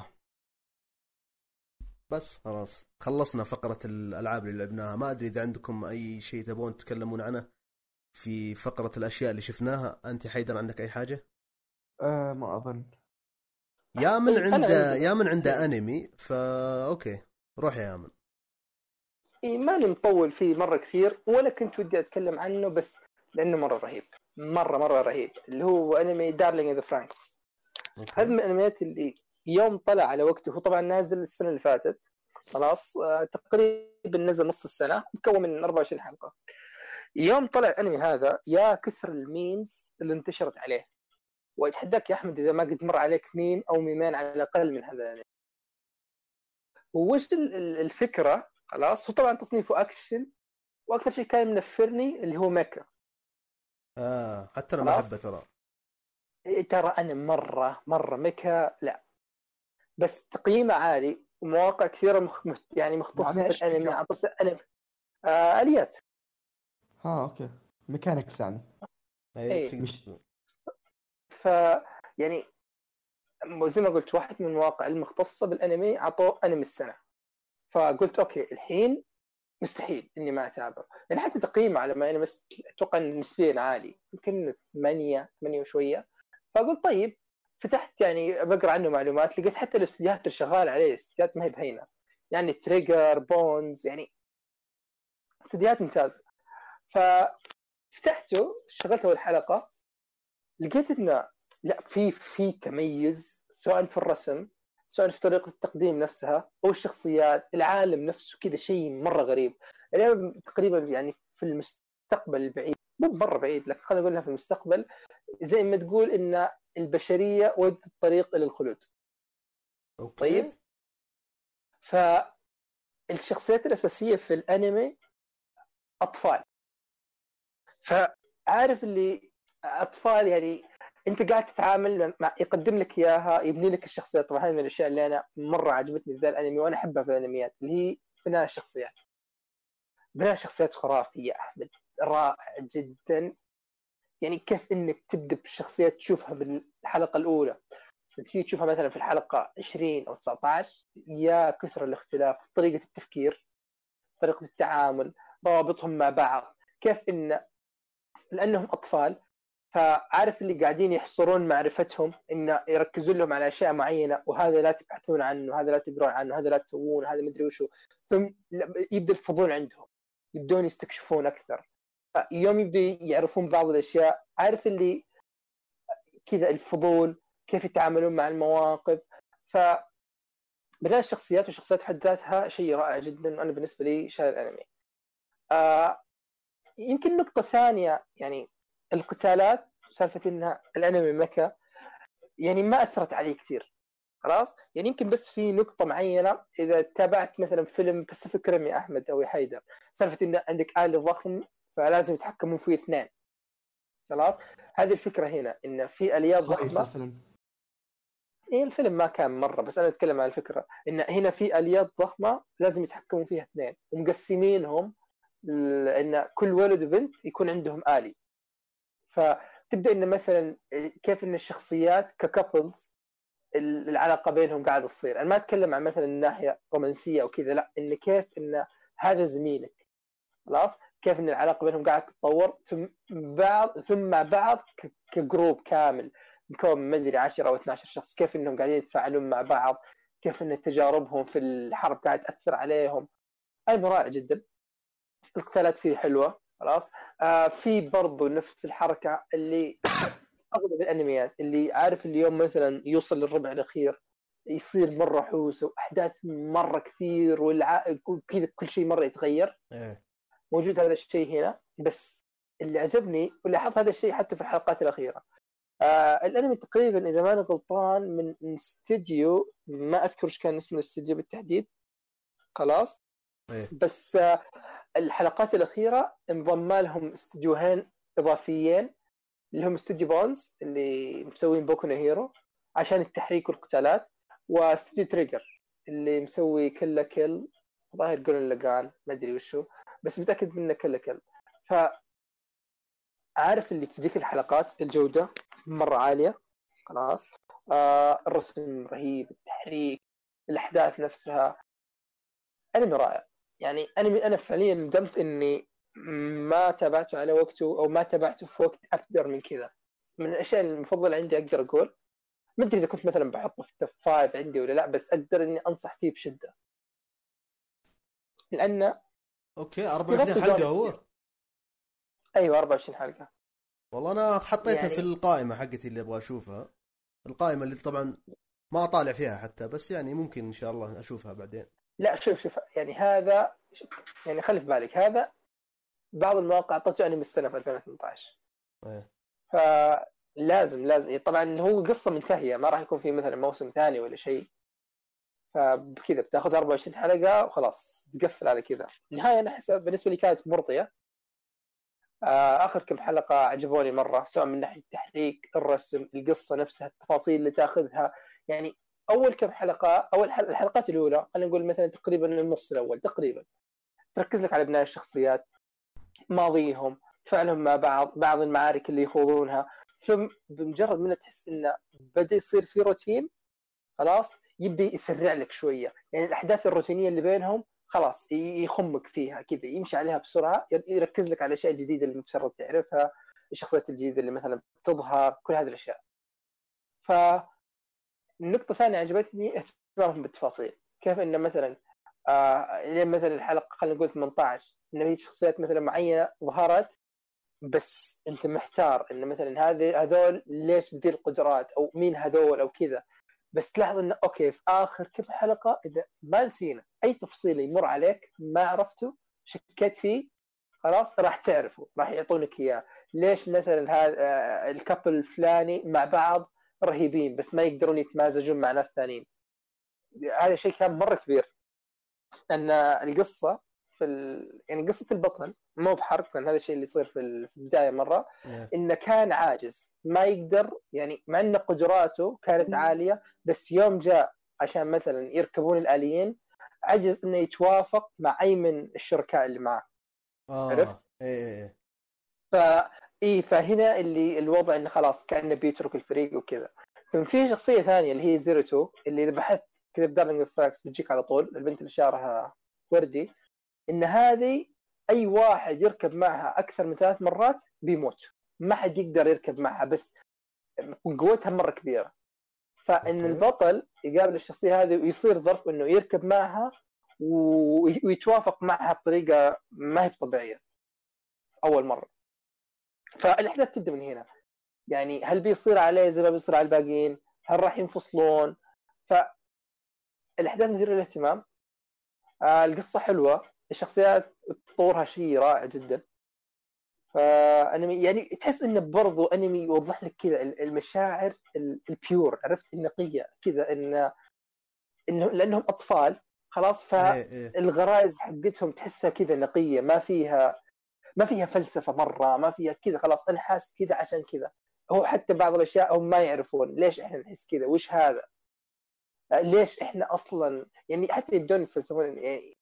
بس خلاص خلصنا فقره الالعاب اللي لعبناها. ما ادري اذا عندكم اي شيء تبون تتكلمون عنه في فقره الاشياء اللي شفناها. انت حيدر عندك اي حاجه؟ ما اظن. يا من إيه، أنا عنده عندي. يا من عنده انمي، فا اوكي روح يا يامن. إيه، ماني مطول فيه مرة كثير، ولا كنت ودي أتكلم عنه، بس لأنه مرة رهيب، مرة رهيب، اللي هو أنمي دارلينج ذا فرانكس. هذا من اوكي. الأنميات اللي يوم طلع على وقته، هو طبعا نازل السنة اللي فاتت خلاص، تقريبا نزل نص السنة، مكون من 24 حلقة. يوم طلع الأنمي هذا يا كثر الميمز اللي انتشرت عليه، وأتحداك يا أحمد إذا ما قد مر عليك ميم أو ميمين على الأقل من هذا الأنمي. وش الفكرة؟ خلاص، هو طبعا تصنيفه أكشن، واكثر شيء كان منفرني اللي هو ميكا. حتى انا ما خلاص، احبه ترى. ترى انا مره ميكا لا، بس تقييمه عالي، ومواقع كثيره يعني مختصه يعني في ايش الانمي ميكا؟ اعطته انمي اليات. ها اوكي، ميكانكس يعني. اي ايه، مش ف يعني زي ما قلت، واحد من المواقع المختصه بالانمي اعطوه انمي السنه، فقلت اوكي الحين مستحيل اني ما اتابعه، لان حتى تقييمه على ما انا اتوقع انه نسبيا عالي، يمكن 8 وشويه. فقلت طيب، فتحت يعني بقرا عنه معلومات، لقيت حتى الاستديوهات اللي شغال عليه استديوهات ما هي بهينه، يعني تريجر بونز، يعني استديوهات ممتازه. ففتحته شغلت اول حلقه، لقيت انه لا، في تميز، سواء في الرسم، سواء في طريقه التقديم نفسها، او الشخصيات، العالم نفسه كذا شيء مره غريب. يعني تقريبا يعني في المستقبل البعيد، مو مره بعيد لكن خلينا نقولها في المستقبل، زي ما تقول ان البشريه وجدت الطريق الى الخلود. طيب، اوكي. فالشخصيات الاساسيه في الانمي اطفال، فعارف اللي اطفال، يعني انت قاعد تتعامل مع، يقدم لك اياها، يبني لك الشخصيات. طبعا هذه من الاشياء اللي انا مره عجبتني في ذا الانمي، وانا احبها في الانميات، اللي هي بناء الشخصيات. بناء الشخصيات خرافي يا احمد، رائع جدا. يعني كيف انك تبدا بالشخصيات تشوفها بالحلقه الاولى، تيجي تشوفها مثلا في الحلقه 20 او 19، يا كثر الاختلاف في طريقه التفكير، طريقه التعامل، روابطهم مع بعض، كيف ان لانهم اطفال، فعارف اللي قاعدين يحصرون معرفتهم، ان يركزون لهم على اشياء معينه، وهذا لا تبحثون عنه، هذا لا تقرون عنه، هذا لا تسوون، هذا مدري وشو. ثم يبدا الفضول عندهم، يبدون يستكشفون اكثر، يوم يبدوا يعرفون بعض الاشياء، عارف اللي كذا الفضول، كيف يتعاملون مع المواقف. فبناء الشخصيات والشخصيات حد ذاتها شيء رائع جدا، وانا بالنسبه لي شايل الانمي. آه يمكن نقطه ثانيه، يعني القتالات، سالفه ان الانمي مكا يعني ما اثرت علي كثير. خلاص، يعني يمكن بس في نقطة معينة، إذا تابعت مثلا فيلم باسيفيك ريم يا أحمد أو يا حيدر، سالفة إن عندك آلي ضخم فلازم يتحكمون فيه اثنين. خلاص، هذه الفكرة هنا، إن في آليات كويس ضخمة. الفيلم. إيه، الفيلم ما كان مرة، بس أنا أتكلم عن الفكرة، إن هنا في آليات ضخمة لازم يتحكمون فيها اثنين، ومقسمينهم إن كل ولد وبنت يكون عندهم آلي. فتبدأ إن مثلا كيف إن الشخصيات ككابلز العلاقه بينهم قاعده تصير. انا ما اتكلم عن مثلا الناحيه رومانسيه او كذا، لا، ان كيف ان هذا زميلك، خلاص، كيف ان العلاقه بينهم قاعده تتطور، ثم مع بعض كجروب كامل مكون من مدري 10 او 12 شخص، كيف انهم قاعدين يتفاعلون مع بعض، كيف ان تجاربهم في الحرب قاعده تاثر عليهم. هذا رائع جدا. القتالات فيه حلوه. خلاص، في برضو نفس الحركه اللي اغلب الانميات، اللي عارف اليوم مثلا يوصل للربع الاخير يصير مره حوسه واحداث مره كثير، وكذا كل شيء مره يتغير. ايه. موجود هذا الشيء هنا، بس اللي عجبني ولاحظت هذا الشيء حتى في الحلقات الاخيره. الانمي تقريبا اذا ما انا غلطان من استديو، ما اذكر ايش كان اسم الاستديو بالتحديد. خلاص، ايه. بس الحلقات الاخيره انضم لهم استديوهين اضافيين، اللي هم استوديو بونز اللي مسوين بوكو نو هيرو عشان التحريك والقتالات، واستوديو تريجر اللي مسوي كلا كيل ظاهر يقولون لقان ما ادري وشو، بس متاكد منه كل. ف عارف اللي في ذيك الحلقات الجوده مره عاليه خلاص. الرسم رهيب، التحريك، الاحداث نفسها، انمي رائع. يعني انا فعليا ندمت اني ما تابعته على وقته، او ما تابعته في وقت اقدر من كذا. من الاشياء المفضله عندي اقدر اقول، ما ادري اذا كنت مثلا بحطه في التوب 5 عندي ولا لا، بس اقدر اني انصح فيه بشده، لانه اوكي 24 حلقه هو؟ ايوه 24 حلقه. والله انا حطيتها يعني في القائمه حقتي اللي ابغى اشوفها، القائمه اللي طبعا ما اطالع فيها حتى، بس يعني ممكن ان شاء الله اشوفها بعدين. لا شوف يعني هذا، يعني خلي في بالك هذا بعض المواقع اعطته انمي السنه في 2018. ايه. فلازم طبعا هو قصه منتهيه، ما راح يكون في مثلا موسم ثاني ولا شيء، فبكذا بتاخذ 24 حلقه وخلاص تقفل على كذا. النهايه انا احس بالنسبه لي كانت مرضيه. اخر كم حلقه عجبوني مره، سواء من ناحيه التحريك، الرسم، القصه نفسها، التفاصيل اللي تاخذها. يعني اول كم حلقه، الحلقات الاولى خلينا نقول مثلا تقريبا النص الاول تقريبا تركز لك على بناء الشخصيات، ماضيهم، تفاعلهم مع بعض المعارك اللي يخوضونها. ثم بمجرد ما تحس انه بدا يصير في روتين خلاص يبدا يسرع لك شويه، يعني الاحداث الروتينيه اللي بينهم خلاص يخمك فيها كذا، يمشي عليها بسرعه، يركز لك على الاشياء الجديده اللي مفترض تعرفها، الشخصيات الجديده اللي مثلا بتظهر، كل هذه الاشياء. فالنقطه الثانيه عجبتني اهتمامهم بالتفاصيل، كيف انه مثلا لين مثلا الحلقه خلينا نقول 18 انه في شخصيات مثلا معينه ظهرت، بس انت محتار ان مثلا هذول ليش بذي القدرات، او مين هذول او كذا، بس تلاحظ انه اوكي في اخر كم حلقه اذا ما نسينا اي تفصيل يمر عليك ما عرفته شكيت فيه خلاص راح تعرفه، راح يعطونك اياه. ليش مثلا هذا الكابل الفلاني مع بعض رهيبين بس ما يقدرون يتمازجون مع ناس ثانيين. هذا شيء كان مره كبير، ان القصه يعني قصه البطل مو بحرق، لان هذا الشيء اللي يصير في البدايه مره انه كان عاجز ما يقدر، يعني مع ان قدراته كانت عاليه، بس يوم جاء عشان مثلا يركبون الاليين عجز انه يتوافق مع اي من الشركاء اللي معه. عرفت؟ ايه. فهنا اللي الوضع انه خلاص كانه بيترك الفريق وكذا. ثم في شخصيه ثانيه اللي هي زيروتو، اللي اذا بحثت كذا بدارلينج فراكس تجيك على طول، البنت اللي شعرها وردي، ان هذه اي واحد يركب معها اكثر من 3 مرات بيموت، ما حد يقدر يركب معها، بس قوتها مره كبيره. فان البطل يقابل الشخصيه هذه ويصير ظرف انه يركب معها ويتوافق معها بطريقه ما هي طبيعيه اول مره. فالاحداث تبدا من هنا، يعني هل بيصير عليه زي ما بيصير على الباقيين؟ هل راح ينفصلون؟ فالاحداث مثيره للاهتمام. القصه حلوه، الشخصيات تطورها شيء رائع جدا. فانمي يعني تحس انه برضو انمي يوضح لك كذا المشاعر البيور، عرفت، النقيه كذا، انه لانهم اطفال خلاص، فالغرائز حقتهم تحسها كذا نقيه، ما فيها فلسفه مره، ما فيها كذا، خلاص انا حاسس كذا عشان كذا. هو حتى بعض الاشياء هم ما يعرفون ليش احنا نحس كذا، وش هذا، ليش احنا اصلا، يعني حتى يبدون يتفلسفون، يعني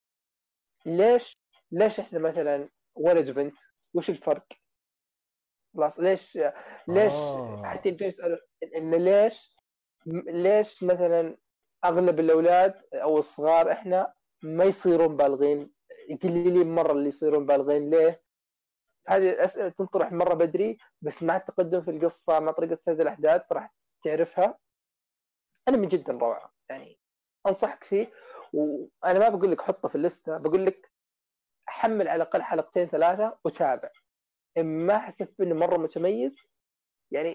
ليش احنا مثلا ولد بنت، وش الفرق؟ خلاص ليش حتى يبدون يسالوا ان ليش مثلا اغلب الاولاد او الصغار احنا ما يصيرون بالغين، قليلين مره اللي يصيرون بالغين، ليه؟ هذه اسئله تنطرح مره بدري، بس مع التقدم في القصه مع طريقه سرد الاحداث راح تعرفها. انا من جدا روعه، يعني انصحك فيه. وانا ما بقول لك حطه في الليسته، بقول لك حمل على الاقل 2-3 وتابع. ما حسيت بانه مره متميز، يعني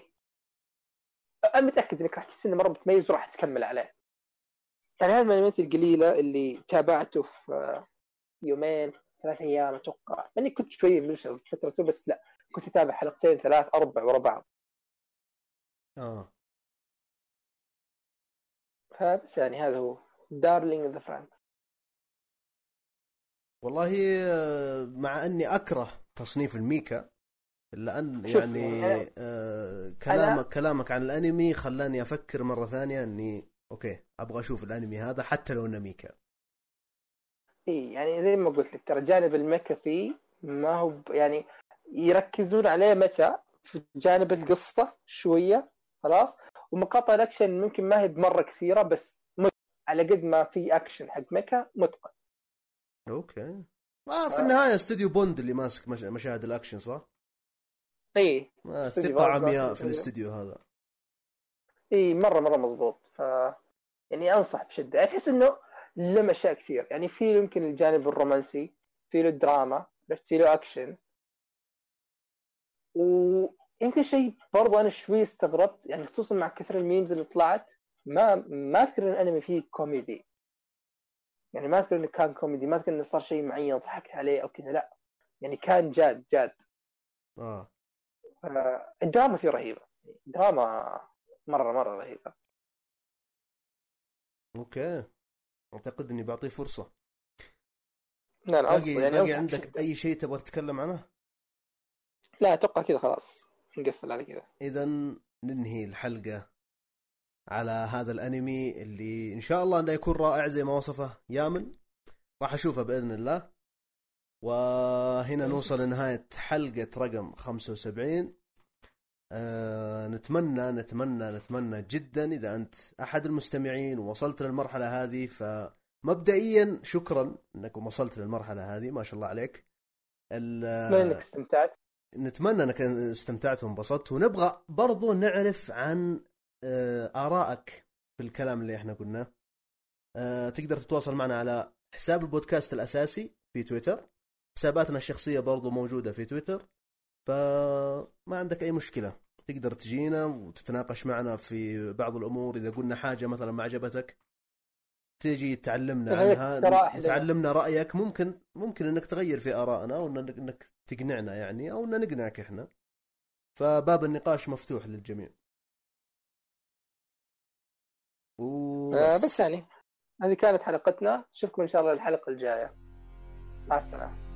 انا متاكد انك راح تحس انه مره متميز وراح تكمل عليه. يعني هذه من الانميات القليله اللي تابعته في 2-3 ايام اتوقع، اني كنت شويه ملشة فترته، بس لا كنت اتابع 2-3-4 ورا بعض. فبس يعني هذا هو دارلينج ذا فرانكس. والله مع اني اكره تصنيف الميكا، الا ان يعني كلامك عن الانمي خلاني افكر مره ثانيه اني اوكي ابغى اشوف الانمي هذا حتى لو انه ميكا. اي يعني زي ما قلت لك ترى جانب الميكا فيه ما هو يعني يركزون عليه متى في جانب القصة شوية خلاص، ومقاطع الاكشن ممكن ما هي بمرة كثيرة بس على قد ما في اكشن حق ميكا متقن. اوكي. في النهايه استوديو بوند اللي ماسك مشاهد الاكشن صح؟ اي ثقه عمياء في الاستوديو هذا. اي مره مضبوط. يعني انصح بشده. تحس انه له اشياء كثير، يعني في يمكن الجانب الرومانسي، في له الدراما، في له اكشن. ويمكن شيء برضو انا شوي استغربت يعني خصوصا مع كثر الميمز اللي طلعت، ما اذكر ان الانمي فيه كوميدي، يعني ما اذكر انه كان كوميدي، ما اذكر انه صار شيء معين ضحكت عليه او كذا، لا يعني كان جاد. الدراما فيه رهيبه، دراما مره رهيبه. اوكي، اعتقد اني بعطيه فرصه. لا باقي عندك اي شيء تبغى تتكلم عنه؟ لا اتوقع كذا خلاص نقفل على كذا. اذا ننهي الحلقه على هذا الانمي اللي ان شاء الله انه يكون رائع زي ما وصفه يامن. راح اشوفه باذن الله. وهنا نوصل لنهايه حلقه رقم 75. نتمنى جدا اذا انت احد المستمعين ووصلت للمرحله هذه، فمبدئيا شكرا انك وصلت للمرحله هذه، ما شاء الله عليك. انك استمتعت. نتمنى انك استمتعت وانبسطت، ونبغى برضو نعرف عن آرائك في الكلام اللي احنا قلناه. تقدر تتواصل معنا على حساب البودكاست الأساسي في تويتر، حساباتنا الشخصية برضو موجودة في تويتر، فما عندك أي مشكلة تقدر تجينا وتتناقش معنا في بعض الأمور. إذا قلنا حاجة مثلا ما عجبتك تيجي تعلمنا عنها وتعلمنا رأيك، ممكن انك تغير في آرائنا او انك تقنعنا يعني، او ان نقنعك احنا. فباب النقاش مفتوح للجميع. بس يعني هذه كانت حلقتنا، نشوفكم ان شاء الله الحلقة الجاية. مع السلامة.